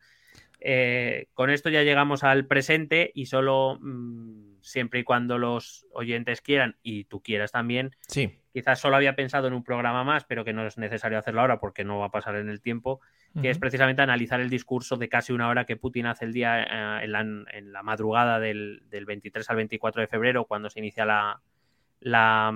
Eh, con esto ya llegamos al presente y solo mmm, siempre y cuando los oyentes quieran y tú quieras también. Sí. Quizás solo había pensado en un programa más, pero que no es necesario hacerlo ahora porque no va a pasar en el tiempo, que uh-huh. es precisamente analizar el discurso de casi una hora que Putin hace el día eh, en, la, en la madrugada del, del veintitrés al veinticuatro de febrero, cuando se inicia la, la,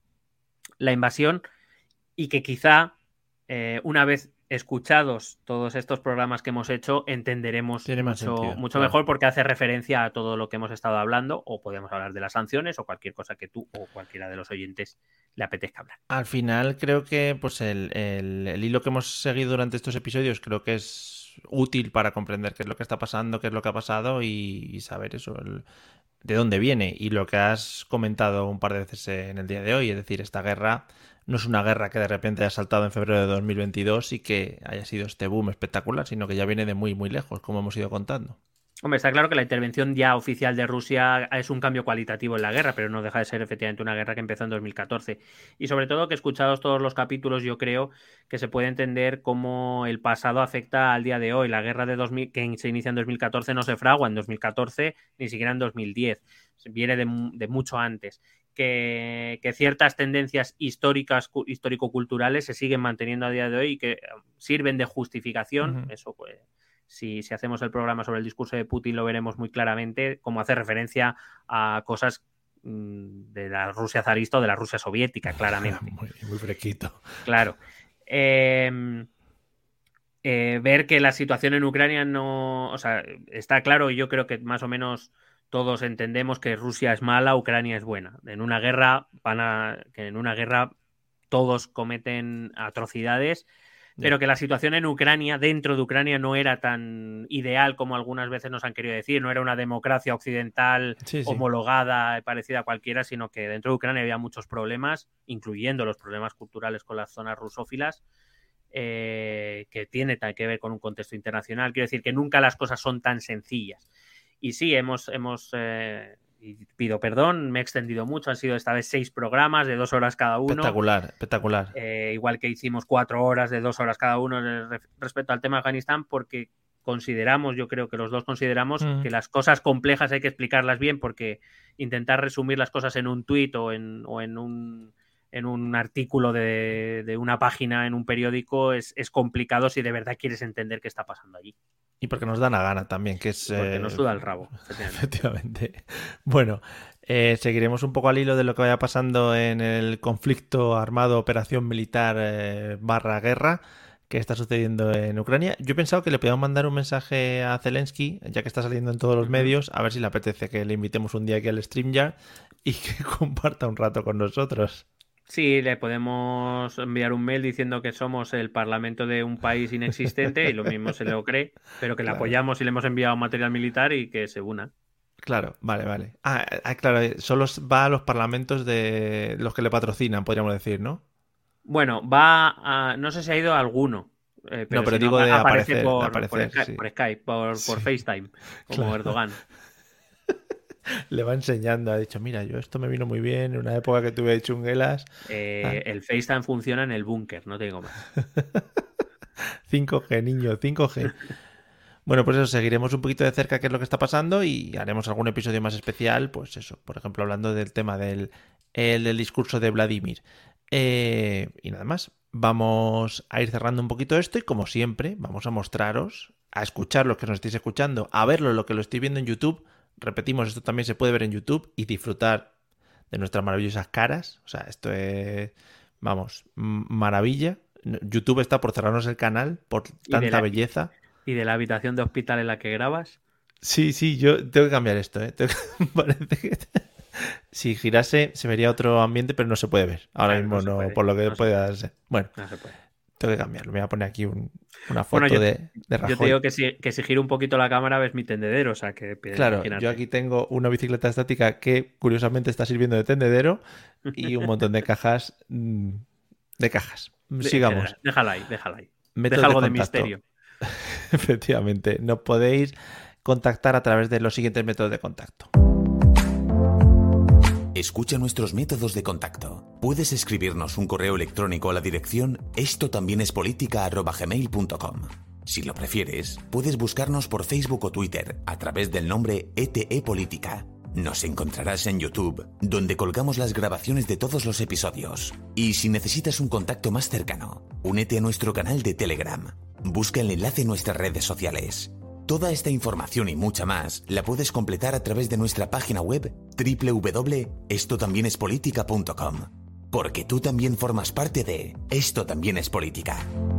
la invasión, y que quizá eh, una vez escuchados todos estos programas que hemos hecho, entenderemos mucho, sentido, mucho claro. mejor, porque hace referencia a todo lo que hemos estado hablando, o podemos hablar de las sanciones o cualquier cosa que tú o cualquiera de los oyentes le apetezca hablar. Al final creo que pues el, el, el hilo que hemos seguido durante estos episodios creo que es útil para comprender qué es lo que está pasando, qué es lo que ha pasado y, y saber eso, el, de dónde viene. Y lo que has comentado un par de veces en el día de hoy, es decir, esta guerra no es una guerra que de repente haya saltado en febrero de dos mil veintidós y que haya sido este boom espectacular, sino que ya viene de muy, muy lejos, como hemos ido contando. Hombre, está claro que la intervención ya oficial de Rusia es un cambio cualitativo en la guerra, pero no deja de ser efectivamente una guerra que empezó en dos mil catorce. Y sobre todo que escuchados todos los capítulos, yo creo que se puede entender cómo el pasado afecta al día de hoy. La guerra de dos mil, que se inicia en dos mil catorce no se fragua en dos mil catorce, ni siquiera en dos mil diez. Viene de, de mucho antes. Que, que ciertas tendencias históricas, histórico-culturales se siguen manteniendo a día de hoy y que sirven de justificación. Uh-huh. Eso pues... Si, si hacemos el programa sobre el discurso de Putin lo veremos muy claramente, como hace referencia a cosas mmm, de la Rusia zarista o de la Rusia soviética, claramente. muy, muy fresquito. Claro. Eh, eh, ver que la situación en Ucrania no... O sea, está claro y yo creo que más o menos todos entendemos que Rusia es mala, Ucrania es buena. En una guerra van a... que en una guerra todos cometen atrocidades, pero que la situación en Ucrania, dentro de Ucrania, no era tan ideal como algunas veces nos han querido decir. No era una democracia occidental sí, sí. homologada, parecida a cualquiera, sino que dentro de Ucrania había muchos problemas, incluyendo los problemas culturales con las zonas rusófilas, eh, que tiene que ver con un contexto internacional. Quiero decir que nunca las cosas son tan sencillas. Y sí, hemos... hemos eh, y pido perdón, me he extendido mucho, han sido esta vez seis programas de dos horas cada uno. Espectacular, espectacular. Eh, igual que hicimos cuatro horas de dos horas cada uno respecto al tema de Afganistán, porque consideramos, yo creo que los dos consideramos mm. que las cosas complejas hay que explicarlas bien, porque intentar resumir las cosas en un tuit o en, o en un en un artículo de, de una página en un periódico es, es complicado si de verdad quieres entender qué está pasando allí. Y porque nos da la gana también, que es... Porque eh... nos suda el rabo. Efectivamente. Bueno, eh, seguiremos un poco al hilo de lo que vaya pasando en el conflicto armado, operación militar eh, barra guerra que está sucediendo en Ucrania. Yo he pensado que le podíamos mandar un mensaje a Zelensky, ya que está saliendo en todos los medios, a ver si le apetece que le invitemos un día aquí al StreamYard y que comparta un rato con nosotros. Sí, le podemos enviar un mail diciendo que somos el parlamento de un país inexistente y lo mismo se lo cree, pero que le claro. apoyamos y le hemos enviado material militar y que se una. Claro, vale, vale. Ah, claro, solo va a los parlamentos de los que le patrocinan, podríamos decir, ¿no? Bueno, va a... No sé si ha ido a alguno. Eh, pero no, pero si digo no, de aparece aparecer, por, de aparecer, por, Skype, sí. por Skype, por, sí. por FaceTime, como claro. Erdogan. Le va enseñando, ha dicho, mira, yo esto me vino muy bien en una época que tuve chunguelas. Eh, ah. El FaceTime funciona en el búnker, no te digo más. cinco G, niño, cinco G. Bueno, pues eso, seguiremos un poquito de cerca qué es lo que está pasando y haremos algún episodio más especial, pues eso, por ejemplo, hablando del tema del, el, del discurso de Vladimir. Eh, y nada más, vamos a ir cerrando un poquito esto y como siempre, vamos a mostraros, a escuchar lo que nos estéis escuchando, a verlo lo que lo estéis viendo en YouTube. Repetimos, esto también se puede ver en YouTube y disfrutar de nuestras maravillosas caras. O sea, esto es, vamos, maravilla. YouTube está por cerrarnos el canal por tanta la, belleza. ¿Y de la habitación de hospital en la que grabas? Sí, sí, yo tengo que cambiar esto, ¿eh? Tengo que... Parece que... Si girase se vería otro ambiente, pero no se puede ver. Ahora claro, mismo no, no por lo que no puede darse. Bueno, no se puede. Tengo que cambiarlo. Me voy a poner aquí un, una foto bueno, yo, de, de Rajoy. Yo te digo que si, que si giro un poquito la cámara ves mi tendedero, o sea que... Claro, imagínate. Yo aquí tengo una bicicleta estática que curiosamente está sirviendo de tendedero y un montón de cajas. De cajas. Sigamos. Déjala ahí, déjala ahí. Métodos Deja algo de, de misterio. Efectivamente. Nos podéis contactar a través de los siguientes métodos de contacto. Escucha nuestros métodos de contacto. Puedes escribirnos un correo electrónico a la dirección esto también es política arroba gmail punto com. Si lo prefieres, puedes buscarnos por Facebook o Twitter a través del nombre E T E Política. Nos encontrarás en YouTube, donde colgamos las grabaciones de todos los episodios. Y si necesitas un contacto más cercano, únete a nuestro canal de Telegram. Busca el enlace en nuestras redes sociales. Toda esta información y mucha más la puedes completar a través de nuestra página web doble u doble u doble u punto esto también es política punto com. Porque tú también formas parte de Esto también es política.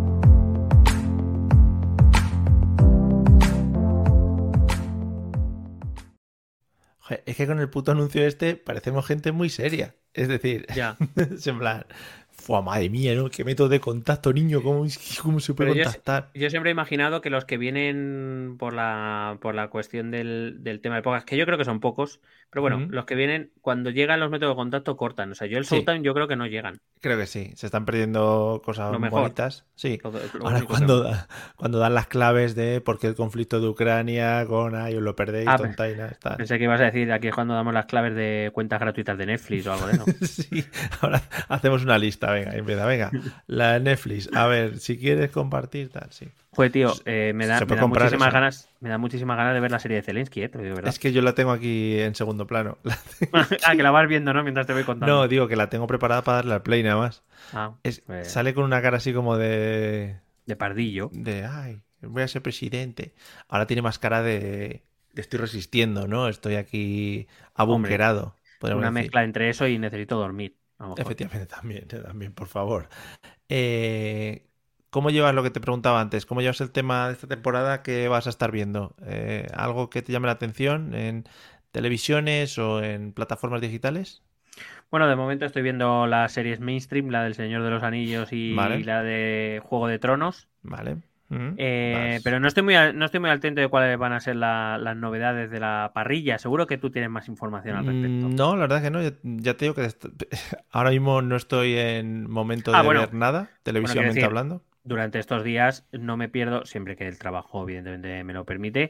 Joder, es que con el puto anuncio este parecemos gente muy seria. Es decir, ya. Es en plan... Fua, madre mía, ¿no? ¿Qué método de contacto, niño? ¿Cómo, cómo se puede Pero contactar? Yo, yo siempre he imaginado que los que vienen por la, por la cuestión del, del tema de podcast, que yo creo que son pocos, pero bueno, uh-huh. los que vienen, cuando llegan los métodos de contacto, cortan. O sea, yo el sí. Showtime yo creo que no llegan. Creo que sí. Se están perdiendo cosas lo bonitas. Sí. Lo, lo Ahora, cuando, da, cuando dan las claves de por qué el conflicto de Ucrania con ay, os lo perdéis, ah, tontainas, tal. Pensé que ibas a decir, aquí es cuando damos las claves de cuentas gratuitas de Netflix o algo de eso. Sí, ahora hacemos una lista, venga, empieza, venga. La Netflix, a ver, si quieres compartir, tal, sí. Pues tío, eh, me da, me da muchísimas eso? ganas, me da muchísimas ganas de ver la serie de Zelensky, eh, te lo digo de verdad. Es que yo la tengo aquí en segundo plano. Ah, que la vas viendo, ¿no? Mientras te voy contando. No, digo que la tengo preparada para darle al play nada más. Ah, es, pues... Sale con una cara así como de... De pardillo. De, ay, voy a ser presidente. Ahora tiene más cara de... de estoy resistiendo, ¿no? Estoy aquí abunkerado. Una decir. mezcla entre eso y necesito dormir. Efectivamente, también, también, por favor. Eh, ¿Cómo llevas lo que te preguntaba antes? ¿Cómo llevas el tema de esta temporada que vas a estar viendo? Eh, ¿Algo que te llame la atención en televisiones o en plataformas digitales? Bueno, de momento estoy viendo las series mainstream, la del Señor de los Anillos y vale. la de Juego de Tronos. Vale. Mm, eh, pero no estoy muy al, no estoy muy al tanto de cuáles van a ser la, las novedades de la parrilla. Seguro que tú tienes más información al respecto. No, la verdad es que no. Ya, ya te digo que est- ahora mismo no estoy en momento ah, de bueno. ver nada, televisivamente bueno, decir, hablando. Durante estos días no me pierdo, siempre que el trabajo evidentemente me lo permite,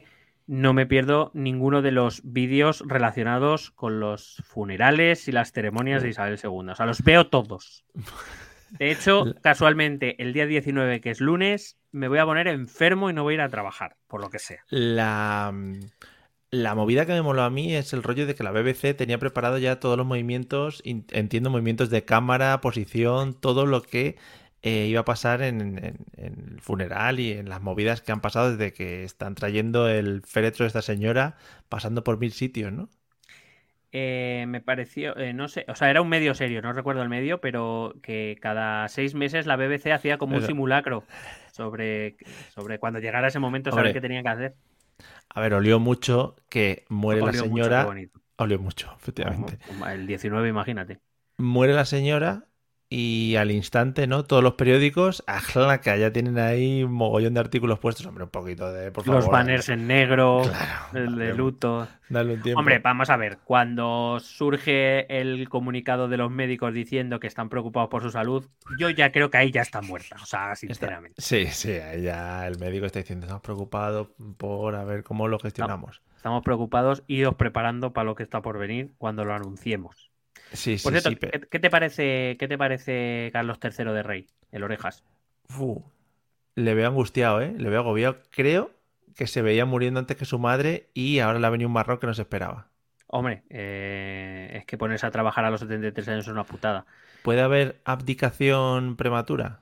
no me pierdo ninguno de los vídeos relacionados con los funerales y las ceremonias de Isabel segunda. O sea, los veo todos. De hecho, casualmente, el día diecinueve, que es lunes, me voy a poner enfermo y no voy a ir a trabajar, por lo que sea. La, la movida que me moló a mí es el rollo de que la B B C tenía preparado ya todos los movimientos, entiendo, movimientos de cámara, posición, todo lo que eh, iba a pasar en, en, en el funeral y en las movidas que han pasado desde que están trayendo el féretro de esta señora, pasando por mil sitios, ¿no? Eh, me pareció, eh, no sé, o sea, era un medio serio, no recuerdo el medio, pero que cada seis meses la B B C hacía como un Pero... simulacro sobre, sobre cuando llegara ese momento, saber qué tenían que hacer. A ver, olió mucho que muere olió la señora. Mucho, olió mucho, efectivamente. El diecinueve, imagínate. Muere la señora y al instante, ¿no? Todos los periódicos, ajla, que ya tienen ahí un mogollón de artículos puestos. Hombre, un poquito de, por favor. Los banners en negro, claro, el de luto. Dale un tiempo. Hombre, vamos a ver, cuando surge el comunicado de los médicos diciendo que están preocupados por su salud, yo ya creo que ahí ya está muerta, o sea, sinceramente. Está... Sí, sí, ahí ya el médico está diciendo, estamos preocupados por a ver cómo lo gestionamos. No, estamos preocupados y os preparando para lo que está por venir cuando lo anunciemos. Sí, por sí, cierto, sí, ¿qué, pero... ¿qué te parece, qué te parece Carlos tercero de Rey, el Orejas? Uf, le veo angustiado, ¿eh? Le veo agobiado. Creo que se veía muriendo antes que su madre y ahora le ha venido un marrón que no se esperaba. Hombre, eh, es que ponerse a trabajar a los setenta y tres años es una putada. ¿Puede haber abdicación prematura?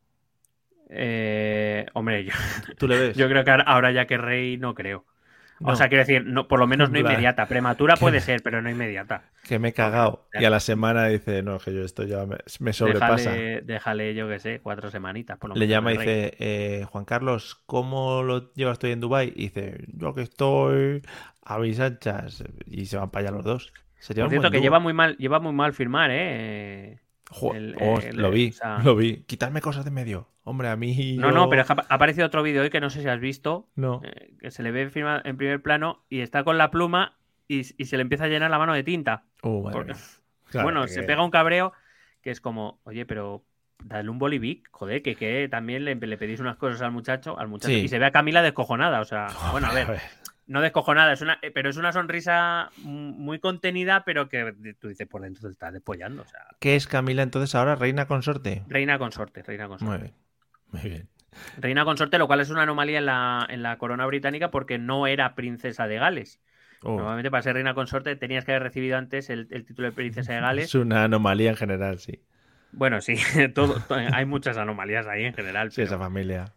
Eh, hombre, yo, ¿Tú le ves? yo creo que ahora ya que Rey no creo. No. O sea, quiero decir, no, por lo menos no inmediata. Prematura puede ser, pero no inmediata. Que me he cagado. Y a la semana dice, no, que yo esto ya me, me sobrepasa. Déjale, déjale, yo qué sé, cuatro semanitas. Por lo Le menos llama y dice, eh, Juan Carlos, ¿cómo lo llevas tú en Dubái? Y dice, yo que estoy a mis anchas. Y se van para allá los dos. Sería por un cierto, buen que dúo. lleva muy mal, lleva muy mal firmar, ¿eh? Joder, El, oh, el, lo vi, o sea... lo vi. Quitarme cosas de medio. Hombre, a mí. No, yo... no, pero ha aparecido otro vídeo hoy que no sé si has visto. No. Eh, que se le ve firmado en primer plano y está con la pluma y, y se le empieza a llenar la mano de tinta. Uh, madre Por... mía. Claro, bueno, que... se pega un cabreo que es como, oye, pero dale un bolivic, joder, que, que también le, le pedís unas cosas al muchacho, al muchacho. Sí. Y se ve a Camila descojonada, o sea, bueno, a ver. A ver. No descojonada, es una, pero es una sonrisa muy contenida, pero que tú dices por dentro te estás despollando. O sea, ¿Qué es Camila entonces ahora? ¿Reina consorte? Reina consorte, reina consorte. Muy bien, muy bien. Reina consorte, lo cual es una anomalía en la, en la corona británica porque no era princesa de Gales. Oh. Normalmente para ser reina consorte tenías que haber recibido antes el, el título de princesa de Gales. Es una anomalía en general, sí. Bueno, sí, todo, todo, hay muchas anomalías ahí en general. Sí, pero... esa familia.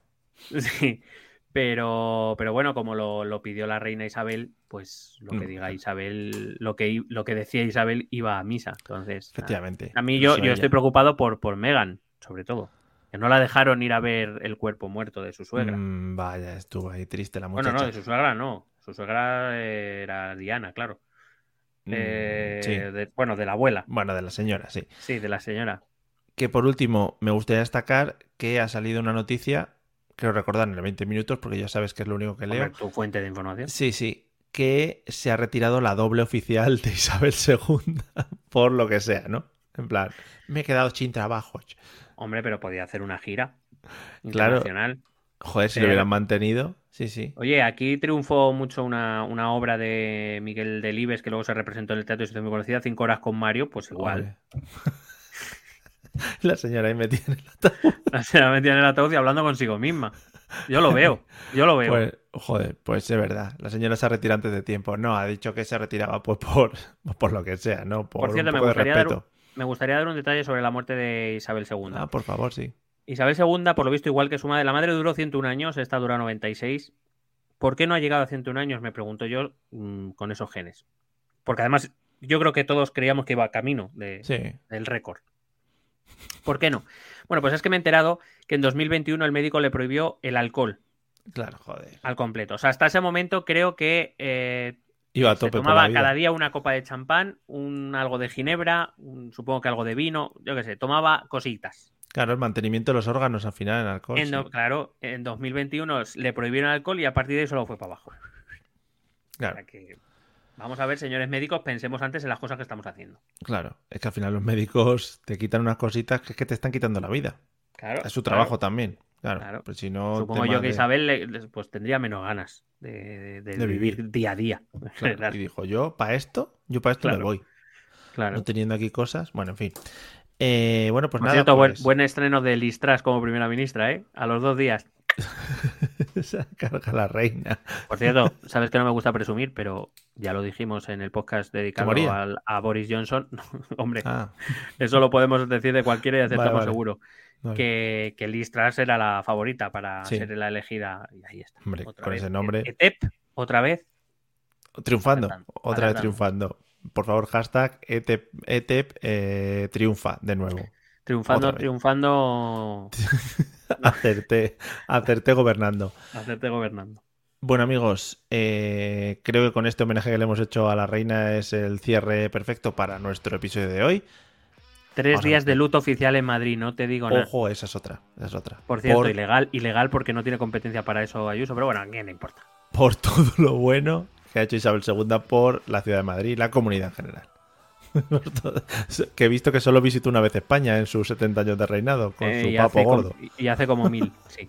Sí. Pero, pero bueno, como lo, lo pidió la reina Isabel, pues lo que diga Isabel, lo que, lo que decía Isabel iba a misa. Entonces, efectivamente. A mí yo, yo estoy preocupado por, por Meghan, sobre todo. Que no la dejaron ir a ver el cuerpo muerto de su suegra. Mm, vaya, estuvo ahí triste la muchacha. Bueno, no, de su suegra no. Su suegra era Diana, claro. Mm, eh, sí. de, bueno, de la abuela. Bueno, de la señora, sí. Sí, de la señora. Que por último, me gustaría destacar que ha salido una noticia... Creo recordar en los veinte minutos, porque ya sabes que es lo único que leo. Hombre, tu fuente de información. Sí, sí. Que se ha retirado la doble oficial de Isabel segunda, por lo que sea, ¿no? En plan, me he quedado sin trabajo. Hombre, pero podía hacer una gira claro. internacional. Joder, si pero... lo hubieran mantenido. Sí, sí. Oye, aquí triunfó mucho una, una obra de Miguel Delibes, que luego se representó en el teatro y se hizo muy conocida, Cinco horas con Mario, pues igual. La señora ahí metida en el ataúd. La señora metida en el ataúd y hablando consigo misma. Yo lo veo, yo lo veo. Pues, joder, pues es verdad. La señora se ha retirado antes de tiempo. No, ha dicho que se retiraba pues por, por lo que sea, ¿no? Por, por cierto, un me poco gustaría, de dar, respeto. me gustaría dar un detalle sobre la muerte de Isabel segunda. Ah, por favor, sí. Isabel segunda, por lo visto, igual que su madre. La madre duró ciento un años, esta dura noventa y seis. ¿Por qué no ha llegado a ciento un años? Me pregunto yo, mmm, con esos genes. Porque además, yo creo que todos creíamos que iba camino de, sí. del récord. ¿Por qué no? Bueno, pues es que me he enterado que en dos mil veintiuno el médico le prohibió el alcohol. Claro, joder. Al completo. O sea, hasta ese momento creo que eh, iba a se tope tomaba por la vida. cada día una copa de champán, un algo de ginebra, un, supongo que algo de vino, yo qué sé, tomaba cositas. Claro, el mantenimiento de los órganos al final en alcohol. En sí. do, claro, en dos mil veintiuno le prohibieron el alcohol y a partir de ahí solo fue para abajo. Claro. O sea que, vamos a ver, señores médicos, pensemos antes en las cosas que estamos haciendo. Claro, es que al final los médicos te quitan unas cositas que es que te están quitando la vida. Claro. Es su claro. trabajo también. Claro, Claro. pues si no... Supongo tema yo que de- Isabel le- pues tendría menos ganas de, de- de De vivir. vivir. día a día. en Claro, general. y dijo, yo para esto, yo para esto Claro. me voy. Claro. No teniendo aquí cosas. Bueno, en fin. Eh, bueno, pues Por nada. cierto, buen, pues... buen estreno de Liz Truss como primera ministra, ¿eh? A los dos días. Se carga la reina. Por cierto, sabes que no me gusta presumir, pero ya lo dijimos en el podcast dedicado moría? al- a Boris Johnson. Hombre, Ah, eso lo podemos decir de cualquiera y aceptamos Vale, vale. seguro. vale. Que, que Liz Truss era la favorita para Sí. ser la elegida. Y ahí está. Hombre, Otra con vez. ese nombre. E- ETEP, otra vez. Triunfando. Acertando, Otra vez acertando. triunfando. Por favor, hashtag ETEP, ETEP eh, triunfa de nuevo. Triunfando, Otra vez. triunfando. Acerté, acerté gobernando. Hacerte gobernando. Bueno, amigos, eh, creo que con este homenaje que le hemos hecho a la reina es el cierre perfecto para nuestro episodio de hoy. Tres Vamos a días ver. de luto oficial en Madrid, no te digo nada. Ojo, esa es otra. Esa es otra. Por cierto, por, ilegal, ilegal porque no tiene competencia para eso Ayuso, pero bueno, a quién le importa. por todo lo bueno que ha hecho Isabel segunda por la ciudad de Madrid y la comunidad en general. Que he visto que solo visitó una vez España en sus setenta años de reinado con Eh, su y papo hace gordo. como- y hace como mil, sí.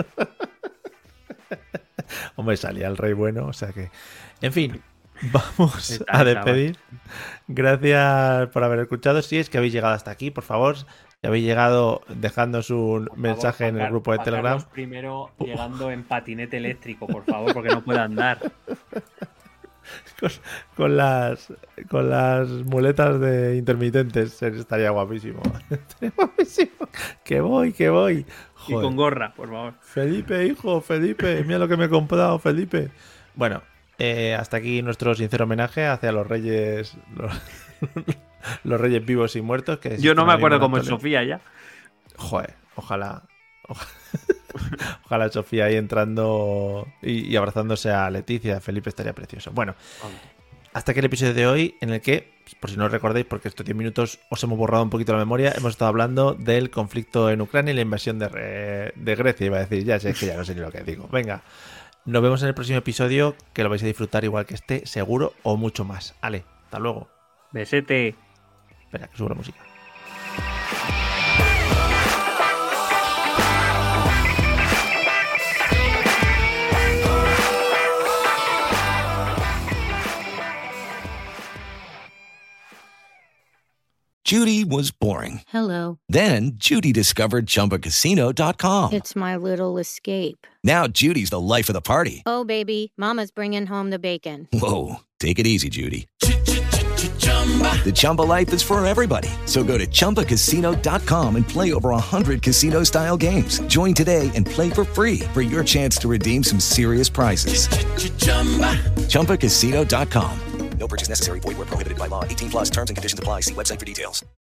Hombre, salía el rey bueno, o sea que... En fin, vamos Está, a está, despedir. Gracias por haber escuchado. Si es que habéis llegado hasta aquí, por favor, si habéis llegado, dejándonos un mensaje en el grupo de Telegram. Primero llegando en patinete eléctrico, por favor, porque no puede andar. Con, con las con las muletas de intermitentes estaría guapísimo. Estaría guapísimo. Que voy, que voy. Y Joder. con gorra, por favor. Felipe, hijo, Felipe, mira lo que me he comprado, Felipe. Bueno, eh, hasta aquí nuestro sincero homenaje hacia los reyes, los, los reyes vivos y muertos. Que Yo no me existen ahora acuerdo mismo en cómo es Antonio. Sofía ya. Joder, ojalá. Ojalá, ojalá Sofía ahí entrando y, y abrazándose a Leticia. Felipe estaría precioso. Bueno, hasta aquí el episodio de hoy, en el que, por si no os recordáis, porque estos diez minutos os hemos borrado un poquito la memoria, hemos estado hablando del conflicto en Ucrania y la invasión de, Re- de Grecia. Iba a decir, ya sé que ya no sé ni lo que digo. Venga, nos vemos en el próximo episodio, que lo vais a disfrutar igual que este, seguro, o mucho más. Ale, hasta luego. Besete. Espera, que subo la música. Judy was boring. Hello. Then Judy discovered Chumba Casino dot com. It's my little escape. Now Judy's the life of the party. Oh, baby, mama's bringing home the bacon. Whoa, take it easy, Judy. The Chumba life is for everybody. So go to Chumba Casino dot com and play over one hundred casino-style games. Join today and play for free for your chance to redeem some serious prizes. Chumba Casino dot com. No purchase necessary. Void where prohibited by law. eighteen plus terms and conditions apply. See website for details.